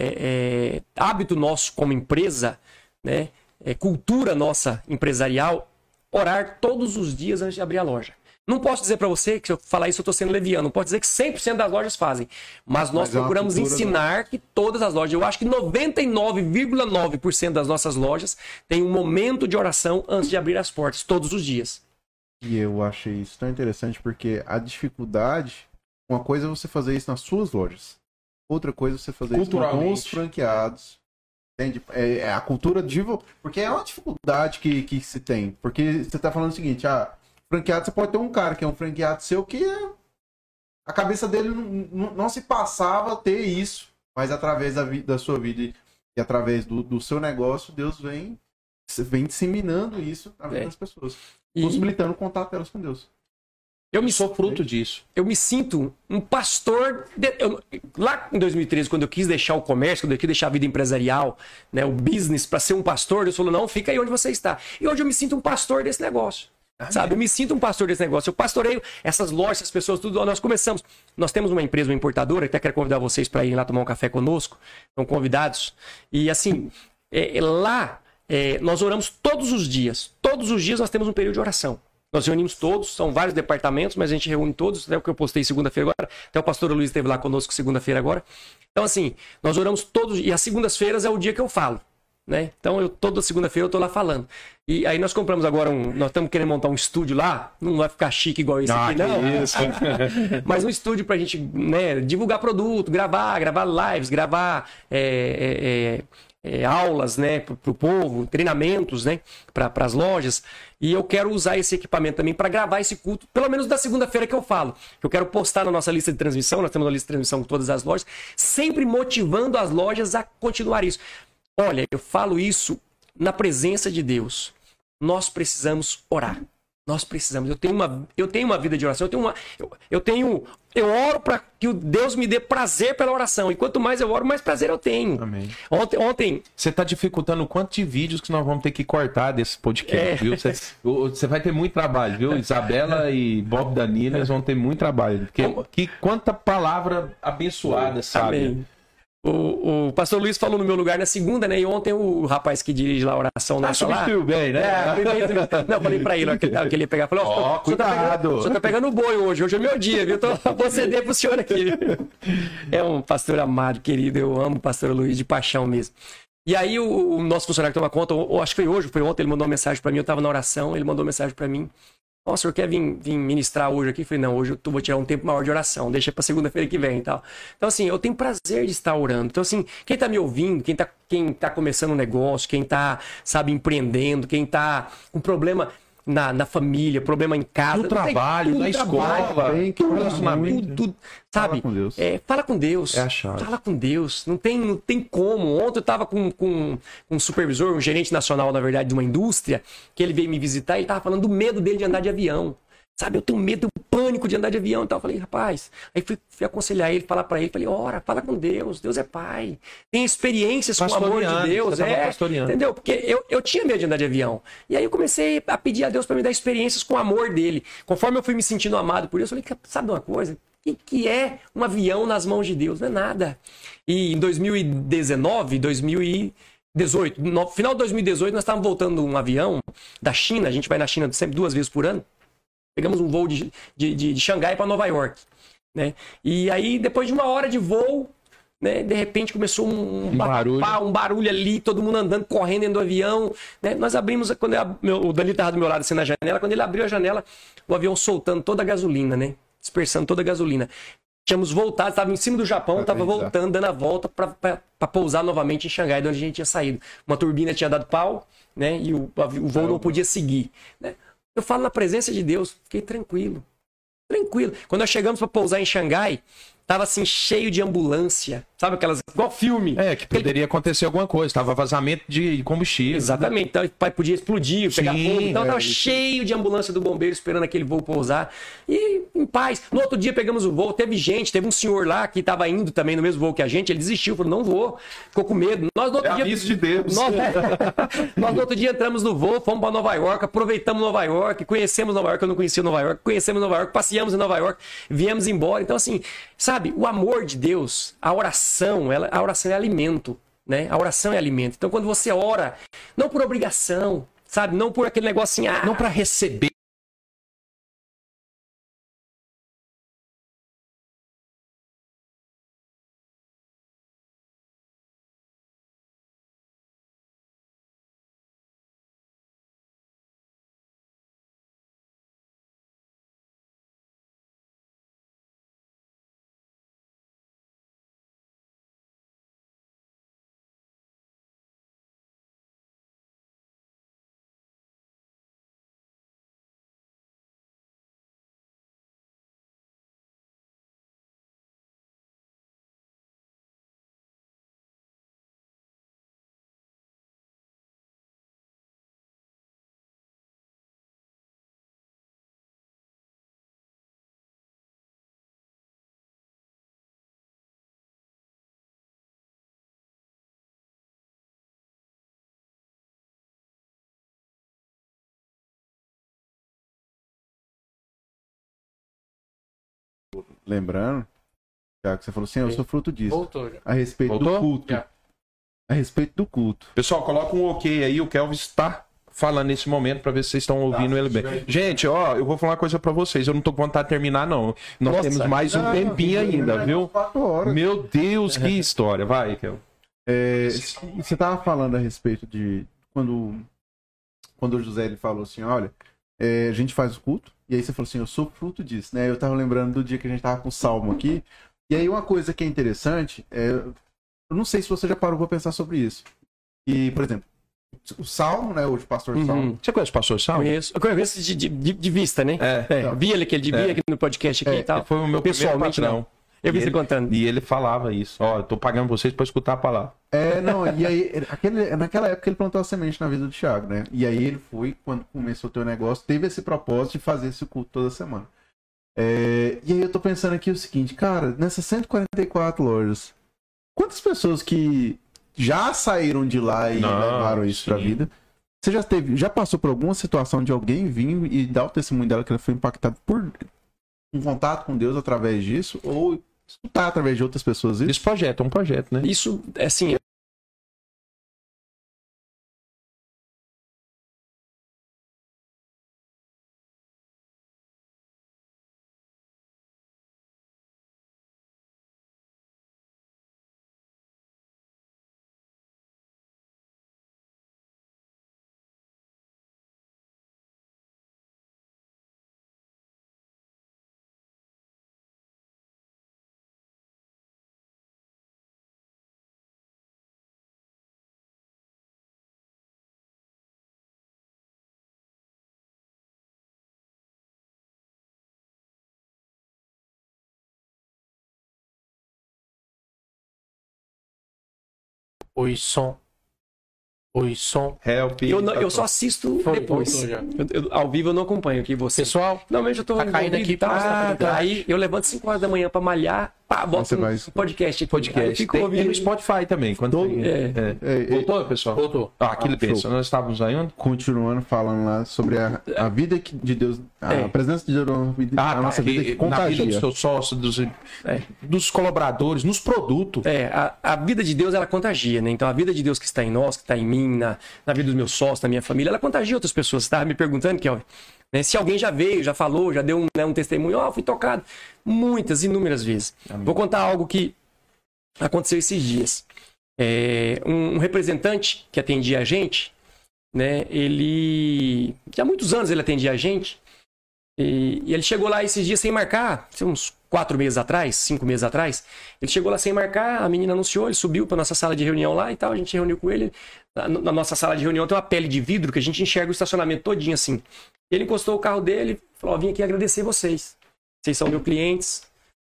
é, hábito nosso como empresa, né, é, cultura nossa empresarial, orar todos os dias antes de abrir a loja. Não posso dizer para você que se eu falar isso eu estou sendo leviano. Não posso dizer que cem por cento das lojas fazem. Mas nós mas procuramos é ensinar que todas as lojas, eu acho que noventa e nove vírgula nove por cento das nossas lojas tem um momento de oração antes de abrir as portas, todos os dias. E eu achei isso tão interessante porque a dificuldade, uma coisa é você fazer isso nas suas lojas. Outra coisa é você fazer isso com os franqueados. Entende? É, é a cultura de... Porque é uma dificuldade que, que se tem. Porque você está falando o seguinte, ah, franqueado, você pode ter um cara que é um franqueado seu que a cabeça dele não, não, não se passava a ter isso, mas através da, da sua vida e, e através do, do seu negócio, Deus vem, vem disseminando isso na vida é. das pessoas, e... possibilitando contato delas com Deus. Eu me sou fruto disso. Eu me sinto um pastor. De... Eu... Lá em dois mil e treze, quando eu quis deixar o comércio, quando eu quis deixar a vida empresarial, né, o business, para ser um pastor, Deus falou: não, fica aí onde você está. E hoje eu me sinto um pastor desse negócio. Amém. Sabe? Eu me sinto um pastor desse negócio. Eu pastoreio essas lojas, essas pessoas, tudo. Nós começamos. Nós temos uma empresa, uma importadora, que até quero convidar vocês para irem lá tomar um café conosco. Estão convidados. E assim, é, lá é, nós oramos todos os dias. Todos os dias nós temos um período de oração. Nós reunimos todos, são vários departamentos, mas a gente reúne todos, até o que eu postei segunda-feira agora, até o pastor Luiz esteve lá conosco segunda-feira agora. Então, assim, nós oramos todos, e as segundas-feiras é o dia que eu falo, né? Então, eu, toda segunda-feira eu tô lá falando. E aí nós compramos agora um, nós estamos querendo montar um estúdio lá, não vai ficar chique igual esse ah, aqui, não. Isso. Mas um estúdio pra gente, né, divulgar produto, gravar, gravar lives, gravar... É, é, é, É, aulas, né, para o povo, treinamentos, né, para as lojas. E eu quero usar esse equipamento também para gravar esse culto, pelo menos da segunda-feira que eu falo. Eu quero postar na nossa lista de transmissão, nós temos uma lista de transmissão com todas as lojas, sempre motivando as lojas a continuar isso. Olha, eu falo isso na presença de Deus. Nós precisamos orar. Nós precisamos. Eu tenho uma, eu tenho uma vida de oração. Eu tenho uma, eu, eu tenho, eu oro para que o Deus me dê prazer pela oração. E quanto mais eu oro, mais prazer eu tenho. Amém. Ontem, ontem. Você está dificultando o quanto de vídeos que nós vamos ter que cortar desse podcast, é. viu? Você, você vai ter muito trabalho, viu? Isabela e Bob Danilo, eles vão ter muito trabalho. Porque que quanta palavra abençoada, sabe? Amém. O, o pastor Luiz falou no meu lugar na segunda, né? E ontem o rapaz que dirige lá a oração na sala. Substituiu bem, né? É, não, eu falei pra ele, ó, que, que ele ia pegar. Falei, ó, oh, cuidado. O senhor tá pegando o boi hoje, hoje é meu dia, viu? Tô, vou ceder pro senhor aqui. É um pastor amado, querido. Eu amo o pastor Luiz de paixão mesmo. E aí o, o nosso funcionário que toma conta, ou, acho que foi hoje, foi ontem, ele mandou uma mensagem pra mim, eu tava na oração, ele mandou uma mensagem pra mim. Ó, o senhor quer vir, vir ministrar hoje aqui? Eu falei, não, hoje eu tô, vou tirar um tempo maior de oração, deixa pra segunda-feira que vem e tal. Então, assim, eu tenho prazer de estar orando. Então, assim, quem tá me ouvindo, quem tá, quem tá começando um negócio, quem tá, sabe, empreendendo, quem tá com problema na, na família, problema em casa. No trabalho, na escola, bem, que relacionamento. Tudo, tudo, sabe? Fala com Deus. É, fala com Deus. É a chave. Fala com Deus. Não tem, não tem como. Ontem eu tava com, com, com um supervisor, um gerente nacional, na verdade, de uma indústria, que ele veio me visitar e ele tava falando do medo dele de andar de avião. Sabe, eu tenho medo, tenho pânico de andar de avião e tal. Eu falei, rapaz, aí fui, fui aconselhar ele, falar pra ele, falei, ora, fala com Deus, Deus é pai. Tem experiências com o amor de Deus, é, entendeu? Porque eu, eu tinha medo de andar de avião. E aí eu comecei a pedir a Deus pra me dar experiências com o amor dele. Conforme eu fui me sentindo amado por Deus, eu falei, sabe uma coisa? O que, que é um avião nas mãos de Deus? Não é nada. E em dois mil e dezenove, dois mil e dezoito, no final de dois mil e dezoito, nós estávamos voltando um avião da China, a gente vai na China sempre duas vezes por ano. Pegamos um voo de, de, de, de Xangai para Nova York, né? E aí, depois de uma hora de voo, né, de repente começou um, um, barulho. um barulho ali, todo mundo andando, correndo dentro do avião, né? Nós abrimos, quando eu, meu, o Danilo estava do meu lado assim na janela, quando ele abriu a janela, o avião soltando toda a gasolina, né? Dispersando toda a gasolina. Tínhamos voltado, estava em cima do Japão, estava voltando, dando a volta para pousar novamente em Xangai, de onde a gente tinha saído. Uma turbina tinha dado pau, né? E o, o voo não podia seguir, né? Eu falo na presença de Deus, fiquei tranquilo. Tranquilo. Quando nós chegamos para pousar em Xangai, tava assim, cheio de ambulância. Sabe aquelas. Igual filme. É, que poderia acontecer alguma coisa. Tava vazamento de combustível. Exatamente. Então, o pai podia explodir, pegar Sim, fogo. Então, é tava isso. cheio de ambulância do bombeiro esperando aquele voo pousar. E em paz. No outro dia, pegamos o voo. Teve gente, teve um senhor lá que tava indo também no mesmo voo que a gente. Ele desistiu, falou: não vou. Ficou com medo. Nós, no outro É dia. aviso de Deus. Nós, nós, no outro dia, entramos no voo, fomos para Nova York, aproveitamos Nova York, conhecemos Nova York. Eu não conhecia Nova York. Conhecemos Nova York, passeamos em Nova York, viemos embora. Então, assim, sabe, o amor de Deus, a oração, ela, a oração é alimento, né? A oração é alimento. Então, quando você ora, não por obrigação, sabe? Não por aquele negócio assim, ah, Não para receber. Lembrando, Thiago, que você falou assim, eu sou fruto disso. Voltou já. A respeito Voltou? do culto. Já. A respeito do culto. Pessoal, coloca um ok aí. O Kelvin está falando nesse momento para ver se vocês estão ouvindo ele bem. Gente, ó, eu vou falar uma coisa para vocês. Eu não tô com vontade de terminar, não. Nós Nossa, temos mais um Não, tempinho ainda, viu? Quatro horas. Meu Deus, que história. Vai, Kelvin. É, você tava falando a respeito de quando, quando o José ele falou assim, olha, é, a gente faz o culto, e aí você falou assim, eu sou fruto disso, né? Eu tava lembrando do dia que a gente tava com o Salmo aqui, e aí uma coisa que é interessante, é, eu não sei se você já parou pra pensar sobre isso. E, por exemplo, o Salmo, né, o pastor Uhum. Salmo, Você conhece o pastor Salmo? conheço. Eu conheço de, de, de- de vista, né? É. É, vi ele, que ele É. vi aqui no podcast aqui É, e tal. Foi o meu Pessoalmente, primeiro não. patrão. Eu vi E você ele- contando. E ele falava isso. Ó, eu tô pagando vocês para escutar a palavra. É, não, e aí, aquele, naquela época ele plantou a semente na vida do Thiago, né? E aí ele foi, quando começou o teu negócio, teve esse propósito de fazer esse culto toda semana. É, e aí eu tô pensando aqui o seguinte, cara, nessas cento e quarenta e quatro lojas, quantas pessoas que já saíram de lá e Não, levaram isso pra sim. vida? Você já teve, já passou por alguma situação de alguém vir e dar o testemunho dela que ela foi impactada por um contato com Deus através disso? Ou escutar através de outras pessoas isso? Esse projeto é um projeto, né? Isso, assim, Oi, som. Oi, som. Help. eu, não- eu só assisto Foi, depois. voltou já. Eu- eu- ao vivo eu não acompanho aqui você. Pessoal, Normalmente eu tô Tá caindo envolvido aqui e tal. pra- Ah, aí eu levanto cinco horas da manhã pra malhar, pá, boto Você um vai- podcast aqui. Aí eu Podcast. fico Tem, tem ouvindo. no Spotify também. Quando Todo- tem- é. é. É, é, Voltou, pessoal? voltou. Ah, aquele Ah, pensa. show. Nós estávamos aí onde? Continuando falando lá sobre a, a vida que- de Deus, a É. presença de Deus na vida- Ah, na nossa tá, vida que- que na vida contagia. do seu sócio, dos, É. dos colaboradores, nos produtos. É, a, a vida de Deus, ela contagia, né? Então, a vida de Deus que está em nós, que está em mim, na, na vida dos meus sócios, na minha família, ela contagia outras pessoas. Você estava me perguntando, Kelvin, né? Se alguém já veio, já falou, já deu um, né, um testemunho, ó, fui tocado. Muitas, inúmeras vezes. Vou contar algo que aconteceu esses dias. É, um, um representante que atendia a gente, né? Ele... Já há muitos anos ele atendia a gente. E, e ele chegou lá esses dias sem marcar, sei, uns quatro meses atrás, cinco meses atrás. Ele chegou lá sem marcar, a menina anunciou, ele subiu para nossa sala de reunião lá e tal. A gente reuniu com ele. Na, na nossa sala de reunião tem uma pele de vidro que a gente enxerga o estacionamento todinho assim. Ele encostou o carro dele e falou: ó, vim aqui agradecer vocês. Vocês são meus clientes.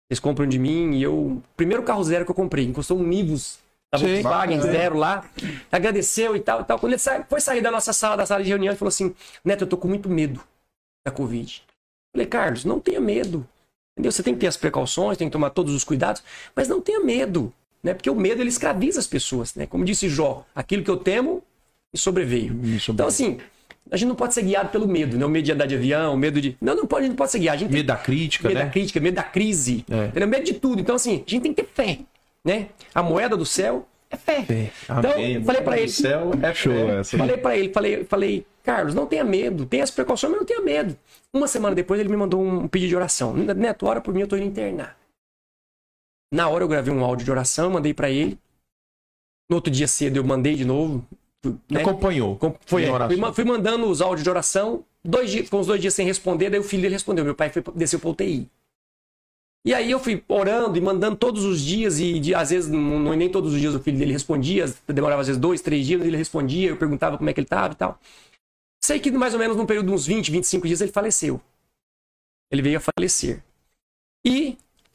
Eles compram de mim e eu... Primeiro carro zero que eu comprei, encostou um Nivus da Volkswagen zero lá, agradeceu e tal e tal. Quando ele sa... foi sair da nossa sala, da sala de reunião, ele falou assim, Neto, eu tô com muito medo da Covid. Eu falei, Carlos, não tenha medo. Entendeu? Você tem que ter as precauções, tem que tomar todos os cuidados, mas não tenha medo, né? Porque o medo, ele escraviza as pessoas, né? Como disse Jó, aquilo que eu temo me sobreveio. Me sobreveio. Então, assim, a gente não pode ser guiado pelo medo, né? O medo de andar de avião, o medo de... Não, não pode, a gente não pode ser guiado. A gente medo tem... da crítica, medo né? Medo da crítica, medo da crise, é. Entendeu? Medo de tudo. Então, assim, a gente tem que ter fé, né? A moeda do céu é fé. fé. Então, Amém. Falei pra ele... O céu é show essa. Falei pra ele, falei, falei, Carlos, não tenha medo, tenha as precauções, mas não tenha medo. Uma semana depois ele me mandou um pedido de oração. Neto, ora por mim, eu tô indo internar. Na hora eu gravei um áudio de oração, mandei pra ele. No outro dia cedo eu mandei de novo. Né? Acompanhou. Foi, é, fui, fui mandando os áudios de oração, dois dias, com os dois dias sem responder, daí o filho dele respondeu. Meu pai foi, desceu pra U T I. E aí eu fui orando e mandando todos os dias, e de, às vezes, não, não, nem todos os dias o filho dele respondia, demorava às vezes dois, três dias, ele respondia, eu perguntava como é que ele tava e tal. Sei que mais ou menos num período de uns vinte, vinte e cinco dias ele faleceu. Ele veio a falecer. E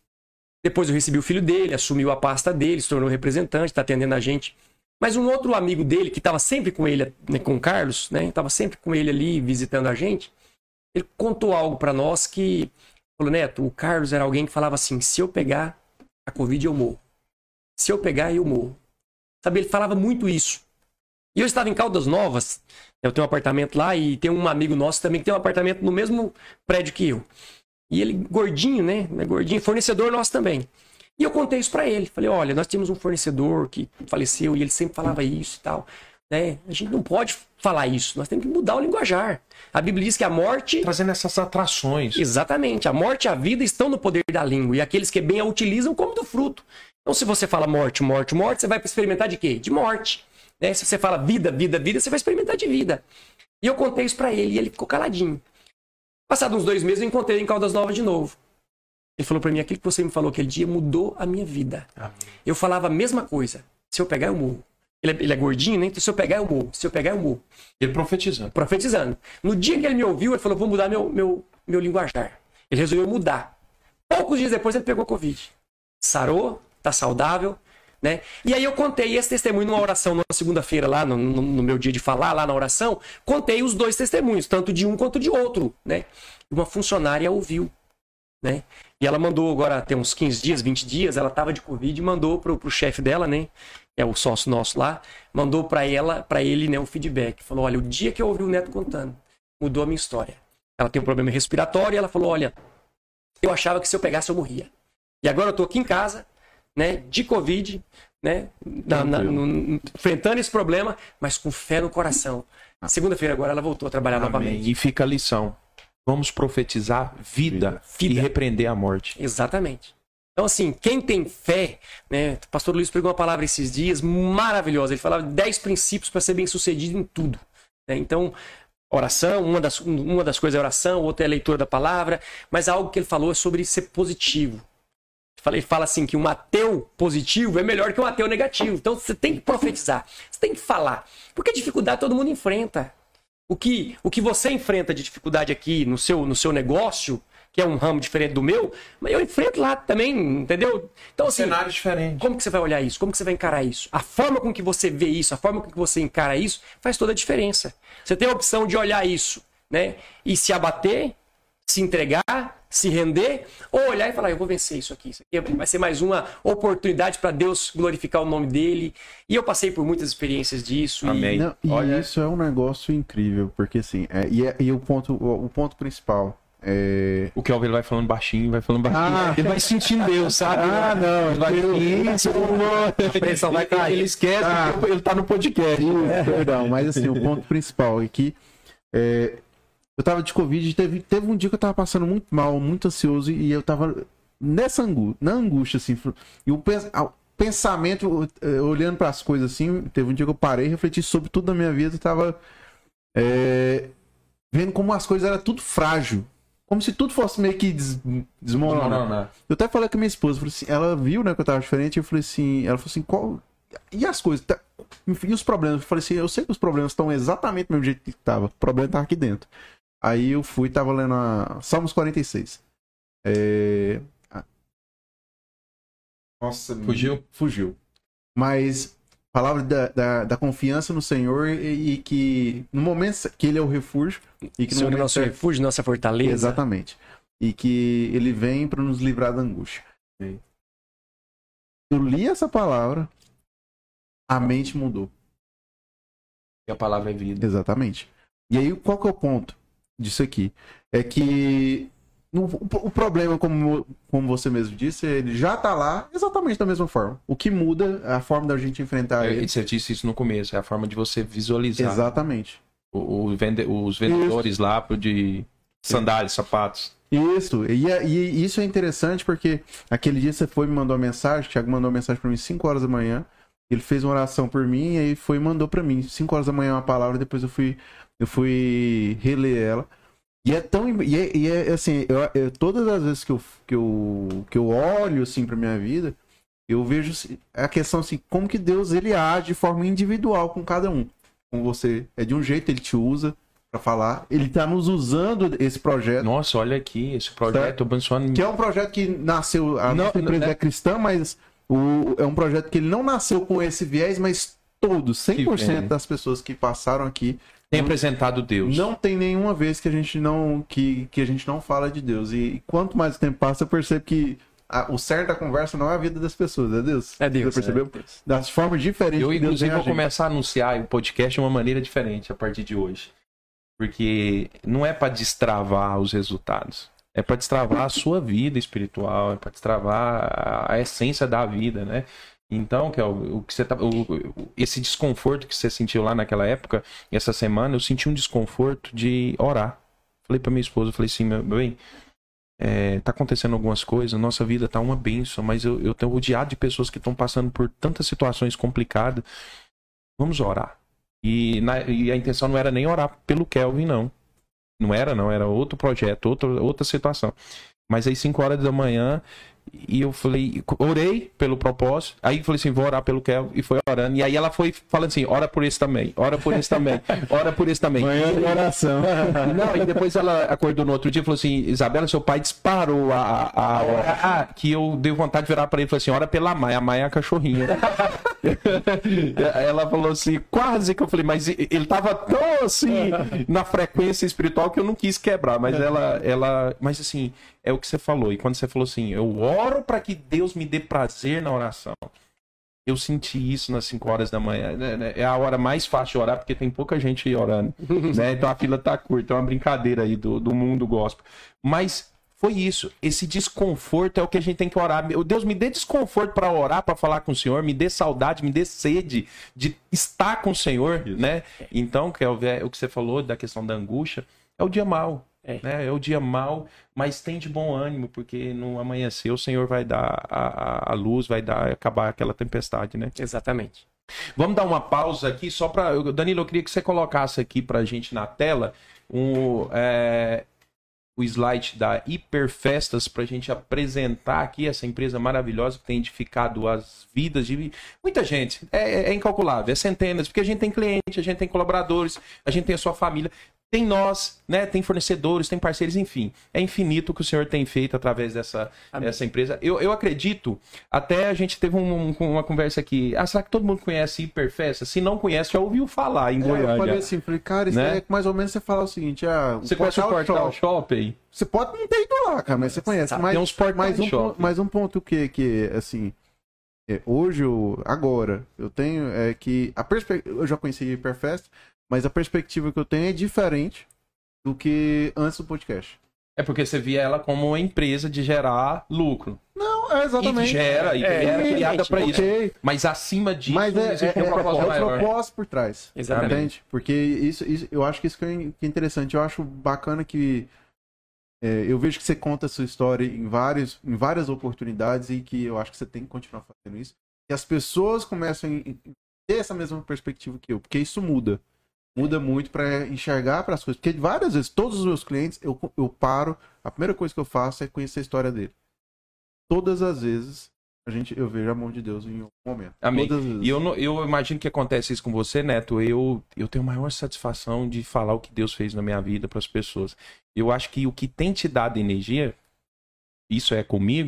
depois eu recebi o filho dele, assumiu a pasta dele, se tornou representante, está atendendo a gente. Mas um outro amigo dele, que estava sempre com ele, né, com o Carlos, né, estava sempre com ele ali, visitando a gente, ele contou algo para nós que... Falou, Neto, o Carlos era alguém que falava assim, se eu pegar a Covid, eu morro. Se eu pegar, eu morro. Sabe, ele falava muito isso. E eu estava em Caldas Novas, eu tenho um apartamento lá, e tem um amigo nosso também que tem um apartamento no mesmo prédio que eu. E ele, gordinho, né, gordinho, fornecedor nosso também. E eu contei isso para ele. Falei, olha, nós temos um fornecedor que faleceu, e ele sempre falava isso e tal. Né? A gente não pode falar isso, nós temos que mudar o linguajar. A Bíblia diz que a morte... Trazendo essas atrações. Exatamente, a morte e a vida estão no poder da língua, e aqueles que bem a utilizam como do fruto. Então se você fala morte, morte, morte, você vai experimentar de quê? De morte. Né? Se você fala vida, vida, vida, você vai experimentar de vida. E eu contei isso pra ele, e ele ficou caladinho. Passados uns dois meses, eu encontrei ele em Caldas Novas de novo. Ele falou pra mim, aquilo que você me falou aquele dia mudou a minha vida. Amém. Eu falava a mesma coisa, se eu pegar eu morro. Ele é, ele é gordinho, né? Então se eu pegar eu morro. Se eu pegar eu morro. Ele profetizando. Profetizando. No dia que ele me ouviu, ele falou, vou mudar meu, meu, meu linguajar. Ele resolveu mudar. Poucos dias depois ele pegou Covid. Sarou, tá saudável, né? E aí eu contei esse testemunho numa oração, numa segunda-feira lá, no, no, no meu dia de falar, lá na oração, contei os dois testemunhos, tanto de um quanto de outro, né? E uma funcionária ouviu, né? E ela mandou agora, tem uns quinze dias, vinte dias, ela tava de Covid e mandou pro, pro chefe dela, né? É o sócio nosso lá, mandou para ela, para ele, né, um feedback. Falou, olha, o dia que eu ouvi o Neto contando, mudou a minha história. Ela tem um problema respiratório e ela falou, olha, eu achava que se eu pegasse eu morria. E agora eu tô aqui em casa, né, de Covid, né, na, na, no, enfrentando esse problema, mas com fé no coração. Segunda-feira agora ela voltou a trabalhar Amém. novamente. E fica a lição. Vamos profetizar vida, vida. E repreender a morte. Exatamente. Então, assim, quem tem fé, né? O pastor Luiz pregou uma palavra esses dias maravilhosa. Ele falava dez princípios para ser bem sucedido em tudo. Né? Então, oração, uma das, uma das coisas é oração, outra é a leitura da palavra, mas algo que ele falou é sobre ser positivo. Ele fala assim que um ateu positivo é melhor que um ateu negativo. Então, você tem que profetizar, você tem que falar. Porque a dificuldade todo mundo enfrenta. O que, o que você enfrenta de dificuldade aqui no seu, no seu negócio, que é um ramo diferente do meu, mas eu enfrento lá também, entendeu? Então, assim, cenário diferente. Como que você vai olhar isso? Como que você vai encarar isso? A forma com que você vê isso, a forma com que você encara isso, faz toda a diferença. Você tem a opção de olhar isso, né? E se abater, se entregar, se render, ou olhar e falar, eu vou vencer isso aqui. Isso aqui vai ser mais uma oportunidade para Deus glorificar o nome dele. E eu passei por muitas experiências disso. Amém. E, não, e Olha... isso é um negócio incrível, porque assim, é, e, é, e o, ponto, o, o ponto principal... É... O Kelvin vai falando baixinho, vai falando baixinho. Ah, ele vai sentindo Deus, sabe? Ah, não. Ele vai Isso, a pressão vai cair. Ele esquece ah, que ele tá no podcast. Isso, é. Perdão, mas assim, o ponto principal é que é, eu tava de Covid e teve, teve um dia que eu tava passando muito mal, muito ansioso, e eu tava nessa angústia, na angústia, assim. E o pensamento, olhando para as coisas assim, teve um dia que eu parei e refleti sobre tudo na minha vida e tava é, vendo como as coisas eram tudo frágil. Como se tudo fosse meio que des, desmoronar. Não, não, não. Eu até falei com a minha esposa, falei assim, ela viu, né, que eu tava diferente, eu falei assim, ela falou assim, qual... E as coisas? Tá... E os problemas? Eu falei assim, eu sei que os problemas estão exatamente do mesmo jeito que tava. O problema tá aqui dentro. Aí eu fui, tava lendo a Salmos quarenta e seis. É... Nossa, Fugiu? Fugiu. Mas palavra da, da, da confiança no Senhor e, e que no momento que ele é o refúgio e que O Senhor é momento nosso certo- refúgio, nossa fortaleza. Exatamente. E que ele vem para nos livrar da angústia. Eu li essa palavra, a mente mudou. E a palavra é vida. Exatamente. E aí, qual que é o ponto disso aqui? É que no- o, o problema, como, como você mesmo disse, ele já tá lá exatamente da mesma forma. O que muda é a forma da gente enfrentar ele. E você disse isso no começo, é a forma de você visualizar. Exatamente. O, o vende, os vendedores lá pro de sandálias, sapatos. Isso, e, é- e isso é interessante porque aquele dia você foi e me mandou uma mensagem, o Thiago mandou uma mensagem pra mim cinco horas da manhã, ele fez uma oração por mim e aí foi e mandou pra mim, cinco horas da manhã uma palavra, depois eu fui, eu fui reler ela. E é tão, e é, e é assim, eu, eu- todas as vezes que eu, que eu, que eu olho assim pra minha vida, eu vejo assim, a questão assim, como que Deus ele age de forma individual com cada um. Com você, é de um jeito, ele te usa pra falar, ele tá nos usando esse projeto. Nossa, olha aqui, esse projeto abençoando. Que é um projeto que nasceu, a Não, nossa empresa não, é cristã, mas o, é um projeto que ele não nasceu com esse viés, mas todos, cem por Que cento vem. das pessoas que passaram aqui, Tem apresentado Deus. não tem nenhuma vez que a gente não, que, que a gente não fala de Deus. E, e quanto mais o tempo passa, eu percebo que a- o certo da conversa não é a vida das pessoas, é Deus. É Deus. Você percebeu? é Deus. Das formas diferentes Eu, que Deus inclusive, vem vou agindo. começar a anunciar o podcast de uma maneira diferente a partir de hoje. Porque não é para destravar os resultados. É para destravar a sua vida espiritual, é para destravar a, a essência da vida, né? Então, que é o, o que você tá, o- o- esse desconforto que você sentiu lá naquela época, essa semana, eu senti um desconforto de orar. Falei para minha esposa, eu falei assim, meu bem, é, tá acontecendo algumas coisas, nossa vida tá uma bênção, mas eu, eu tenho rodeado de pessoas que estão passando por tantas situações complicadas. Vamos orar. E, na- e a intenção não era nem orar pelo Kelvin, não. Não era, não. Era outro projeto, outra, outra situação. Mas aí, cinco horas da manhã, e eu falei, orei pelo propósito. Aí eu falei assim, vou orar pelo Kelvin. E foi orando. E aí ela foi falando assim, ora por esse também, ora por esse também, ora por esse também. Manhã de oração. Não, e depois ela acordou no outro dia e falou assim, Isabela, seu pai disparou a, a hora. Ah, que eu dei vontade de virar pra ele e falei assim, ora pela Maia, a Maia é a cachorrinha. Ela falou assim, quase que eu falei, mas ele tava tão assim, na frequência espiritual que eu não quis quebrar, mas ela, ela, mas assim, é o que você falou, e quando você falou assim, eu oro pra que Deus me dê prazer na oração. Eu senti isso nas cinco horas da manhã. né? É a hora mais fácil de orar, porque tem pouca gente orando. né? Então a fila tá curta. É uma brincadeira aí do, do mundo gospel. Mas foi isso. Esse desconforto é o que a gente tem que orar. Meu Deus, me dê desconforto para orar, para falar com o Senhor. Me dê saudade, me dê sede de estar com o Senhor. né? Então, que é o o que você falou da questão da angústia, é o dia mau. É. Né? É o dia mau, mas tem de bom ânimo, porque no amanhecer o Senhor vai dar a, a, a luz, vai dar acabar aquela tempestade, né? Exatamente. Vamos dar uma pausa aqui só para Danilo, eu queria que você colocasse aqui pra gente na tela um, é, o slide da Hiperfestas pra gente apresentar aqui essa empresa maravilhosa que tem edificado as vidas de muita gente. É, é incalculável, é centenas, porque a gente tem cliente, a gente tem colaboradores, a gente tem a sua família. Tem nós, né? Tem fornecedores, tem parceiros, enfim. É infinito o que o senhor tem feito através dessa, dessa empresa. Eu, eu acredito, até a gente teve um, um, uma conversa aqui. Ah, será que todo mundo conhece Hiperfesta? Se não conhece, já ouviu falar em É, Goiânia. eu falei assim, falei, cara, isso Né? é mais ou menos você falar o seguinte, ah, Você conhece o Portal Shopping? Você pode não ter ido lá, cara, mas você conhece. Tá, mas, tem uns Portal mais um, Shopping. ponto, mais um ponto que, que assim, é, hoje, eu, agora, eu tenho é que a perspectiva, eu já conheci Hiperfest, mas a perspectiva que eu tenho é diferente do que antes do podcast. É porque você via ela como uma empresa de gerar lucro. Não, é exatamente. E gera, e É, era é, criada gente, para isso. Ok, Mas acima disso, mas é, existe é, um é, propósito é o maior. propósito por trás. Exatamente. Entende? Porque isso, isso, eu acho que isso que é, que é interessante. Eu acho bacana que é, eu vejo que você conta a sua história em, vários, em várias oportunidades e que eu acho que você tem que continuar fazendo isso. E as pessoas começam a ter essa mesma perspectiva que eu, porque isso muda. Muda muito para enxergar para as coisas. Porque várias vezes, todos os meus clientes, eu, eu paro, a primeira coisa que eu faço é conhecer a história dele. Todas as vezes, a gente, eu vejo a mão de Deus em algum momento. Amém. Todas as vezes. E eu, não- eu imagino que acontece isso com você, Neto. Eu, eu tenho a maior satisfação de falar o que Deus fez na minha vida para as pessoas. Eu acho que o que tem te dado energia, isso é comigo,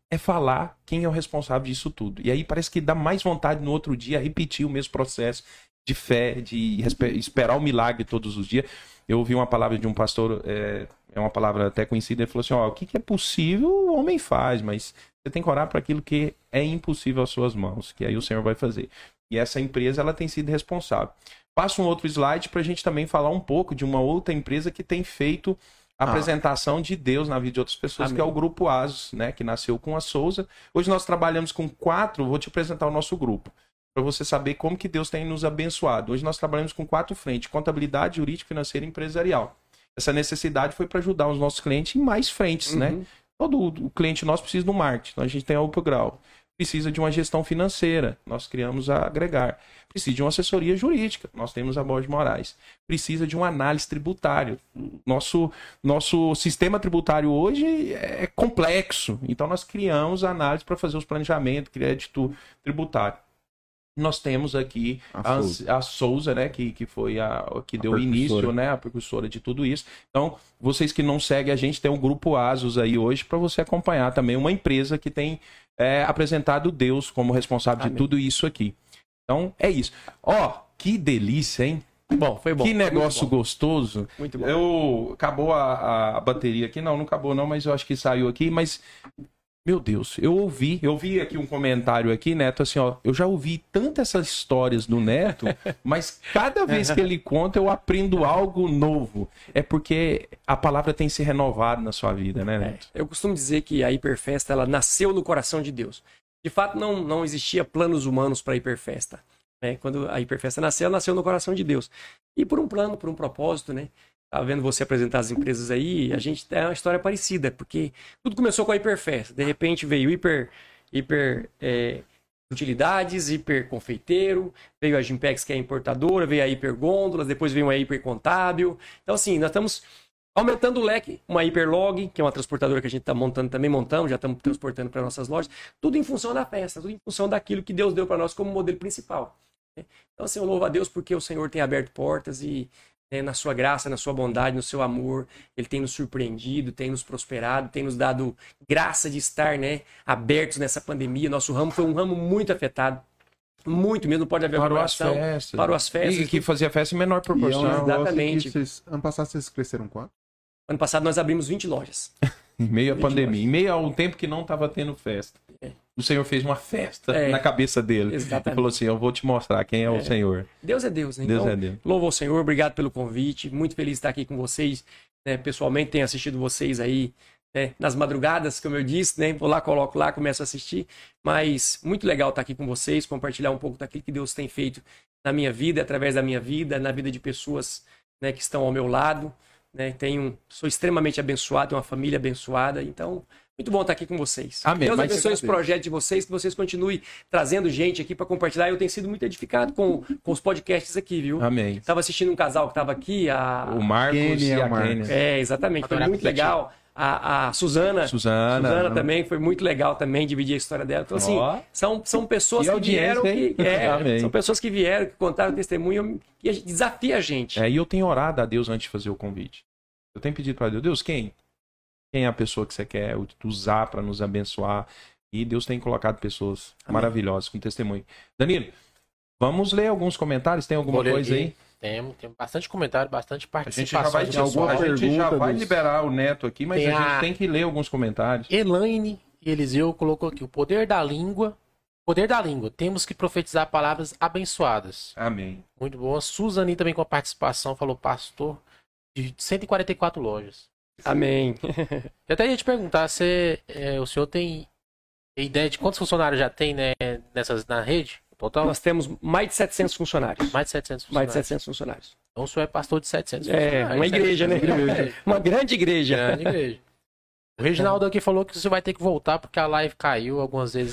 é falar quem é o responsável disso tudo. E aí parece que dá mais vontade no outro dia repetir o mesmo processo de fé, de esperar o milagre todos os dias. Eu ouvi uma palavra de um pastor, é, é uma palavra até conhecida, ele falou assim, ó, o que, que é possível o homem faz, mas você tem que orar para aquilo que é impossível às suas mãos, que aí o Senhor vai fazer. E essa empresa, ela tem sido responsável. Passa um outro slide para a gente também falar um pouco de uma outra empresa que tem feito a ah. apresentação de Deus na vida de outras pessoas, Amém. Que é o Grupo Asos, né, que nasceu com a Souza. Hoje nós trabalhamos com quatro, vou te apresentar o nosso grupo, para você saber como que Deus tem nos abençoado. Hoje nós trabalhamos com quatro frentes, contabilidade, jurídica, financeira e empresarial. Essa necessidade foi para ajudar os nossos clientes em mais frentes, uhum. né? Todo o cliente nosso precisa do marketing, então a gente tem a UpGrau. Precisa de uma gestão financeira, nós criamos a Agregar. Precisa de uma assessoria jurídica, nós temos a Borges Moraes. Precisa de uma análise tributária. Nosso, nosso sistema tributário hoje é complexo, então nós criamos a análise para fazer os planejamentos, crédito tributário. Nós temos aqui a, a, Souza. a Souza, né, que, que foi a que a deu início, né, a precursora de tudo isso. Então, vocês que não seguem a gente, tem um Grupo Asos aí hoje para você acompanhar também, uma empresa que tem é, apresentado Deus como responsável Amém. De tudo isso aqui. Então, é isso. Ó, que delícia, hein? Bom, foi bom. Que negócio Muito bom. Gostoso. Muito bom. Eu, acabou a, a bateria aqui. Não, não acabou não, mas eu acho que saiu aqui, mas... Meu Deus, eu ouvi, eu vi aqui um comentário aqui, Neto, assim, ó, eu já ouvi tantas essas histórias do Neto, mas cada vez que ele conta eu aprendo algo novo. É porque a palavra tem se renovado na sua vida, né, Neto? É, eu costumo dizer que a Hiperfesta, ela nasceu no coração de Deus. De fato, não, não existia planos humanos para a Hiperfesta. Né? Quando a Hiperfesta nasceu, ela nasceu no coração de Deus. E por um plano, por um propósito, né? Estava vendo você apresentar as empresas aí, a gente tem uma história parecida, porque tudo começou com a Hiperfesta. De repente veio Hiper, hiper é, Utilidades, Hiper Confeiteiro, veio a Gimpex, que é a importadora, veio a Hiper Gôndolas, depois veio a Hiper Contábil. Então, assim, nós estamos aumentando o leque, uma Hiperlog, que é uma transportadora que a gente está montando também, montamos, já estamos transportando para nossas lojas, tudo em função da festa, tudo em função daquilo que Deus deu para nós como modelo principal. Então, assim, eu louvo a Deus porque o Senhor tem aberto portas e É, na sua graça, na sua bondade, no seu amor, Ele tem nos surpreendido, tem nos prosperado, tem nos dado graça de estar, né, abertos nessa pandemia. Nosso ramo foi um ramo muito afetado, muito mesmo, não pode haver parou as festas. Parou as festas. E que fazia festa em menor proporção. E é um Exatamente. Vocês, ano passado vocês cresceram quanto? Ano passado nós abrimos vinte lojas. Em meio à pandemia, em meio ao tempo que não estava tendo festa. É. O Senhor fez uma festa é. na cabeça dele. Exatamente. E falou assim, eu vou te mostrar quem é, é. o Senhor. Deus é Deus, né? Deus então, é Deus. Louvo ao Senhor, obrigado pelo convite. Muito feliz de estar aqui com vocês. Né? Pessoalmente, tenho assistido vocês aí né? nas madrugadas, como eu disse. Né? Vou lá, coloco lá, começo a assistir. Mas muito legal estar aqui com vocês, compartilhar um pouco daquilo que Deus tem feito na minha vida, através da minha vida, na vida de pessoas né, que estão ao meu lado. Né? Tenho, sou extremamente abençoado, tenho uma família abençoada. Então... muito bom estar aqui com vocês. Amém. Deus abençoe esse projeto de vocês, que vocês continuem trazendo gente aqui para compartilhar. Eu tenho sido muito edificado com, com os podcasts aqui, viu? Amém. Estava assistindo um casal que estava aqui, a... o Marcos Kenny e a Kênia. É, exatamente. Foi muito legal. A, a Suzana, Suzana, Suzana também, foi muito legal também dividir a história dela. Então, assim, oh. são, são pessoas que vieram, que, é, são pessoas que vieram, que contaram testemunho e desafia a gente. É, e eu tenho orado a Deus antes de fazer o convite. Eu tenho pedido para Deus, Deus, quem? Quem é a pessoa que você quer usar para nos abençoar? E Deus tem colocado pessoas Amém. Maravilhosas com testemunho. Danilo, vamos ler alguns comentários? Tem alguma coisa aí? Temos, tem bastante comentário, bastante participação. A gente já vai, de alguma a gente já vai dos... liberar o Neto aqui, mas tem a gente a... tem que ler alguns comentários. Elaine e Eliseu colocou aqui, o poder da língua. Poder da língua. Temos que profetizar palavras abençoadas. Amém. Muito bom. Suzane também com a participação, falou pastor de cento e quarenta e quatro lojas. Amém. Eu até ia te perguntar se é, o senhor tem ideia de quantos funcionários já tem né, nessas, na rede? Total? Nós temos mais de setecentos funcionários. Mais de setecentos funcionários. Mais de setecentos funcionários. Então o senhor é pastor de setecentos é, funcionários. É, uma igreja, né? Uma grande igreja. Grande igreja. O Reginaldo aqui falou que você vai ter que voltar porque a live caiu algumas vezes.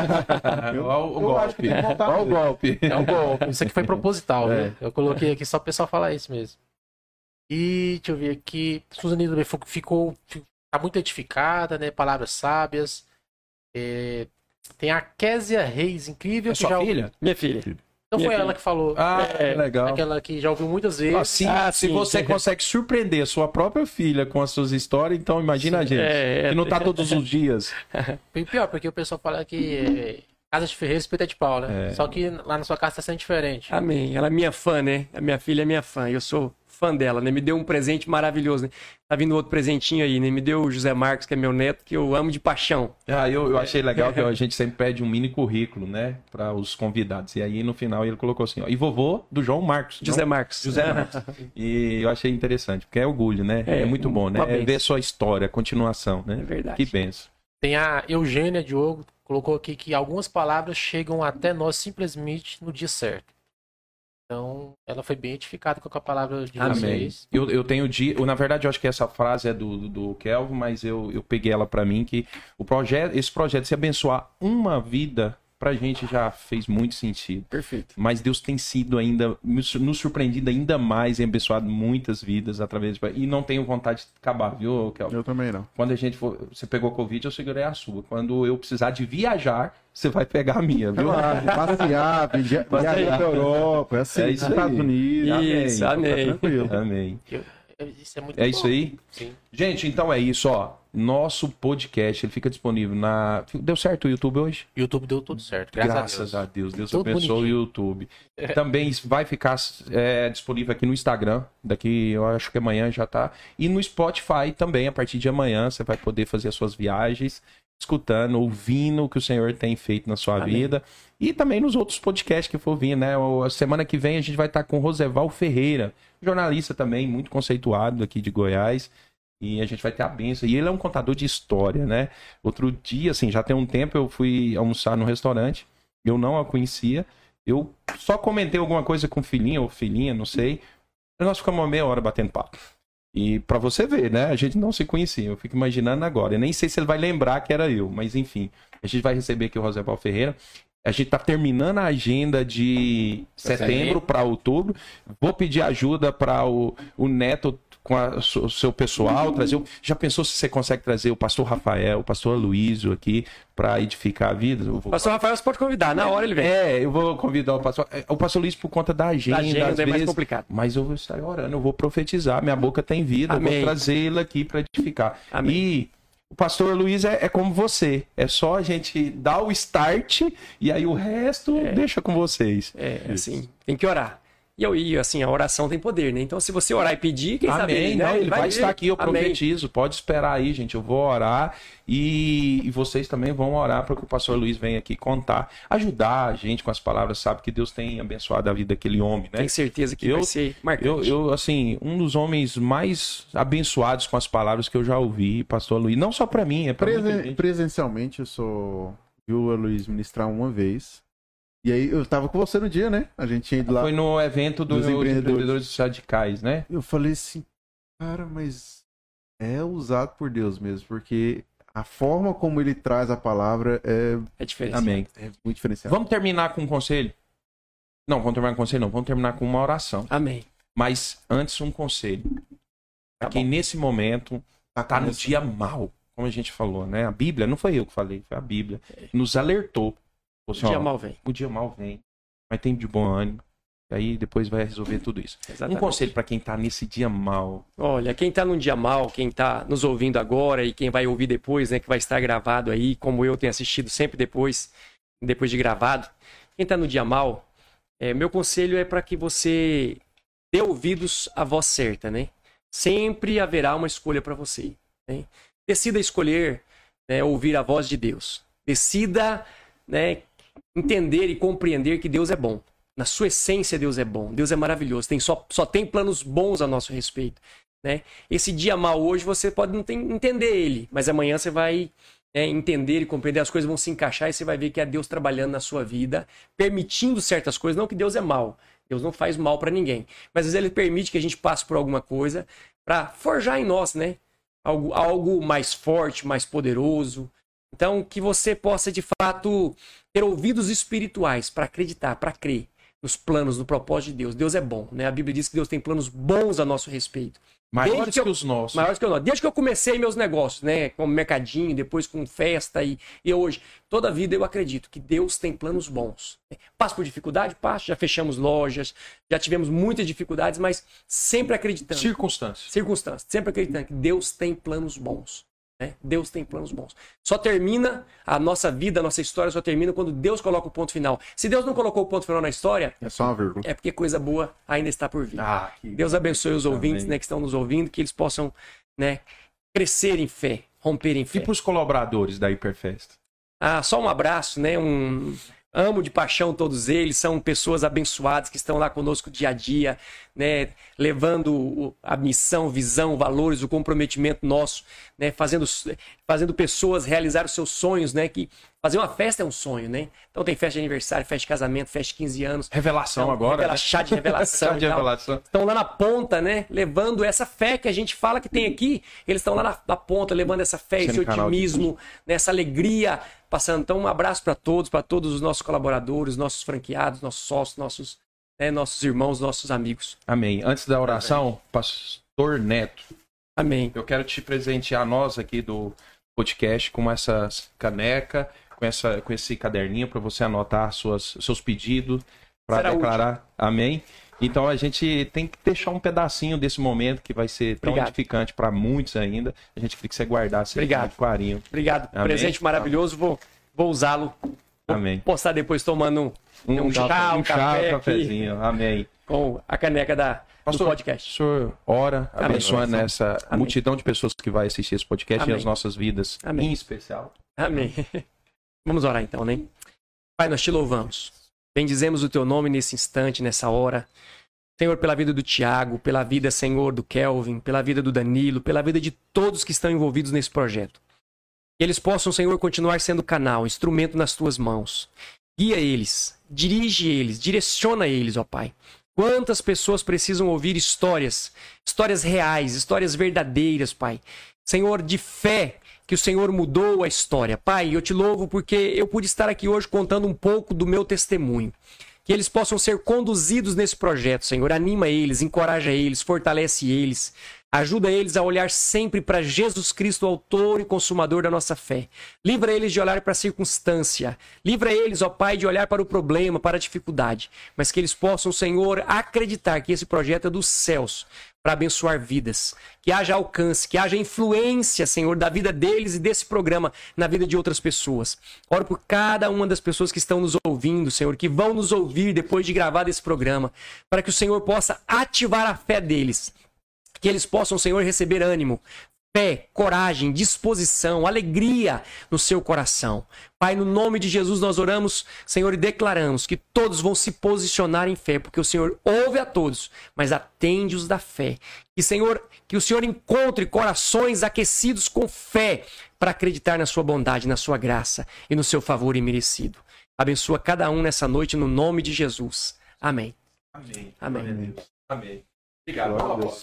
Olha o golpe. Olha o golpe. É o golpe. Isso aqui foi proposital, é. Viu? Eu coloquei aqui só o pessoal falar isso mesmo. E deixa eu ver aqui. Suzane também ficou, ficou tá muito edificada, né? Palavras sábias. É, tem a Késia Reis, incrível. É que sua já... filha? Minha filha. Não Minha foi filha. ela que falou. Ah, É, legal. Aquela que já ouviu muitas vezes. Assim, Ah, se sim. você consegue surpreender a sua própria filha com as suas histórias, então imagina a gente. É, é. Que não tá todos os dias. E pior, porque o pessoal fala que é, casa de ferreiro, espeta de pau, né? É. Só que lá na sua casa tá sendo diferente. Amém. Ela é minha fã, né? A minha filha é minha fã. Eu sou fã dela, né? Me deu um presente maravilhoso, né? Tá vindo outro presentinho aí, né? Me deu o José Marcos, que é meu neto, que eu amo de paixão. Ah, eu, eu achei legal que a gente sempre pede um mini currículo, né? Para os convidados. E aí no final ele colocou assim, ó. E vovô do João Marcos. José João- Marcos. José Marcos. E eu achei interessante, porque é orgulho, né? É, É, muito bom, né? uma É benção. ver sua história, a continuação, né? É verdade. Que benção. Tem a Eugênia Diogo, colocou aqui que algumas palavras chegam até nós simplesmente no dia certo. Então, ela foi bem edificada com a palavra de Amém. vocês. Eu, eu tenho dia. eu, Na verdade, eu acho que essa frase é do, do Kelvin, mas eu, eu peguei ela pra mim, que o projeto, esse projeto, se abençoar uma vida, pra gente já fez muito sentido. Perfeito. Mas Deus tem sido ainda, nos surpreendido ainda mais e abençoado muitas vidas através de... E não tenho vontade de acabar, viu, Kelvin? Eu também não. Quando a gente for... Você pegou Covid, eu segurei a sua. Quando eu precisar de viajar, você vai pegar a minha, viu? Claro, passear, via- viajar pra Europa, é assim, É nos isso Estados aí. Unidos. Isso, Amém. amém. Tranquilo. Amém. Eu- Isso é muito É bom. isso aí? Sim. Gente, então é isso, ó. Nosso podcast, ele fica disponível na... Deu certo o YouTube hoje? YouTube deu tudo certo, graças, Graças a a Deus. Deus. Deus Tudo abençoe o bonitinho. YouTube. Também vai ficar é, disponível aqui no Instagram. Daqui, eu acho que amanhã já tá. E no Spotify também, a partir de amanhã, você vai poder fazer as suas viagens, escutando, ouvindo o que o Senhor tem feito na sua Amém. vida. E também nos outros podcasts que for vir, né? O- A semana que vem a gente vai estar com o Roseval Ferreira, jornalista também, muito conceituado aqui de Goiás. E a gente vai ter a benção. E ele é um contador de história, né? Outro dia, assim, já tem um tempo, eu fui almoçar no restaurante. Eu não a conhecia. Eu só comentei alguma coisa com filhinha ou filhinha, não sei. Nós ficamos uma meia hora batendo papo. E pra você ver, né? A gente não se conhecia. Eu fico imaginando agora. Eu nem sei se ele vai lembrar que era eu. Mas enfim, a gente vai receber aqui o Roseval Ferreira. A gente tá terminando a agenda de setembro para outubro. Vou pedir ajuda para o, o Neto com a- o seu pessoal. Trazer o- já pensou se você consegue trazer o pastor Rafael, o pastor Aloysio aqui para edificar a vida? Eu vou- Pastor Rafael, você pode convidar, na hora ele vem. É, eu vou convidar o pastor. é, O pastor Luiz por conta da agenda, A agenda às é mais vezes, complicado. mas eu vou estar orando, eu vou profetizar, minha boca tem vida, eu vou Amém. trazê-la aqui para edificar. Amém. E o pastor Luiz é, é como você, é só a gente dar o start e aí o resto deixa com vocês. É, assim, tem que orar. E, eu, e assim, a oração tem poder, né? Então, se você orar e pedir, quem sabe Amém, ele, né? não, ele vai, vir. estar aqui, eu Amém. profetizo, pode esperar aí, gente, eu vou orar e, e vocês também vão orar para que o pastor Luiz venha aqui contar, ajudar a gente com as palavras, sabe que Deus tem abençoado a vida daquele homem, né? Tenho certeza que Eu- vai ser marcante. Eu, eu, assim, um dos homens mais abençoados com as palavras que eu já ouvi, pastor Luiz. Não só pra mim, é pra muita Presen- gente. presencialmente, eu sou. Vi o Luiz ministrar uma vez. E aí, eu tava com você no dia, né? A gente tinha ido lá. Foi no evento do, Dos dos empreendedores. empreendedores radicais, né? Eu falei assim, cara, mas é usado por Deus mesmo, porque a forma como ele traz a palavra é, É diferente. Amém. é muito diferenciada. Vamos terminar com um conselho? Não, vamos terminar com um conselho, não. Vamos terminar com uma oração. Amém. Mas antes, um conselho. Pra Tá quem bom. nesse momento tá no começando. dia mal, como a gente falou, né? A Bíblia, não foi eu que falei, foi a Bíblia. Nos alertou. O Falou assim, dia ó, mal vem. o dia mal vem, mas tem de bom ânimo. E aí depois vai resolver tudo isso. Exatamente. Um conselho pra quem tá nesse dia mal. Olha, quem tá num dia mal, quem tá nos ouvindo agora e quem vai ouvir depois, né, que vai estar gravado aí, como eu tenho assistido sempre depois, depois de gravado. Quem tá no dia mal, é, meu conselho é para que você dê ouvidos à voz certa, né? Sempre haverá uma escolha para você. Né? Decida escolher, né, ouvir a voz de Deus. Decida, né, entender e compreender que Deus é bom. Na sua essência, Deus é bom. Deus é maravilhoso. Tem só, só tem planos bons a nosso respeito. Né? Esse dia mal hoje você pode não ter, entender ele, mas amanhã você vai é, entender e compreender, as coisas vão se encaixar e você vai ver que é Deus trabalhando na sua vida, permitindo certas coisas. Não que Deus é mal. Deus não faz mal para ninguém. Mas às vezes ele permite que a gente passe por alguma coisa para forjar em nós, né? Algo, algo mais forte, mais poderoso. Então, que você possa, de fato, ter ouvidos espirituais para acreditar, para crer nos planos, no propósito de Deus. Deus é bom, né? A Bíblia diz que Deus tem planos bons a nosso respeito. Maiores Desde que, que eu- os nossos. Maiores que eu não. Desde que eu comecei meus negócios, né? Com mercadinho, depois com festa e, e hoje. Toda a vida eu acredito que Deus tem planos bons. Passa por dificuldade? Passa. Já fechamos lojas, já tivemos muitas dificuldades, mas sempre acreditando. Circunstâncias. Circunstâncias. Sempre acreditando que Deus tem planos bons. Né? Deus tem planos bons. Só termina a nossa vida, a nossa história só termina quando Deus coloca o ponto final. Se Deus não colocou o ponto final na história, É só uma vírgula. é porque coisa boa ainda está por vir. Ah, que... Deus abençoe os ouvintes, Amém. né, que estão nos ouvindo, que eles possam, né, crescer em fé, romper em fé. E para os colaboradores da Hiperfesta? Ah, só um abraço, né? Um amo de paixão todos eles, são pessoas abençoadas que estão lá conosco dia a dia, né, levando o- a missão, visão, valores, o comprometimento nosso, né, fazendo fazendo pessoas realizar os seus sonhos, né, que fazer uma festa é um sonho, né? Então tem festa de aniversário, festa de casamento, festa de quinze anos. Revelação Então, agora, revela- né? chá de revelação. Chá de e tal. revelação. Estão lá na ponta, né? Levando essa fé que a gente fala que tem aqui. Eles estão lá na, na ponta, levando essa fé, Sendo esse canal de otimismo, né, essa alegria passando. Então, um abraço para todos, para todos os nossos colaboradores, nossos franqueados, nossos sócios, nossos, né, nossos irmãos, nossos amigos. Amém. Antes da oração, Pastor Neto, Amém. eu quero te presentear nós aqui do podcast com essa caneca, com, essa, com esse caderninho para você anotar suas, seus pedidos, para Será declarar. Amém. Então a gente tem que deixar um pedacinho desse momento que vai ser tão Obrigado. edificante para muitos ainda. A gente queria que você guardasse Obrigado. com carinho. Obrigado. Amém. Presente maravilhoso. Vou, vou usá-lo. Vou Amém. postar depois tomando um, um chá, um, um chá, café um aqui, cafezinho. Amém. com a caneca da, do Pastor, podcast. o senhor ora, Amém. abençoando essa Amém. multidão de pessoas que vai assistir esse podcast Amém. e as nossas vidas Amém. em especial. Amém. Vamos orar então, né? Pai, nós te louvamos. Bendizemos o teu nome nesse instante, nessa hora. Senhor, pela vida do Tiago, pela vida, Senhor, do Kelvin, pela vida do Danilo, pela vida de todos que estão envolvidos nesse projeto. Que eles possam, Senhor, continuar sendo canal, instrumento nas tuas mãos. Guia eles, dirige eles, direciona eles, ó Pai. Quantas pessoas precisam ouvir histórias, histórias reais, histórias verdadeiras, Pai. Senhor, de fé, que o Senhor mudou a história. Pai, eu te louvo porque eu pude estar aqui hoje contando um pouco do meu testemunho. Que eles possam ser conduzidos nesse projeto, Senhor. Anima eles, encoraja eles, fortalece eles. Ajuda eles a olhar sempre para Jesus Cristo, autor e consumador da nossa fé. Livra eles de olhar para a circunstância. Livra eles, ó Pai, de olhar para o problema, para a dificuldade. Mas que eles possam, Senhor, acreditar que esse projeto é dos céus para abençoar vidas. Que haja alcance, que haja influência, Senhor, da vida deles e desse programa na vida de outras pessoas. Oro por cada uma das pessoas que estão nos ouvindo, Senhor, que vão nos ouvir depois de gravar esse programa, para que o Senhor possa ativar a fé deles. Que eles possam, Senhor, receber ânimo, fé, coragem, disposição, alegria no seu coração. Pai, no nome de Jesus nós oramos, Senhor, e declaramos que todos vão se posicionar em fé, porque o Senhor ouve a todos, mas atende-os da fé. E, Senhor, que o Senhor encontre corações aquecidos com fé para acreditar na sua bondade, na sua graça e no seu favor imerecido. Abençoa cada um nessa noite no nome de Jesus. Amém. Amém. Amém. Amém. Obrigado. Glória a Deus.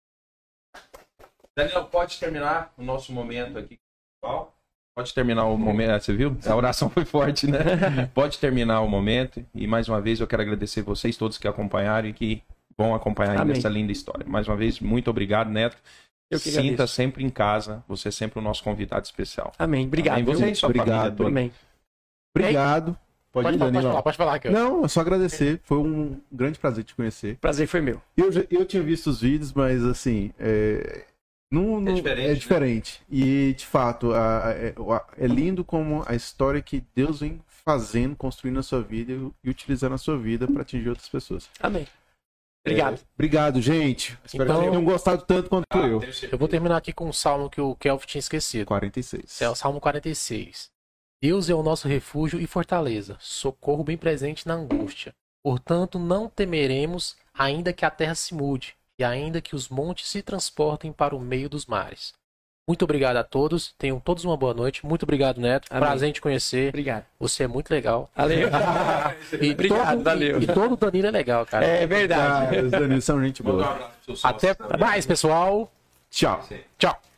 Daniel, pode terminar o nosso momento aqui. Pode terminar o momento. Você viu? A oração foi forte, né? Pode terminar o momento. E mais uma vez eu quero agradecer vocês todos que acompanharam e que vão acompanhar ainda Amém. essa linda história. Mais uma vez, muito obrigado, Neto. Eu que Sinta agradeço. sempre em casa. Você é sempre o nosso convidado especial. Amém. Obrigado. Amém. Você viu? e sua Obrigado. família toda. Amém. Obrigado. Pode, Pode, ir, falar, pode Danilo. falar, pode falar. Que eu... Não, é só agradecer. Foi um grande prazer te conhecer. Prazer foi meu. Eu, já- eu tinha visto os vídeos, mas assim, é, não, não- diferente, é né? diferente. E de fato, a- a- é, a- é lindo como a história que Deus vem fazendo, construindo na sua vida e, e utilizando a sua vida para atingir outras pessoas. Amém. Obrigado. É, obrigado, gente. Espero Então- que vocês tenham gostado tanto quanto Ah, eu. tenho certeza. eu vou terminar aqui com um salmo que o Kelvin tinha esquecido. quarenta e seis. É o Salmo quarenta e seis. Deus é o nosso refúgio e fortaleza, socorro bem presente na angústia. Portanto, não temeremos, ainda que a terra se mude, e ainda que os montes se transportem para o meio dos mares. Muito obrigado a todos, tenham todos uma boa noite. Muito obrigado, Neto. Amém. Prazer em te conhecer. Obrigado. Você é muito legal. Valeu. E Obrigado, todo, valeu. E, e todo o Danilo é legal, cara. É verdade. Ah, os Danilo são gente Manda um boa. abraço pro seu sócio Até também. mais, pessoal. Tchau. Tchau.